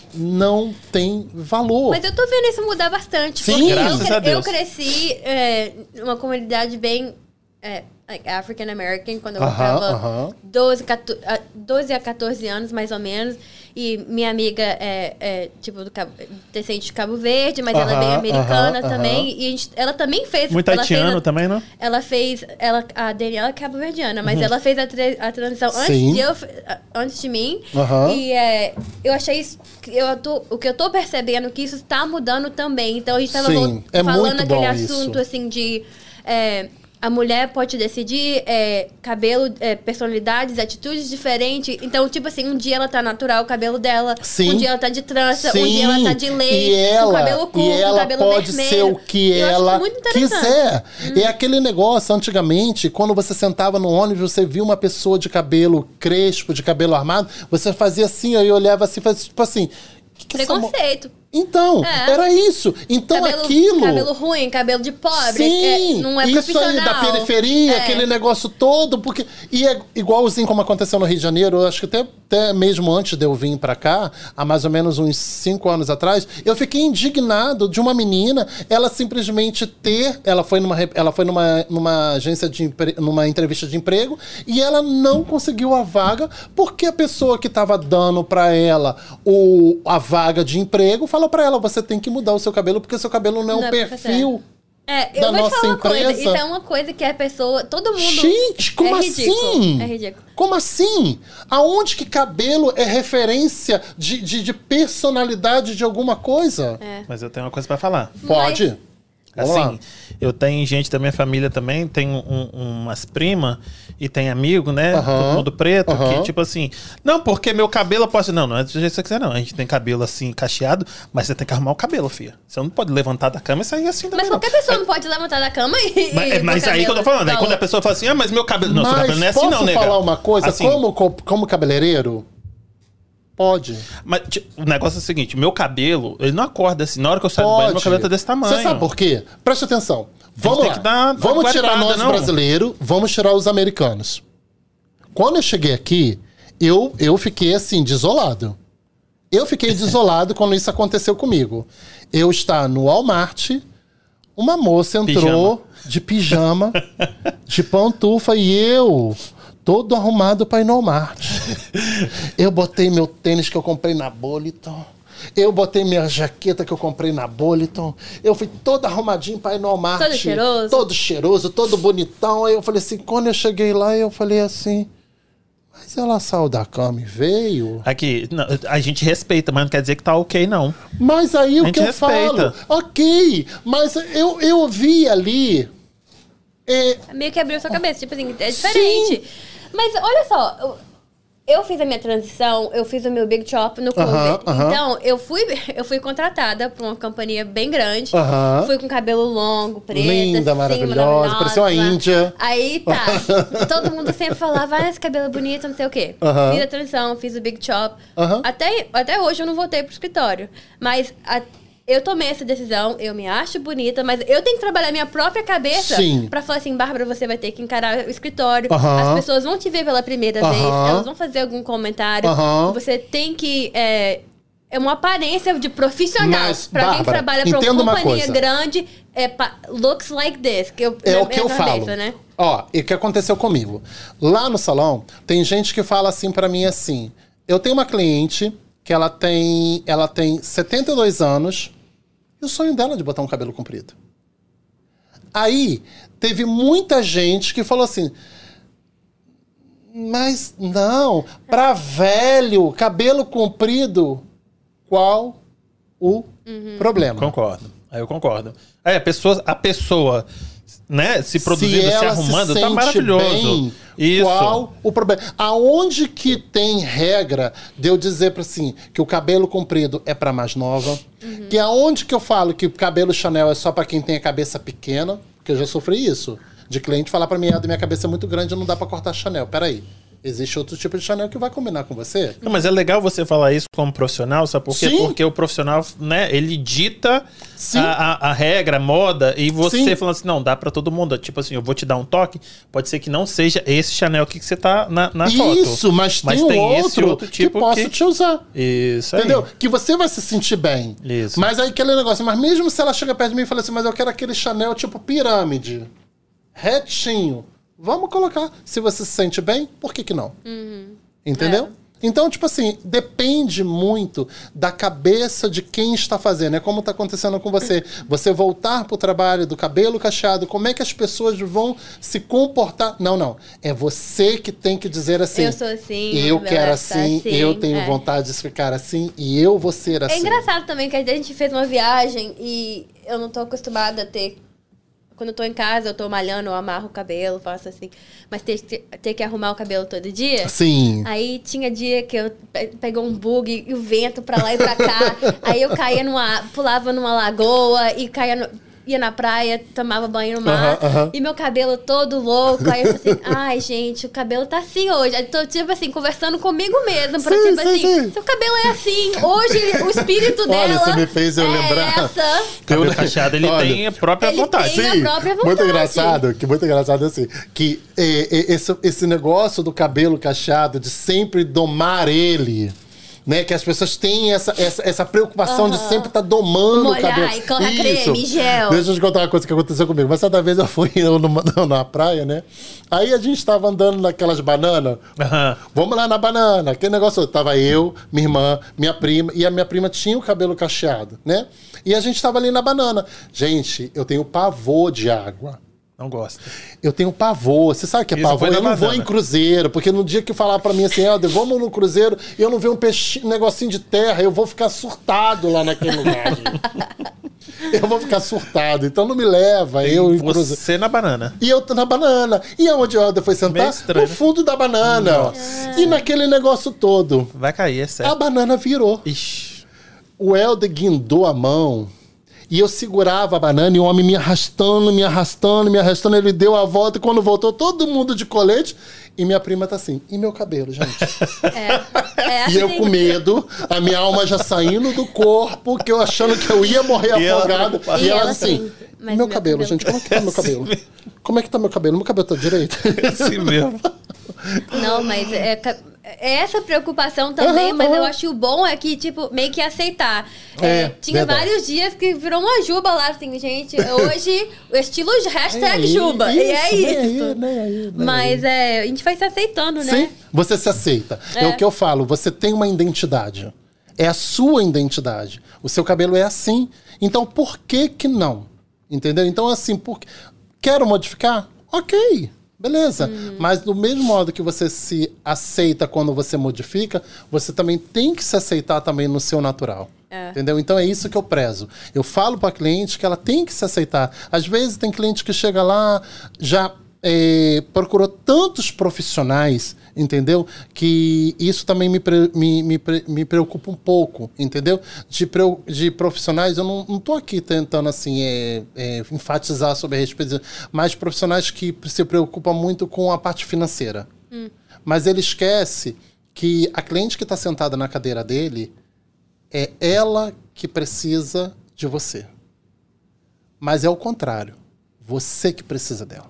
não tem valor. Mas eu tô vendo isso mudar bastante. Sim, porque graças eu, cre- a Deus. eu cresci é, numa comunidade bem é, like African American, quando eu Aham, tava aham. doze, quatorze, ah, doze a quatorze anos, mais ou menos. E minha amiga é, é tipo do Cabo, descendente de Cabo Verde, mas ela é bem Aham, americana aham, também. aham. E a gente, ela também fez... Muito ela fez haitiano a- também, não? Ela fez, ela, a Daniela é cabo-verdiana, mas ela fez a, tra- a transição antes Sim. de, eu, antes de mim. Aham. E é, eu achei isso, eu tô, o que eu tô percebendo é que isso está mudando também. Então a gente tava Sim, vol- é falando muito aquele bom assunto isso. assim de... é, a mulher pode decidir é, cabelo, é, personalidades, atitudes diferentes. Então, tipo assim, um dia ela tá natural, o cabelo dela. Sim. Um dia ela tá de trança, um Sim, dia ela tá de lace, e ela, com cabelo curto, e ela cabelo pode vermelho. ser o que Eu acho ela isso muito interessante. quiser. É aquele negócio, antigamente, quando você sentava no ônibus, você via uma pessoa de cabelo crespo, de cabelo armado, você fazia assim, aí olhava assim, fazia tipo assim... Que que essa mo- Preconceito. Então, É. era isso. Então cabelo, aquilo... cabelo ruim, cabelo de pobre. Sim, é, não é isso aí profissional. da periferia, É. aquele negócio todo, porque... E é igualzinho como aconteceu no Rio de Janeiro, eu acho que até, até mesmo antes de eu vir pra cá, há mais ou menos uns cinco anos atrás, eu fiquei indignado de uma menina, ela simplesmente ter... Ela foi numa, re- ela foi numa, numa agência de empre, numa entrevista de emprego, e ela não conseguiu a vaga, porque a pessoa que estava dando pra ela o, a vaga de emprego falou pra ela, você tem que mudar o seu cabelo, porque seu cabelo não é Não o é perfil É, eu da vou te nossa falar uma empresa. coisa. Isso é uma coisa que a pessoa... Todo mundo... Gente, como é ridículo, assim? É ridículo. Como assim? Aonde que cabelo é referência de, de, de personalidade de alguma coisa? É. Mas eu tenho uma coisa pra falar. Pode. Mas- Vamos lá. Assim, eu tenho gente da minha família também, tem um, umas primas e tem amigo, né? Aham. Todo mundo preto, Aham. que tipo assim, não, porque meu cabelo pode. Não, não é do jeito que você quiser, não. A gente tem cabelo assim, cacheado, mas você tem que arrumar o cabelo, filha. Você não pode levantar da cama e sair assim também. Mas não. qualquer pessoa não pode levantar da cama e... Mas, é, e mas o aí que eu tô cabelo falando, aí quando a pessoa fala assim, ah, mas meu cabelo. Não, seu Mas cabelo não é assim, posso não, nega. falar uma coisa? Assim, Como, como cabeleireiro? Pode. Mas tipo, o negócio é o seguinte: meu cabelo, ele não acorda assim. Na hora que eu saio do banho, meu Pode. cabelo tá desse tamanho. Você sabe por quê? Preste atenção. Vamos tem lá. que dar vamos uma tirar guardada, nós não? brasileiros, vamos tirar os americanos. Quando eu cheguei aqui, eu, eu fiquei assim, desolado. Eu fiquei desolado quando isso aconteceu comigo. Eu estava no Walmart, uma moça entrou Pijama. de pijama, de pantufa, e eu, todo arrumado para ir no Walmart. Eu botei meu tênis que eu comprei na Boliton. Eu botei minha jaqueta que eu comprei na Boliton. Eu fui todo arrumadinho para ir no Walmart. Todo cheiroso. Todo cheiroso, todo bonitão. Aí eu falei assim, quando eu cheguei lá, eu falei assim... Mas ela saiu da cama e veio. Aqui, não, a gente respeita, mas não quer dizer que tá ok, não. Mas aí A o gente que eu respeita. falo? Ok, mas eu, eu vi ali... é, Meio que abriu sua cabeça, tipo assim, é diferente. Mas olha só, eu, eu fiz a minha transição, eu fiz o meu Big Chop no Clover. Aham, aham. Então, eu fui, eu fui contratada por uma companhia bem grande. Aham. Fui com cabelo longo, preto, Linda, assim, maravilhosa, parecia uma índia. Aí tá, todo mundo sempre falava, ah, esse cabelo bonito, não sei o quê. Aham. Fiz a transição, fiz o Big Chop. Aham. Até, até hoje eu não voltei pro escritório. Mas... A, eu tomei essa decisão, eu me acho bonita, mas eu tenho que trabalhar minha própria cabeça Sim. pra falar assim, Bárbara, você vai ter que encarar o escritório. Aham. As pessoas vão te ver pela primeira Aham. vez, elas vão fazer algum comentário. Aham. Você tem que... É, é uma aparência de profissional. Mas, pra quem Bárbara, trabalha pra entenda uma uma companhia coisa. grande, é, pa- looks like this. Que eu, É na o que eu minha falo. cabeça, né? Ó, e o que aconteceu comigo? Lá no salão, tem gente que fala assim pra mim assim... Eu tenho uma cliente que ela tem, ela tem setenta e dois anos... E o sonho dela é de botar um cabelo comprido. Aí, teve muita gente que falou assim... Mas não, pra velho, cabelo comprido, qual o problema? Concordo. Aí eu concordo. Aí a pessoa, a pessoa, né, se produzindo, se, ela arrumando, se tá sente maravilhoso. bem, Isso. qual o problema? Aonde que tem regra de eu dizer para assim que o cabelo comprido é para mais nova? Uhum. Que aonde que eu falo que o cabelo Chanel é só para quem tem a cabeça pequena? Porque eu já sofri isso. De cliente falar para mim, ah, minha cabeça é muito grande, não dá para cortar Chanel. Peraí. Existe outro tipo de Chanel que vai combinar com você? Não, mas é legal você falar isso como profissional, sabe por quê? Sim. Porque o profissional, né, ele dita Sim. a, a, a regra, a moda, e você Sim. falando assim, não, dá pra todo mundo. Tipo assim, eu vou te dar um toque, pode ser que não seja esse Chanel aqui que você tá na, na foto. Isso, mas, Mas tem, tem um esse outro, outro tipo que posso que- te usar. Isso aí. Entendeu? Que você vai se sentir bem. Isso. Mas aí aquele negócio, mas mesmo se ela chega perto de mim e fala assim, mas eu quero aquele Chanel tipo pirâmide, retinho. Vamos colocar. Se você se sente bem, por que que não? Entendeu? Então, tipo assim, depende muito da cabeça de quem está fazendo. É como está acontecendo com você. Você voltar pro trabalho do cabelo cacheado, como é que as pessoas vão se comportar? Não, não. É você que tem que dizer assim. Eu sou assim, Eu meu quero cabelo assim, tá assim, eu tenho é. vontade de ficar assim e eu vou ser assim. É engraçado também que a gente fez uma viagem e eu não tô acostumada a ter... Quando eu tô em casa, eu tô malhando, eu amarro o cabelo, faço assim. Mas ter, ter, ter que arrumar o cabelo todo dia... Sim. Aí tinha dia que eu pe- pegou um bug e o vento pra lá e pra cá. Aí eu caía numa... Pulava numa lagoa e caía no... Ia na praia, tomava banho no mar. Aham, aham. E meu cabelo todo louco. Aí eu falei assim, ai, gente, o cabelo tá assim hoje. Aí tô, tipo assim, conversando comigo mesmo. Pra, Sim, tipo sim, assim, sim. seu cabelo é assim. Hoje, o espírito dela Olha, você me fez eu é lembrar. essa. Cabelo cacheado, ele Olha, tem a própria ele vontade. tem a própria vontade. Muito engraçado, que muito engraçado assim, que é, é, esse, esse negócio do cabelo cacheado, de sempre domar ele, né? Que as pessoas têm essa, essa, essa preocupação de sempre estar domando Molhar o cabelo. e colocar creme, gel. Deixa eu te contar uma coisa que aconteceu comigo. Mas certa vez eu fui numa, numa praia, né? Aí a gente estava andando naquelas bananas. Aham. Vamos lá na banana. Aquele negócio, tava eu, minha irmã, minha prima, e a minha prima tinha o cabelo cacheado, né? E a gente tava ali na banana. Gente, eu tenho pavor de água. Não gosta. Eu tenho pavor. Você sabe o que é Isso pavor? foi na Eu não banana. vou em cruzeiro, porque no dia que falar pra mim assim, Helder, vamos no cruzeiro, e eu não ver um peixe, um negocinho de terra, eu vou ficar surtado lá naquele lugar. Eu vou ficar surtado. Então não me leva, eu em cruzeiro. Você na banana. E eu tô na banana. E aonde o Helder foi Meio sentar? estranho, No né? fundo da banana. Nossa. E naquele negócio todo. Vai cair, é A certo. banana virou. Ixi. O Helder guindou a mão e eu segurava a banana e o homem me arrastando, me arrastando, me arrastando. Ele deu a volta e quando voltou, todo mundo de colete. E minha prima tá assim, e meu cabelo, gente? É, é E eu assim. com medo, a minha alma já saindo do corpo, que eu achando que eu ia morrer E ela afogada. preocupada. E E ela ela assim, assim, mas meu meu cabelo, cabelo- gente, como é que tá meu cabelo? assim Como é que tá meu cabelo? Meu cabelo tá direito? Assim mesmo. Não, mas é, ca- é essa preocupação também, Aham, mas aham. eu acho o bom é que, tipo, meio que aceitar. É, É, tinha verdade. vários dias que virou uma juba lá, assim, gente, hoje o estilo hashtag É, juba. e é nem isso. aí, nem aí, nem Mas aí. é, a gente vai se aceitando, né? Sim, você se aceita. É. É. o que eu falo, você tem uma identidade. É a sua identidade. O seu cabelo é assim. Então, por que que não? Entendeu? Então, assim, por... quero modificar? Ok, beleza. Uhum. Mas do mesmo modo que você se aceita quando você modifica, você também tem que se aceitar também no seu natural. É. Entendeu? Então é isso que eu prezo. Eu falo para a cliente que ela tem que se aceitar. Às vezes tem cliente que chega lá, já eh, procurou tantos profissionais, entendeu? Que isso também me, pre- me, me, pre- me preocupa um pouco, entendeu? De, preu- de profissionais, eu não, não tô aqui tentando assim eh, eh, enfatizar sobre a respeito, mas profissionais que se preocupam muito com a parte financeira. Mas ele esquece que a cliente que está sentada na cadeira dele é ela que precisa de você. Mas é o contrário. Você que precisa dela.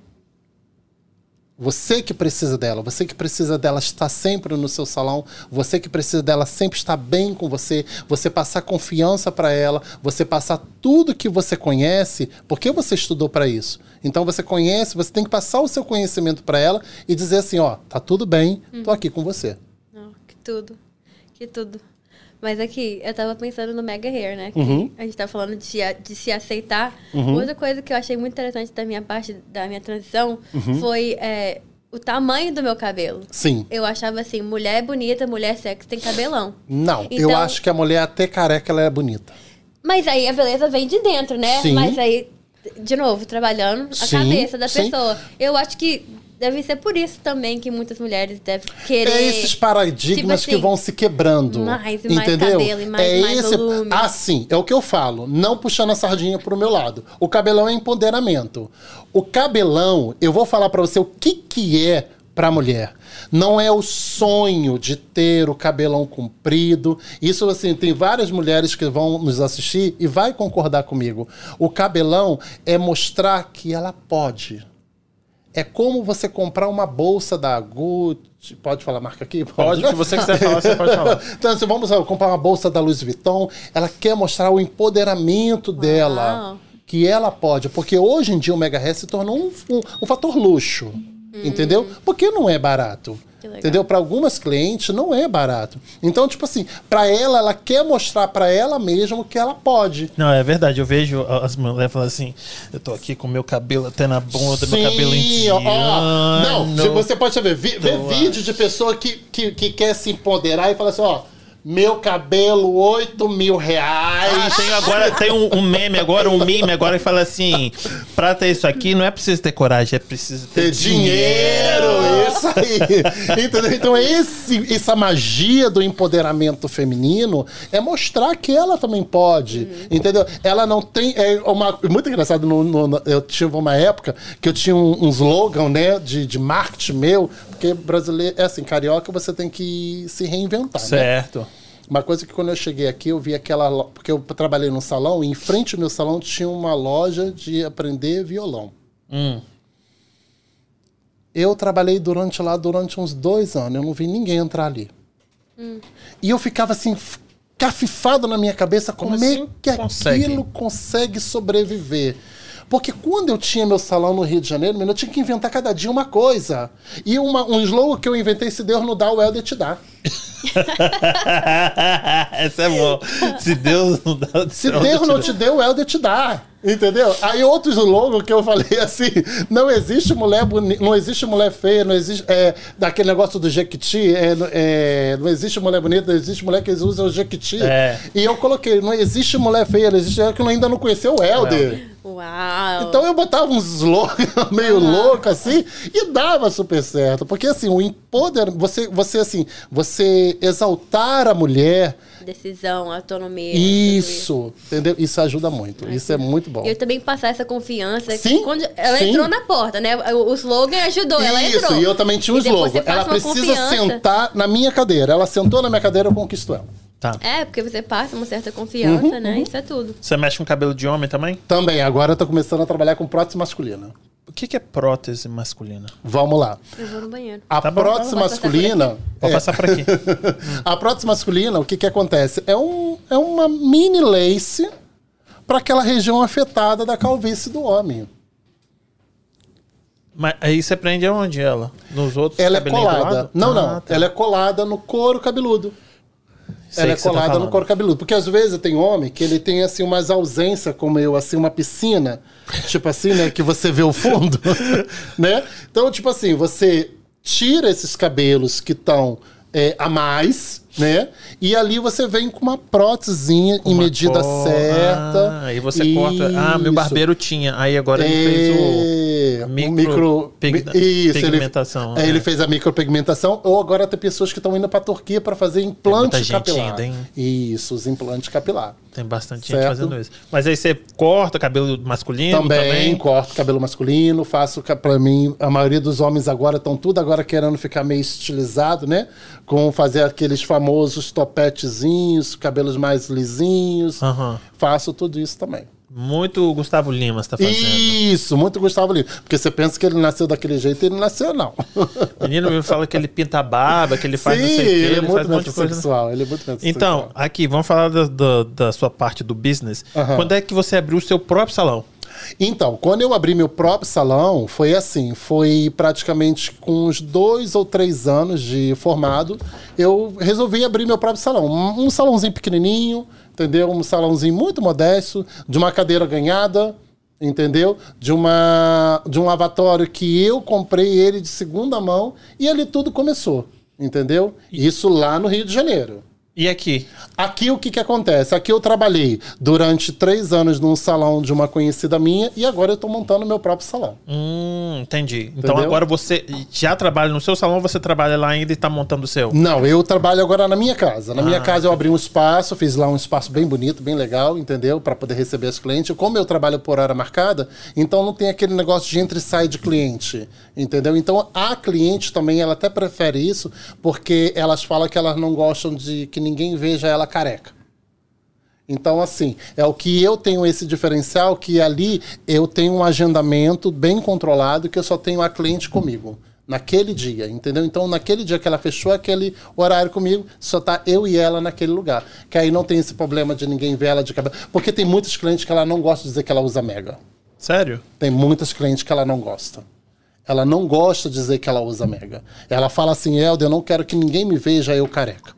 Você que precisa dela. Você que precisa dela estar sempre no seu salão. Você que precisa dela sempre estar bem com você. Você passar confiança para ela. Você passar tudo que você conhece. Porque você estudou para isso. Então você conhece, você tem que passar o seu conhecimento para ela e dizer assim, ó, tá tudo bem, tô aqui com você. Não, que tudo. Que tudo. Mas aqui, eu tava pensando no Mega Hair, né? Que Uhum. a gente tá falando de, se a- de se aceitar. Outra coisa que eu achei muito interessante da minha parte, da minha transição, Uhum. foi é, o tamanho do meu cabelo. Sim. Eu achava assim, mulher bonita, mulher sexy tem cabelão. Não, eu Então- acho que a mulher até careca ela é bonita. Mas aí a beleza vem de dentro, né? Sim. Mas aí, de novo, trabalhando a Sim, cabeça da sim. pessoa. Eu acho que deve ser por isso também que muitas mulheres devem querer... É esses paradigmas tipo que assim, vão se quebrando. mais e mais entendeu? cabelo e mais- é mais esse... volume. Ah, sim, é o que eu falo. Não puxando a sardinha pro meu lado. O cabelão é empoderamento. O cabelão, eu vou falar pra você o que que é pra mulher. Não é o sonho de ter o cabelão comprido. Isso, assim, tem várias mulheres que vão nos assistir e vai concordar comigo. O cabelão é mostrar que ela pode. É como você comprar uma bolsa da Gucci. Pode falar a marca aqui? Pode, o que você quiser falar, você pode falar. Então, assim, vamos lá, comprar uma bolsa da Louis Vuitton. Ela quer mostrar o empoderamento dela. Que ela pode. Porque hoje em dia o Mega Hair se tornou um, um, um fator luxo. Entendeu? Porque não é barato. Que legal. Entendeu? Para algumas clientes não é barato. Então, tipo assim, para ela, ela quer mostrar para ela mesma que ela pode. Não, é verdade. Eu vejo as mulheres falando assim: eu tô aqui com meu cabelo até na bunda, meu cabelo indiano. ó, não, você pode ver, vi- ver vídeo de pessoa que, que, que quer se empoderar e fala assim, ó, meu cabelo, oito mil reais. Ah, tem agora tem um, um meme agora, um meme agora que fala assim: pra ter isso aqui não é preciso ter coragem, é preciso ter, Ter dinheiro, isso aí. Entendeu? Então, esse, essa magia do empoderamento feminino é mostrar que ela também pode. Entendeu? Ela não tem. É uma, muito engraçado. No, no- eu tive uma época que eu tinha um, um slogan, né, de, de marketing meu, porque brasileiro, é assim, carioca, você tem que se reinventar. Né? Certo. Uma coisa que quando eu cheguei aqui, eu vi aquela... lo- Porque eu trabalhei num salão e em frente ao meu salão tinha uma loja de aprender violão. Hum. Eu trabalhei durante lá durante uns dois anos. Eu não vi ninguém entrar ali. E eu ficava assim, f- cafifado na minha cabeça. Como, Como é assim que consegue? aquilo consegue sobreviver? Porque quando eu tinha meu salão no Rio de Janeiro, menino, eu tinha que inventar cada dia uma coisa. E uma, um slogan que eu inventei, se Deus não dá, o Helder te dá. Essa é bom. Se Deus não dá... Se Deus não te deu, o Helder te dá. Entendeu? Aí outro slogan que eu falei assim, não existe mulher boni- não existe mulher feia, não existe, é, daquele negócio do Jequiti, é, é, não existe mulher bonita, não existe mulher que usa o Jequiti. É. E eu coloquei, não existe mulher feia, não existe mulher que ainda não conheceu o Helder. Uau! Então eu botava uns slogans meio louco assim e dava super certo. Porque assim, o empoder, você, você assim, você exaltar a mulher. Decisão, autonomia. Isso, entendeu? Isso ajuda muito. Ai, isso é muito bom. E eu também passar essa confiança. Sim, que quando ela sim. entrou na porta, né? O, o slogan ajudou, ela entrou. Isso, e eu também tinha um E depois slogan. você passa Ela uma precisa confiança. sentar na minha cadeira. Ela sentou na minha cadeira, eu conquisto ela. Tá. É, porque você passa uma certa confiança, Uhum, né? Isso é tudo. Você mexe com cabelo de homem também? Também, agora eu tô começando a trabalhar com prótese masculina. O que, que é prótese masculina? Vamos lá. Eu vou no banheiro. A Tá bom, prótese tá bom. Posso passar por masculina... Vou é, passar por aqui. a prótese masculina, o que que acontece? É, um, é uma mini lace para aquela região afetada da calvície do homem. Mas aí você prende aonde ela? Nos outros Ela é cabelinhos do colada. lado? Não, Ah, não. tá. Ela é colada no couro cabeludo. Sei Ela é que você tá colada no falando. couro cabeludo. Porque às vezes tem homem que ele tem assim umas ausências, como eu, assim, uma piscina, tipo assim, né? Que você vê o fundo, né? Então, tipo assim, você tira esses cabelos que estão é, a mais, né? E ali você vem com uma prótesezinha em Uma medida cor- certa. Ah, aí você corta. Ah, meu Isso. barbeiro tinha. Aí agora ele fez É, o um micro, pig- isso, pigmentação. Ele, é, é. ele fez a micropigmentação. Ou agora tem pessoas que estão indo para a Turquia para fazer implante muita gente capilar. ainda, hein? Isso, os implantes capilar. Tem bastante Certo. gente fazendo isso. Mas aí você corta cabelo masculino Também, também? corto cabelo masculino, faço ca- pra mim, a maioria dos homens agora estão tudo agora querendo ficar meio estilizado, né? Com fazer aqueles famosos topetezinhos, cabelos mais lisinhos. Aham. Faço tudo isso também. Muito Gustavo Lima você tá fazendo. Isso, muito Gustavo Lima. Porque você pensa que ele nasceu daquele jeito e ele nasceu, não. O menino me fala que ele pinta a barba, que ele faz Sim, não sei o quê, ele é ele muito faz um monte de coisa. metrosexual. Ele é muito metrosexual. Então, aqui, vamos falar da, da, da sua parte do business. Aham. Quando é que você abriu o seu próprio salão? Então, quando eu abri meu próprio salão, foi assim, foi praticamente com uns dois ou três anos de formado, eu resolvi abrir meu próprio salão. Um, um salãozinho pequenininho, entendeu? Um salãozinho muito modesto, de uma cadeira ganhada, entendeu? De, uma, de um lavatório que eu comprei ele de segunda mão e ali tudo começou, entendeu? Isso lá no Rio de Janeiro. E aqui? Aqui o que que acontece? Aqui eu trabalhei durante três anos num salão de uma conhecida minha e agora eu tô montando meu próprio salão. Hum, entendi. Então Entendeu? agora você já trabalha no seu salão, você trabalha lá ainda e tá montando o seu? Não, eu trabalho agora na minha casa. Na minha Ah, casa eu abri um espaço, fiz lá um espaço bem bonito, bem legal, entendeu? Para poder receber os clientes. Como eu trabalho por hora marcada, então não tem aquele negócio de entra e sai de cliente, entendeu? Então a cliente também, ela até prefere isso, porque elas falam que elas não gostam de que ninguém veja ela careca. Então, assim, é o que eu tenho esse diferencial, que ali eu tenho um agendamento bem controlado, que eu só tenho a cliente comigo. Naquele dia, entendeu? Então, naquele dia que ela fechou aquele horário comigo, só tá eu e ela naquele lugar. Que aí não tem esse problema de ninguém ver ela de cabelo. Porque tem muitos clientes que ela não gosta de dizer que ela usa mega. Sério? Tem muitos clientes que ela não gosta. Ela não gosta de dizer que ela usa mega. Ela fala assim, Helder, eu não quero que ninguém me veja eu careca.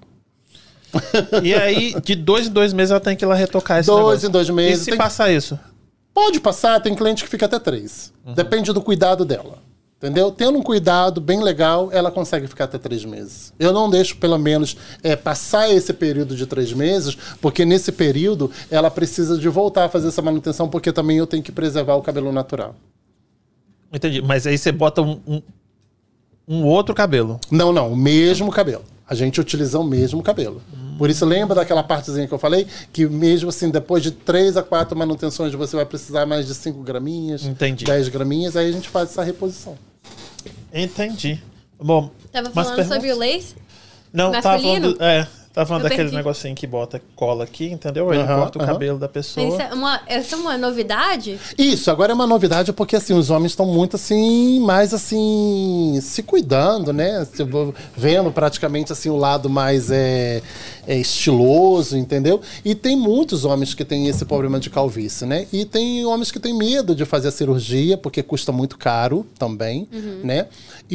E aí, de dois em dois meses, ela tem que ir lá retocar esse Dois negócio. em dois meses, E se tem- passar isso? Pode passar, tem cliente que fica até três. Uhum. Depende do cuidado dela. Entendeu? Tendo um cuidado bem legal, ela consegue ficar até três meses. Eu não deixo, pelo menos, é, passar esse período de três meses, porque nesse período ela precisa de voltar a fazer essa manutenção, porque também eu tenho que preservar o cabelo natural. Entendi. Mas aí você bota um, um, um outro cabelo. Não, não, o mesmo cabelo. A gente utiliza o mesmo cabelo. Por isso, lembra daquela partezinha que eu falei? Que mesmo assim, depois de três a quatro manutenções, você vai precisar mais de cinco graminhas, Entendi. dez graminhas, aí a gente faz essa reposição. Entendi. Bom, Tava mas falando pergunta- sobre o lace? Não, tava masculino? falando, é, tava falando Eu daquele perdi. negocinho que bota cola aqui, entendeu? Ele Aham, corta o aham. cabelo da Mas pessoa. Isso é uma, essa é uma novidade? Isso, agora é uma novidade porque assim, os homens estão muito assim, mais assim, se cuidando, né? Se- Vendo praticamente assim o lado mais é, é estiloso, entendeu? E tem muitos homens que têm esse problema de calvície, né? E tem homens que têm medo de fazer a cirurgia, porque custa muito caro também, uhum. né?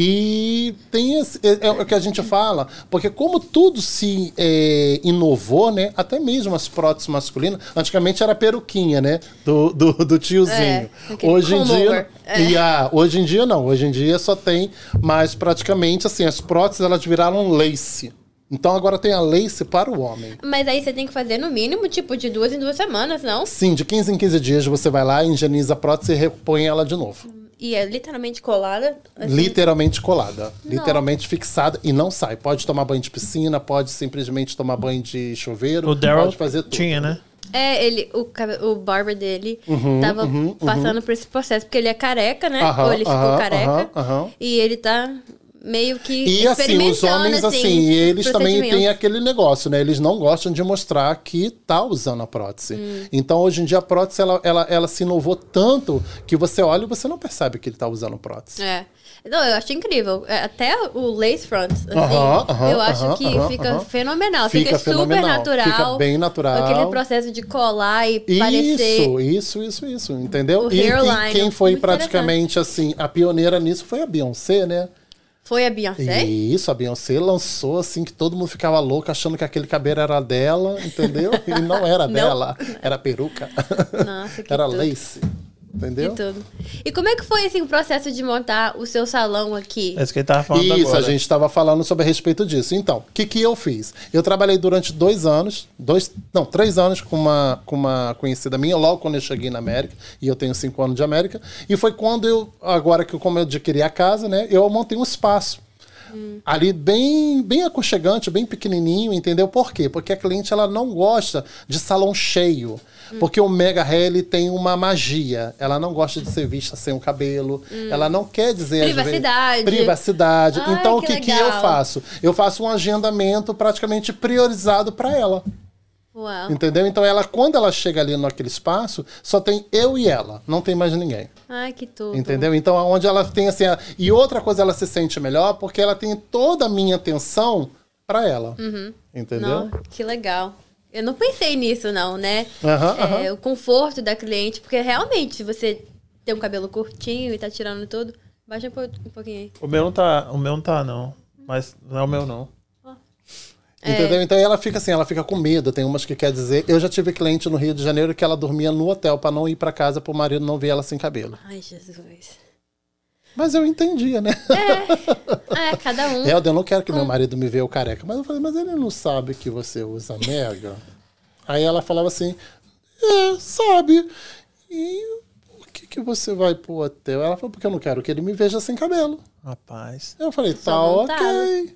E tem esse, é, é o que a gente fala, porque como tudo se é, inovou, né? Até mesmo as próteses masculinas, antigamente era peruquinha, né? Do, do, do tiozinho. É, hoje em dia, é. e a, hoje em dia não, hoje em dia só tem, mas praticamente assim, as próteses elas viraram lace. Então agora tem a lace para o homem. Mas aí você tem que fazer no mínimo, tipo, de duas em duas semanas, não? Sim, de quinze em quinze dias você vai lá, higieniza a prótese e repõe ela de novo. E é literalmente colada? Assim? Literalmente colada. Não. Literalmente fixada e não sai. Pode tomar banho de piscina, pode simplesmente tomar banho de chuveiro. O Daryl pode fazer tudo. Tinha, né? É, ele, o, o barber dele uhum, tava uhum, passando uhum. por esse processo, porque ele é careca, né? Aham, Ou ele ficou aham, careca. Aham, aham. E ele tá meio que e assim, os homens, assim, assim eles também têm aquele negócio, né? Eles não gostam de mostrar que tá usando a prótese. Hum. Então, hoje em dia, a prótese, ela, ela, ela se inovou tanto que você olha e você não percebe que ele tá usando prótese. É. Não, eu acho incrível. Até o lace front, assim, uh-huh, uh-huh, eu acho uh-huh, que uh-huh, fica uh-huh. fenomenal. Fica, fica fenomenal. super natural. Fica bem natural. Aquele processo de colar e isso, parecer... Isso, isso, isso, isso. Entendeu? O e, hairline, e quem foi praticamente, assim, a pioneira nisso foi a Beyoncé, né? Foi a Beyoncé? Isso, a Beyoncé lançou assim que todo mundo ficava louco achando que aquele cabelo era dela, entendeu? E não era não. dela, era peruca. Nossa, que era tudo. lace. Entendeu? E tudo. E como é que foi assim, o processo de montar o seu salão aqui? É isso que ele tava falando Isso, agora. a gente estava falando sobre a respeito disso. Então, o que, que eu fiz? Eu trabalhei durante dois anos, dois, não, três anos com uma, com uma conhecida minha, logo quando eu cheguei na América, e eu tenho cinco anos de América, e foi quando eu, agora que como eu adquiri a casa, né, eu montei um espaço. Hum. Ali bem, bem aconchegante, bem pequenininho, entendeu? Por quê? Porque a cliente ela não gosta de salão cheio. Hum. Porque o mega hair ele tem uma magia. Ela não gosta de ser vista sem o cabelo. Hum. Ela não quer dizer... Privacidade. Vezes, privacidade. Ai, então, que o que, que eu faço? Eu faço um agendamento praticamente priorizado para ela. Uau. Entendeu? Então, ela, quando ela chega ali naquele espaço, só tem eu e ela. Não tem mais ninguém. Ai, que tudo. Entendeu? Então, onde ela tem assim... A... E outra coisa, ela se sente melhor porque ela tem toda a minha atenção para ela. Uhum. Entendeu? Não, que legal. Eu não pensei nisso, não, né? Uhum, é, uhum. O conforto da cliente, porque realmente, se você tem um cabelo curtinho e tá tirando tudo, baixa um, po um pouquinho aí. O meu não tá, o meu não tá, não. Mas não é o meu, não. Entendeu? É. Então ela fica assim, ela fica com medo. Tem umas que quer dizer... Eu já tive cliente no Rio de Janeiro que ela dormia no hotel para não ir para casa pro marido não ver ela sem cabelo. Ai, Jesus. Mas eu entendia, né? É, é cada um. É, eu não quero que Com... meu marido me veja o careca. Mas eu falei, mas ele não sabe que você usa mega? Aí ela falava assim, é, sabe. E por que, que você vai pro hotel? Ela falou, porque eu não quero que ele me veja sem cabelo. Rapaz. Eu falei, tá ok. É.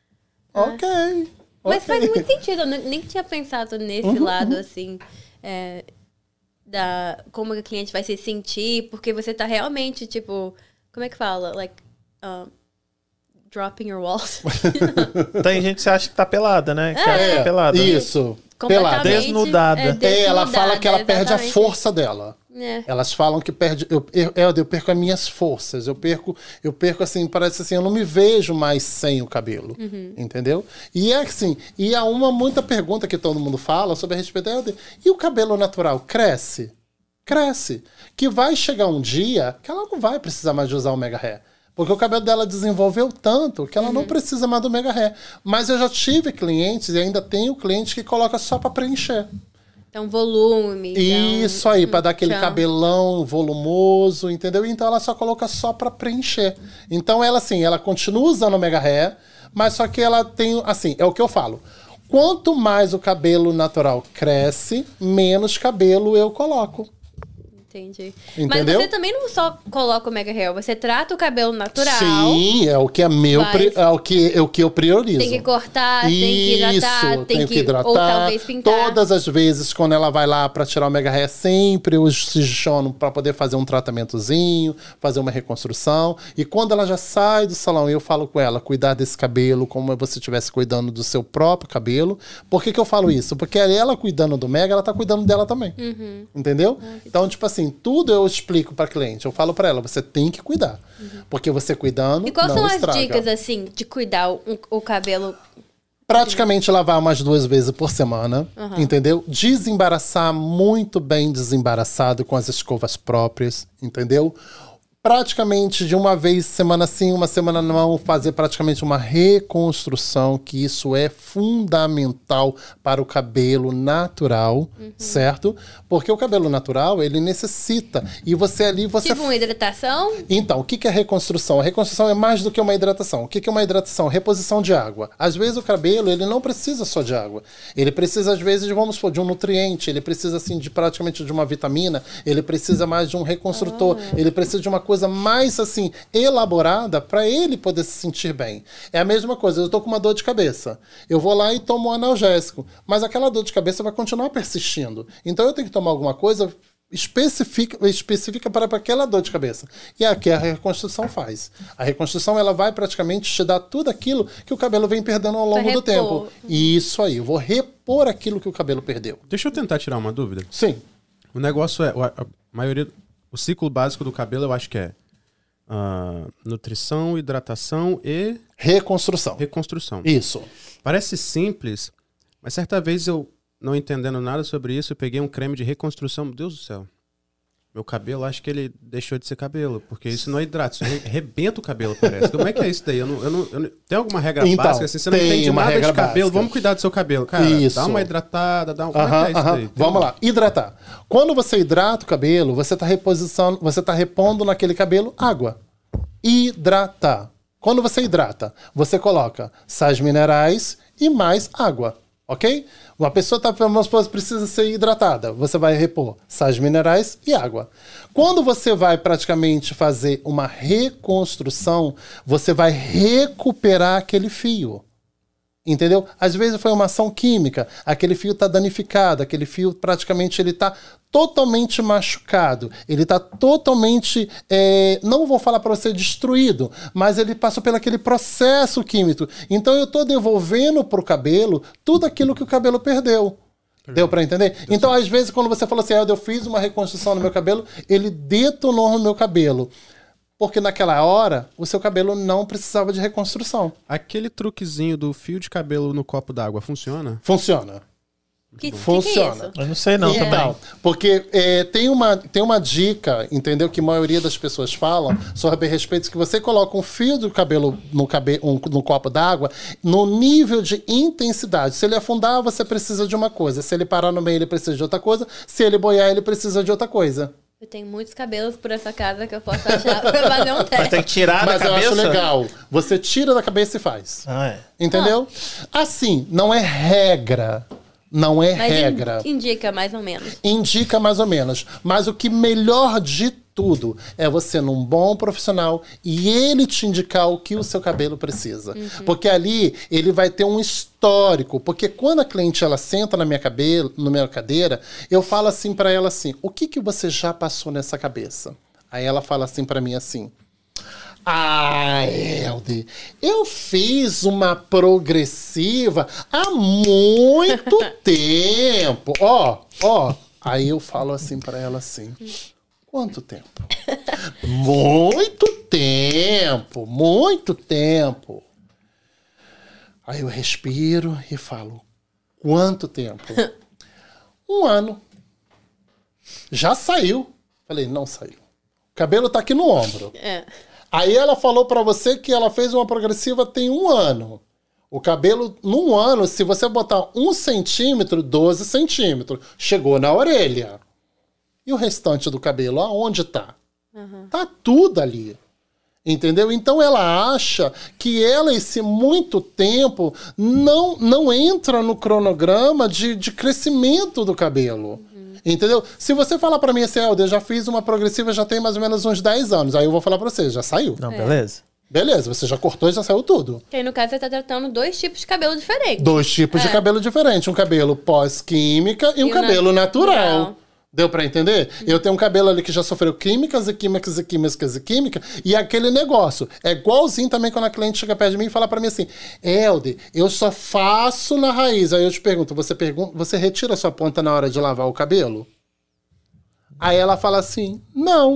Ok. Mas okay. faz muito sentido, eu nem tinha pensado nesse uhum, lado, uhum. assim, é, da como a cliente vai se sentir, porque você tá realmente, tipo, como é que fala? Like, um, dropping your walls. Tem gente que acha que tá pelada, né? Que é, acha que tá pelada. Isso. Pelada. Desnudada. É, desnudada. É, ela fala que ela perde a força dela. É. Elas falam que perde, eu, eu, eu perco as minhas forças, eu perco, eu perco assim, parece assim, eu não me vejo mais sem o cabelo, uhum. entendeu? E é assim, e há uma muita pergunta que todo mundo fala sobre a respeito dela, e o cabelo natural cresce? Cresce. Que vai chegar um dia que ela não vai precisar mais de usar o mega hair. Porque o cabelo dela desenvolveu tanto que ela uhum. não precisa mais do mega hair. Mas eu já tive clientes, e ainda tenho cliente que coloca só para preencher. Então, volume. Isso então, aí, para dar aquele tchau. cabelão volumoso, entendeu? Então ela só coloca só para preencher. Então ela assim, ela continua usando o mega hair, mas só que ela tem, assim, é o que eu falo. Quanto mais o cabelo natural cresce, menos cabelo eu coloco. Entendi. Entendeu? Mas você também não só coloca o mega hair, você trata o cabelo natural. Sim, é o que é meu, pri, é o que, é o que eu priorizo. Tem que cortar, Isso, tem que hidratar, tem que, que hidratar. Ou talvez pintar. Todas as vezes, quando ela vai lá para tirar o mega hair, sempre eu sugestiono para poder fazer um tratamentozinho, fazer uma reconstrução. E quando ela já sai do salão, eu falo com ela, cuidar desse cabelo como se você estivesse cuidando do seu próprio cabelo. Por que que eu falo isso? Porque ela cuidando do mega, ela tá cuidando dela também. Uhum. Entendeu? Ah, então, tipo assim, tudo eu explico para cliente. Eu falo para ela, você tem que cuidar. Uhum. Porque você cuidando, e quais não são estraga. as dicas, assim, de cuidar o, o cabelo Praticamente lavar umas duas vezes por semana, Uhum. entendeu? Desembaraçar muito bem desembaraçado com as escovas próprias, entendeu? Praticamente de uma vez, semana sim, uma semana não, fazer praticamente uma reconstrução, que isso é fundamental para o cabelo natural, Uhum. certo? Porque o cabelo natural, ele necessita, e você ali, você... Tipo uma hidratação? Então, o que que é reconstrução? A reconstrução é mais do que uma hidratação. O que que é uma hidratação? Reposição de água. Às vezes o cabelo, ele não precisa só de água. Ele precisa, às vezes, vamos supor, de um nutriente, ele precisa, assim, de praticamente de uma vitamina, ele precisa mais de um reconstrutor, Ah. ele precisa de uma coisa mais, assim, elaborada para ele poder se sentir bem. É a mesma coisa, eu tô com uma dor de cabeça. Eu vou lá e tomo um analgésico, mas aquela dor de cabeça vai continuar persistindo. Então eu tenho que tomar alguma coisa específica, específica para aquela dor de cabeça. E é aqui a reconstrução faz. A reconstrução, ela vai praticamente te dar tudo aquilo que o cabelo vem perdendo ao longo Pra do repor. tempo. Isso aí, eu vou repor aquilo que o cabelo perdeu. Deixa eu tentar tirar uma dúvida. Sim. O negócio é, a a maioria, o ciclo básico do cabelo eu acho que é ah, nutrição, hidratação e Reconstrução. reconstrução. Isso. Parece simples, mas certa vez eu, não entendendo nada sobre isso, eu peguei um creme de reconstrução. Meu Deus do céu. Meu cabelo, acho que ele deixou de ser cabelo, porque isso não é hidrato, isso arrebenta o cabelo, parece. Como é que é isso daí? Eu não, eu não, eu não- tem alguma regra Então, básica? Assim, você não tem entende uma nada de regra cabelo, básica. vamos cuidar do seu cabelo. Cara, Isso. dá uma hidratada, dá um... Como Aham, é que é isso aham. daí? Tem Vamos um- lá, hidratar. Quando você hidrata o cabelo, você está reposição, você tá repondo naquele cabelo água. Hidratar. Quando você hidrata, você coloca sais minerais e mais água, ok? Uma pessoa tá, vamos supor, precisa ser hidratada, você vai repor sais minerais e água. Quando você vai praticamente fazer uma reconstrução, você vai recuperar aquele fio. Entendeu? Às vezes foi uma ação química, aquele fio está danificado, aquele fio praticamente ele está totalmente machucado, ele está totalmente, é, não vou falar para você destruído, mas ele passou pelo aquele processo químico. Então eu estou devolvendo para o cabelo tudo aquilo que o cabelo perdeu. Deu para entender? Então, às vezes, quando você falou assim, ah, eu fiz uma reconstrução no meu cabelo, ele detonou no meu cabelo. Porque naquela hora, o seu cabelo não precisava de reconstrução. Aquele truquezinho do fio de cabelo no copo d'água funciona? Funciona. Que, que Funciona. Que é isso? Eu não sei não É. também. Então, porque é, tem, uma, tem uma dica, entendeu? Que a maioria das pessoas falam sobre a respeito que você coloca um fio do cabelo no, cabe, um, no copo d'água no nível de intensidade. Se ele afundar, você precisa de uma coisa. Se ele parar no meio, ele precisa de outra coisa. Se ele boiar, ele precisa de outra coisa. Eu tenho muitos cabelos por essa casa que eu posso achar pra fazer um Mas tem teste. que tirar Mas da eu cabeça? acho legal. Você tira da cabeça e faz. Ah, é. Entendeu? Assim, não é regra. Não é Mas regra. in- indica mais ou menos. Indica mais ou menos. Mas o que melhor de tudo é você num bom profissional e ele te indicar o que o seu cabelo precisa. Porque ali ele vai ter um histórico. Porque quando a cliente ela senta na minha cabelo, na minha cadeira, eu falo assim pra ela assim: o que que você já passou nessa cabeça? Aí ela fala assim pra mim assim: ah, Helder, eu fiz uma progressiva há muito tempo. Ó, ó. Aí eu falo assim pra ela assim: quanto tempo? Muito tempo, muito tempo. Aí eu respiro e falo: quanto tempo? Um ano. Já saiu. Falei: não saiu. O cabelo tá aqui no ombro. É. Aí ela falou pra você que ela fez uma progressiva tem um ano. O cabelo, num ano, se você botar um centímetro, doze centímetros, chegou na orelha. E o restante do cabelo, aonde tá? Tá tudo ali. Entendeu? Então ela acha que ela, esse muito tempo, não, não entra no cronograma de, de crescimento do cabelo. Entendeu? Se você falar pra mim assim, Helder, eu já fiz uma progressiva, já tem mais ou menos uns dez anos. Aí eu vou falar pra você, já saiu. Não, beleza. Beleza, você já cortou e já saiu tudo. Que aí, no caso, você tá tratando dois tipos de cabelo diferentes. Dois tipos de É. cabelo diferentes. Um cabelo pós-química e um E o cabelo natural. natural. Deu pra entender? Eu tenho um cabelo ali que já sofreu químicas e químicas e químicas e químicas. E aquele negócio. É igualzinho também quando a cliente chega perto de mim e fala pra mim assim: Helder, eu só faço na raiz. Aí eu te pergunto, você, pergunta, você retira a sua ponta na hora de lavar o cabelo? Aí ela fala assim: não.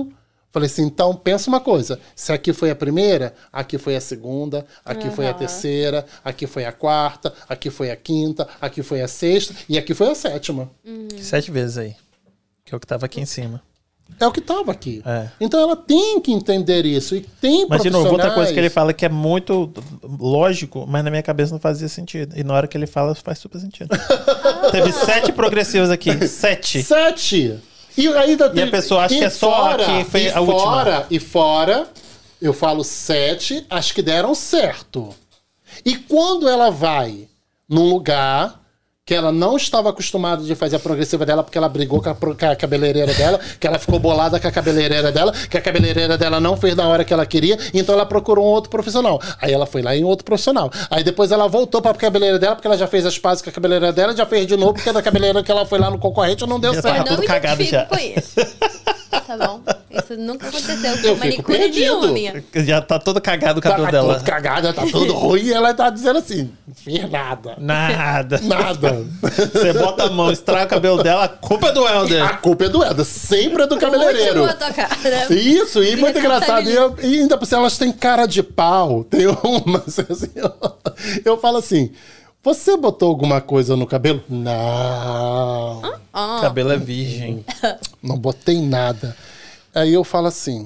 Falei assim, então pensa uma coisa. Se aqui foi a primeira, aqui foi a segunda, aqui Uhum. foi a terceira, aqui foi a quarta, aqui foi a quinta, aqui foi a sexta e aqui foi a sétima. Sete vezes aí. Que é o que tava aqui em cima. É o que estava aqui. É. Então ela tem que entender isso. E tem Mas, de novo, outra coisa profissionais- que ele fala que é muito lógico, mas na minha cabeça não fazia sentido. E na hora que ele fala, faz super sentido. Teve sete progressivos aqui. Sete. Sete! E, ainda tem, a pessoa acha e que é só fora, a que foi e a última. fora, E fora, eu falo sete, as que deram certo. E quando ela vai num lugar que ela não estava acostumada de fazer a progressiva dela, porque ela brigou com a, pro- com a cabeleireira dela, que ela ficou bolada com a cabeleireira dela, que a cabeleireira dela não fez na hora que ela queria, então ela procurou um outro profissional. Aí ela foi lá em outro profissional. Aí depois ela voltou pra cabeleireira dela, porque ela já fez as pazes com a cabeleireira dela, já fez de novo, porque da cabeleireira que ela foi lá no concorrente não deu Já certo. tá Eu não tudo me cagado identifico já. com isso. Tá bom? Isso nunca aconteceu com Eu fico manicure perdido. nenhuma minha. Já tá todo cagado o Tá, cabelo tá dela. tudo cagada, tá tudo ruim, e ela tá dizendo assim, não fiz nada. Nada. Nada. Você bota a mão, estraga o cabelo dela, a culpa é do Helder. A culpa é do Eda, sempre é do cabeleireiro. Último a tua cara. Isso, e muito Fica engraçado. E, eu- e ainda por cima, elas têm cara de pau. Tem umas assim, eu, eu falo assim, você botou alguma coisa no cabelo? Não, Ah, Cabelo é virgem. não botei nada. Aí eu falo assim,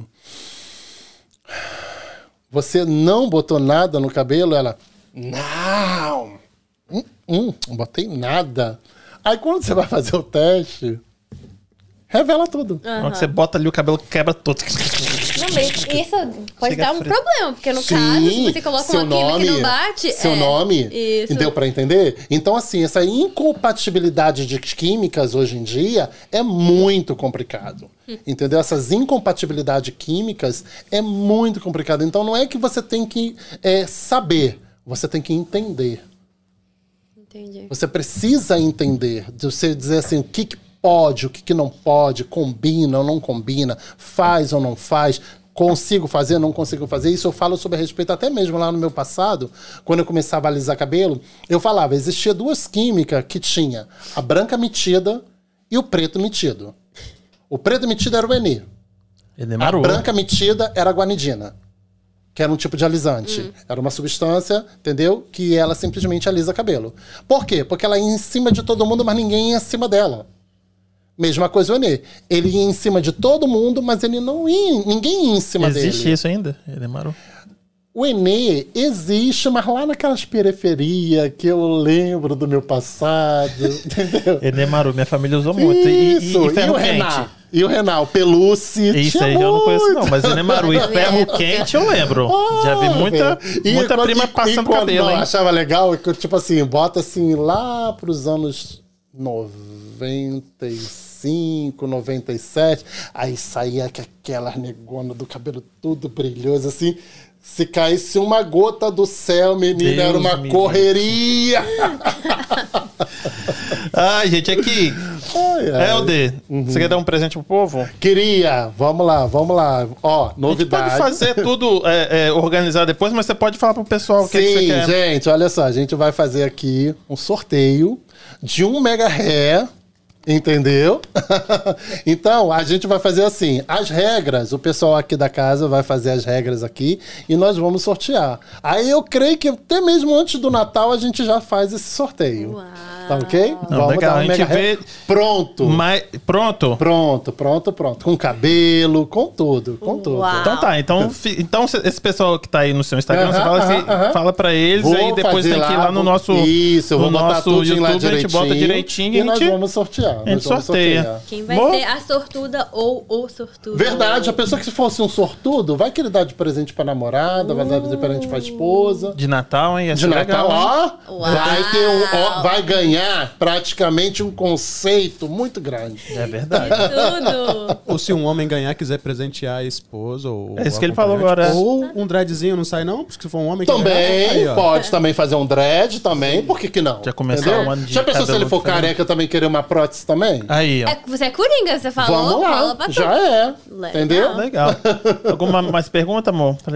você não botou nada no cabelo? Ela, não, hum, hum, não botei nada. Aí quando você vai fazer o teste, revela tudo. Quando você bota ali o cabelo, quebra todo. não, mas isso pode Chega dar um frio. problema, porque no caso, se você coloca seu uma química nome, que não bate... Seu é, nome. Isso. Deu pra entender? Então, assim, essa incompatibilidade de químicas hoje em dia é muito complicado. Entendeu? Essas incompatibilidades químicas é muito complicado. Então, não é que você tem que é, saber, você tem que entender. Entendi. Você precisa entender, de você dizer assim, o que, que pode, o que, que não pode, combina ou não combina, faz ou não faz, consigo fazer, não consigo fazer. Isso eu falo sobre a respeito até mesmo lá no meu passado, quando eu começava a alisar cabelo, eu falava, existia duas químicas que tinha a branca metida e o preto metido. O preto metido era o Enê. Ele A marou. branca metida era a guanidina, que era um tipo de alisante. Era uma substância, entendeu? Que ela simplesmente alisa cabelo. Por quê? Porque ela ia em cima de todo mundo, mas ninguém ia em cima dela. Mesma coisa o Enê. Ele ia em cima de todo mundo, mas ele não ia, ninguém ia em cima Existe dele. isso ainda? Ele marou. O Enê existe, mas lá naquelas periferias que eu lembro do meu passado, entendeu? Ele marou. Minha família usou muito. E, e, Isso, e e, ferro o quente. Renan? E o Renan, Pelúcia. Isso tinha aí eu não conheço, muito. não. Mas ele marou. E Na ferro época. quente eu lembro. Já vi Ah, muita, velho. E muita quando- prima e- passando e quando cabelo, eu hein? achava legal é que, tipo assim, bota assim lá pros anos noventa e cinco, noventa e sete, aí saía com aquela negona do cabelo tudo brilhoso, assim. Se caísse uma gota do céu, menina, Deus era uma me correria. Ai, gente, aqui. Ai, ai. Helder, Uhum. você quer dar um presente pro povo? Queria, vamos lá, vamos lá. Ó, A gente novidade. pode fazer tudo é, é, organizar depois, mas você pode falar pro pessoal o que, que você Sim, quer. gente, olha só, a gente vai fazer aqui um sorteio de um mega ré, entendeu? Então, a gente vai fazer assim, as regras, o pessoal aqui da casa vai fazer as regras aqui e nós vamos sortear. Aí eu creio que até mesmo antes do Natal a gente já faz esse sorteio. Uau. Tá ok? Não, legal, a gente vê- Pronto. Mas, pronto? Pronto, pronto, pronto. Com cabelo, com tudo, com tudo. Uau. Então tá, então, fi- então cê- esse pessoal que tá aí no seu Instagram, você Aham, fala, assim, aham, aham. fala pra eles, Vou aí depois fazer tem que ir lá no vou- nosso, Isso, eu no vou botar nosso tudo YouTube, lá a gente direitinho. bota direitinho e e a nós gente, vamos sortear. a gente nós vamos sorteia. sortear. Quem vai Mo- ser a sortuda ou o sortudo? Verdade, a pessoa que se fosse um sortudo, vai querer dar de presente pra namorada, vai dar de presente pra esposa. De Natal, hein? Ia De ser Natal, legal, hein? ó, Uau. vai ter um, ó, vai ganhar praticamente um conceito muito grande. É verdade. Tudo. Ou se um homem ganhar, quiser presentear a esposa ou... É isso o que ele falou acompanhante. agora. Ou um dreadzinho, não sai não? Porque se for um homem que Também, ganhar, aí, ó. pode também fazer um dread também, por que que não? Já começou Entendeu? um ano de Já pensou se cabelo ele for diferente? careca também querer uma prótese também? Aí, ó. É, você é coringa, você falou. Vamos fala lá, pra já tudo. é. Legal. Entendeu? Legal. Alguma mais pergunta, amor? Pra gente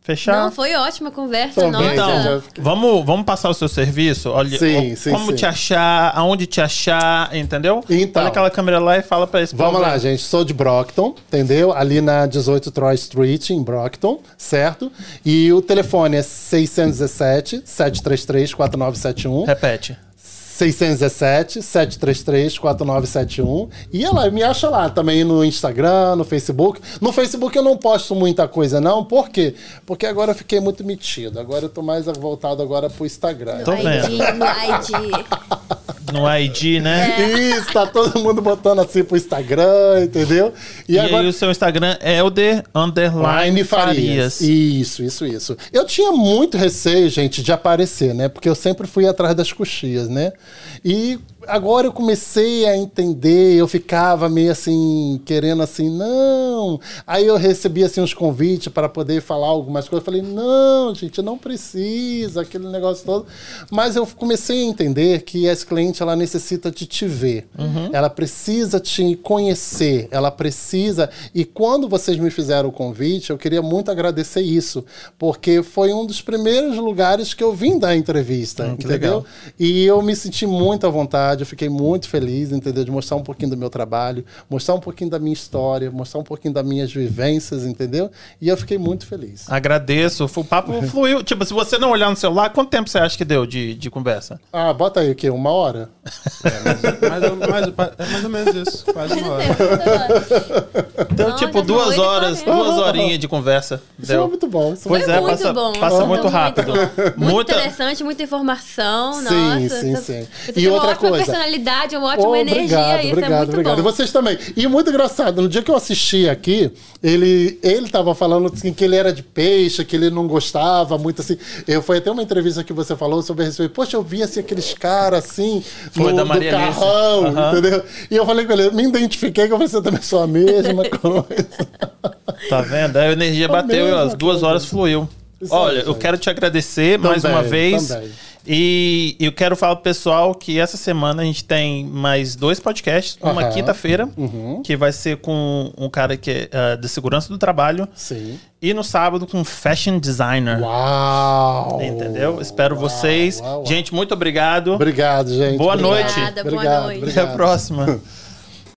Fechar? Não, foi ótima a conversa, Também, nossa. Então, já- vamos, vamos passar o seu serviço? Olha, Sim, ó, sim, como sim. te achar, aonde te achar, entendeu? Então. Olha aquela câmera lá e fala pra esse Vamos povo lá, aí. gente. Sou de Brockton, entendeu? Ali na dezoito Troy Street, em Brockton, certo? E o telefone é seis um sete, sete três três, quatro nove sete um. Repete. seis um sete, sete três três, quatro nove sete um. E ela me acha lá também no Instagram, no Facebook. No Facebook eu não posto muita coisa, não. Por quê? Porque agora eu fiquei muito metido. Agora eu tô mais voltado agora pro Instagram. Tô no I D, no I D. No I D, né? Isso, tá todo mundo botando assim pro Instagram, entendeu? E, aí o seu Instagram é Elder Underline Line Farias. Farias. Isso, isso, isso. Eu tinha muito receio, gente, de aparecer, né? Porque eu sempre fui atrás das coxias, né? E agora eu comecei a entender, eu ficava meio assim, querendo assim, não. Aí eu recebi assim uns convites para poder falar algumas coisas. Eu falei, não, gente, não precisa, aquele negócio todo. Mas eu comecei a entender que essa cliente, ela necessita de te ver. Uhum. Ela precisa te conhecer, ela precisa... E quando vocês me fizeram o convite, eu queria muito agradecer isso, porque foi um dos primeiros lugares que eu vim dar entrevista, Hum, que entendeu? legal. E eu me senti muito à vontade, eu fiquei muito feliz, entendeu? De mostrar um pouquinho do meu trabalho, mostrar um pouquinho da minha história, mostrar um pouquinho das minhas vivências, entendeu? E eu fiquei muito feliz. Agradeço. O papo fluiu. Tipo, se você não olhar no celular, quanto tempo você acha que deu de, de conversa? Ah, bota aí o quê? Uma hora? Mais ou, mais, é mais ou menos isso, quase uma hora. Deu Não, tipo já duas foi, horas, correndo. duas horinhas de conversa. Isso é Deu. muito bom. Isso Pois Foi é, muito passa, bom. passa muito rápido. Muito, bom. muito Muita- interessante, muita informação. Sim, nossa. sim, Você- sim. Você E tem outra uma ótima coisa. personalidade, uma ótima Oh, energia. obrigado, Isso obrigado, é muito obrigado. E bom. vocês também. E muito engraçado, no dia que eu assisti aqui, ele ele tava falando assim, que ele era de peixe, que ele não gostava muito assim. Eu foi até uma entrevista que você falou sobre isso. Poxa, eu vi assim, aqueles caras assim, Foi no, da do Maria Alice. carrão, Aham. entendeu? E eu falei com ele, eu me identifiquei que você também sou a mesma coisa. Tá vendo? A energia bateu e ó, as mesma duas coisa. horas fluiu. Isso aí, Olha, eu gente. quero te agradecer mais Também, uma vez. também. E eu quero falar pro pessoal que essa semana a gente tem mais dois podcasts. Uma Aham. quinta-feira, Uhum. que vai ser com um cara que é ah, de segurança do trabalho. Sim. E no sábado com fashion designer. Uau! Entendeu? Espero Uau, vocês. uau, uau. Gente, muito obrigado. Obrigado, gente. Boa Obrigado. noite. Obrigada, boa Obrigado, noite. Até a obrigado. próxima.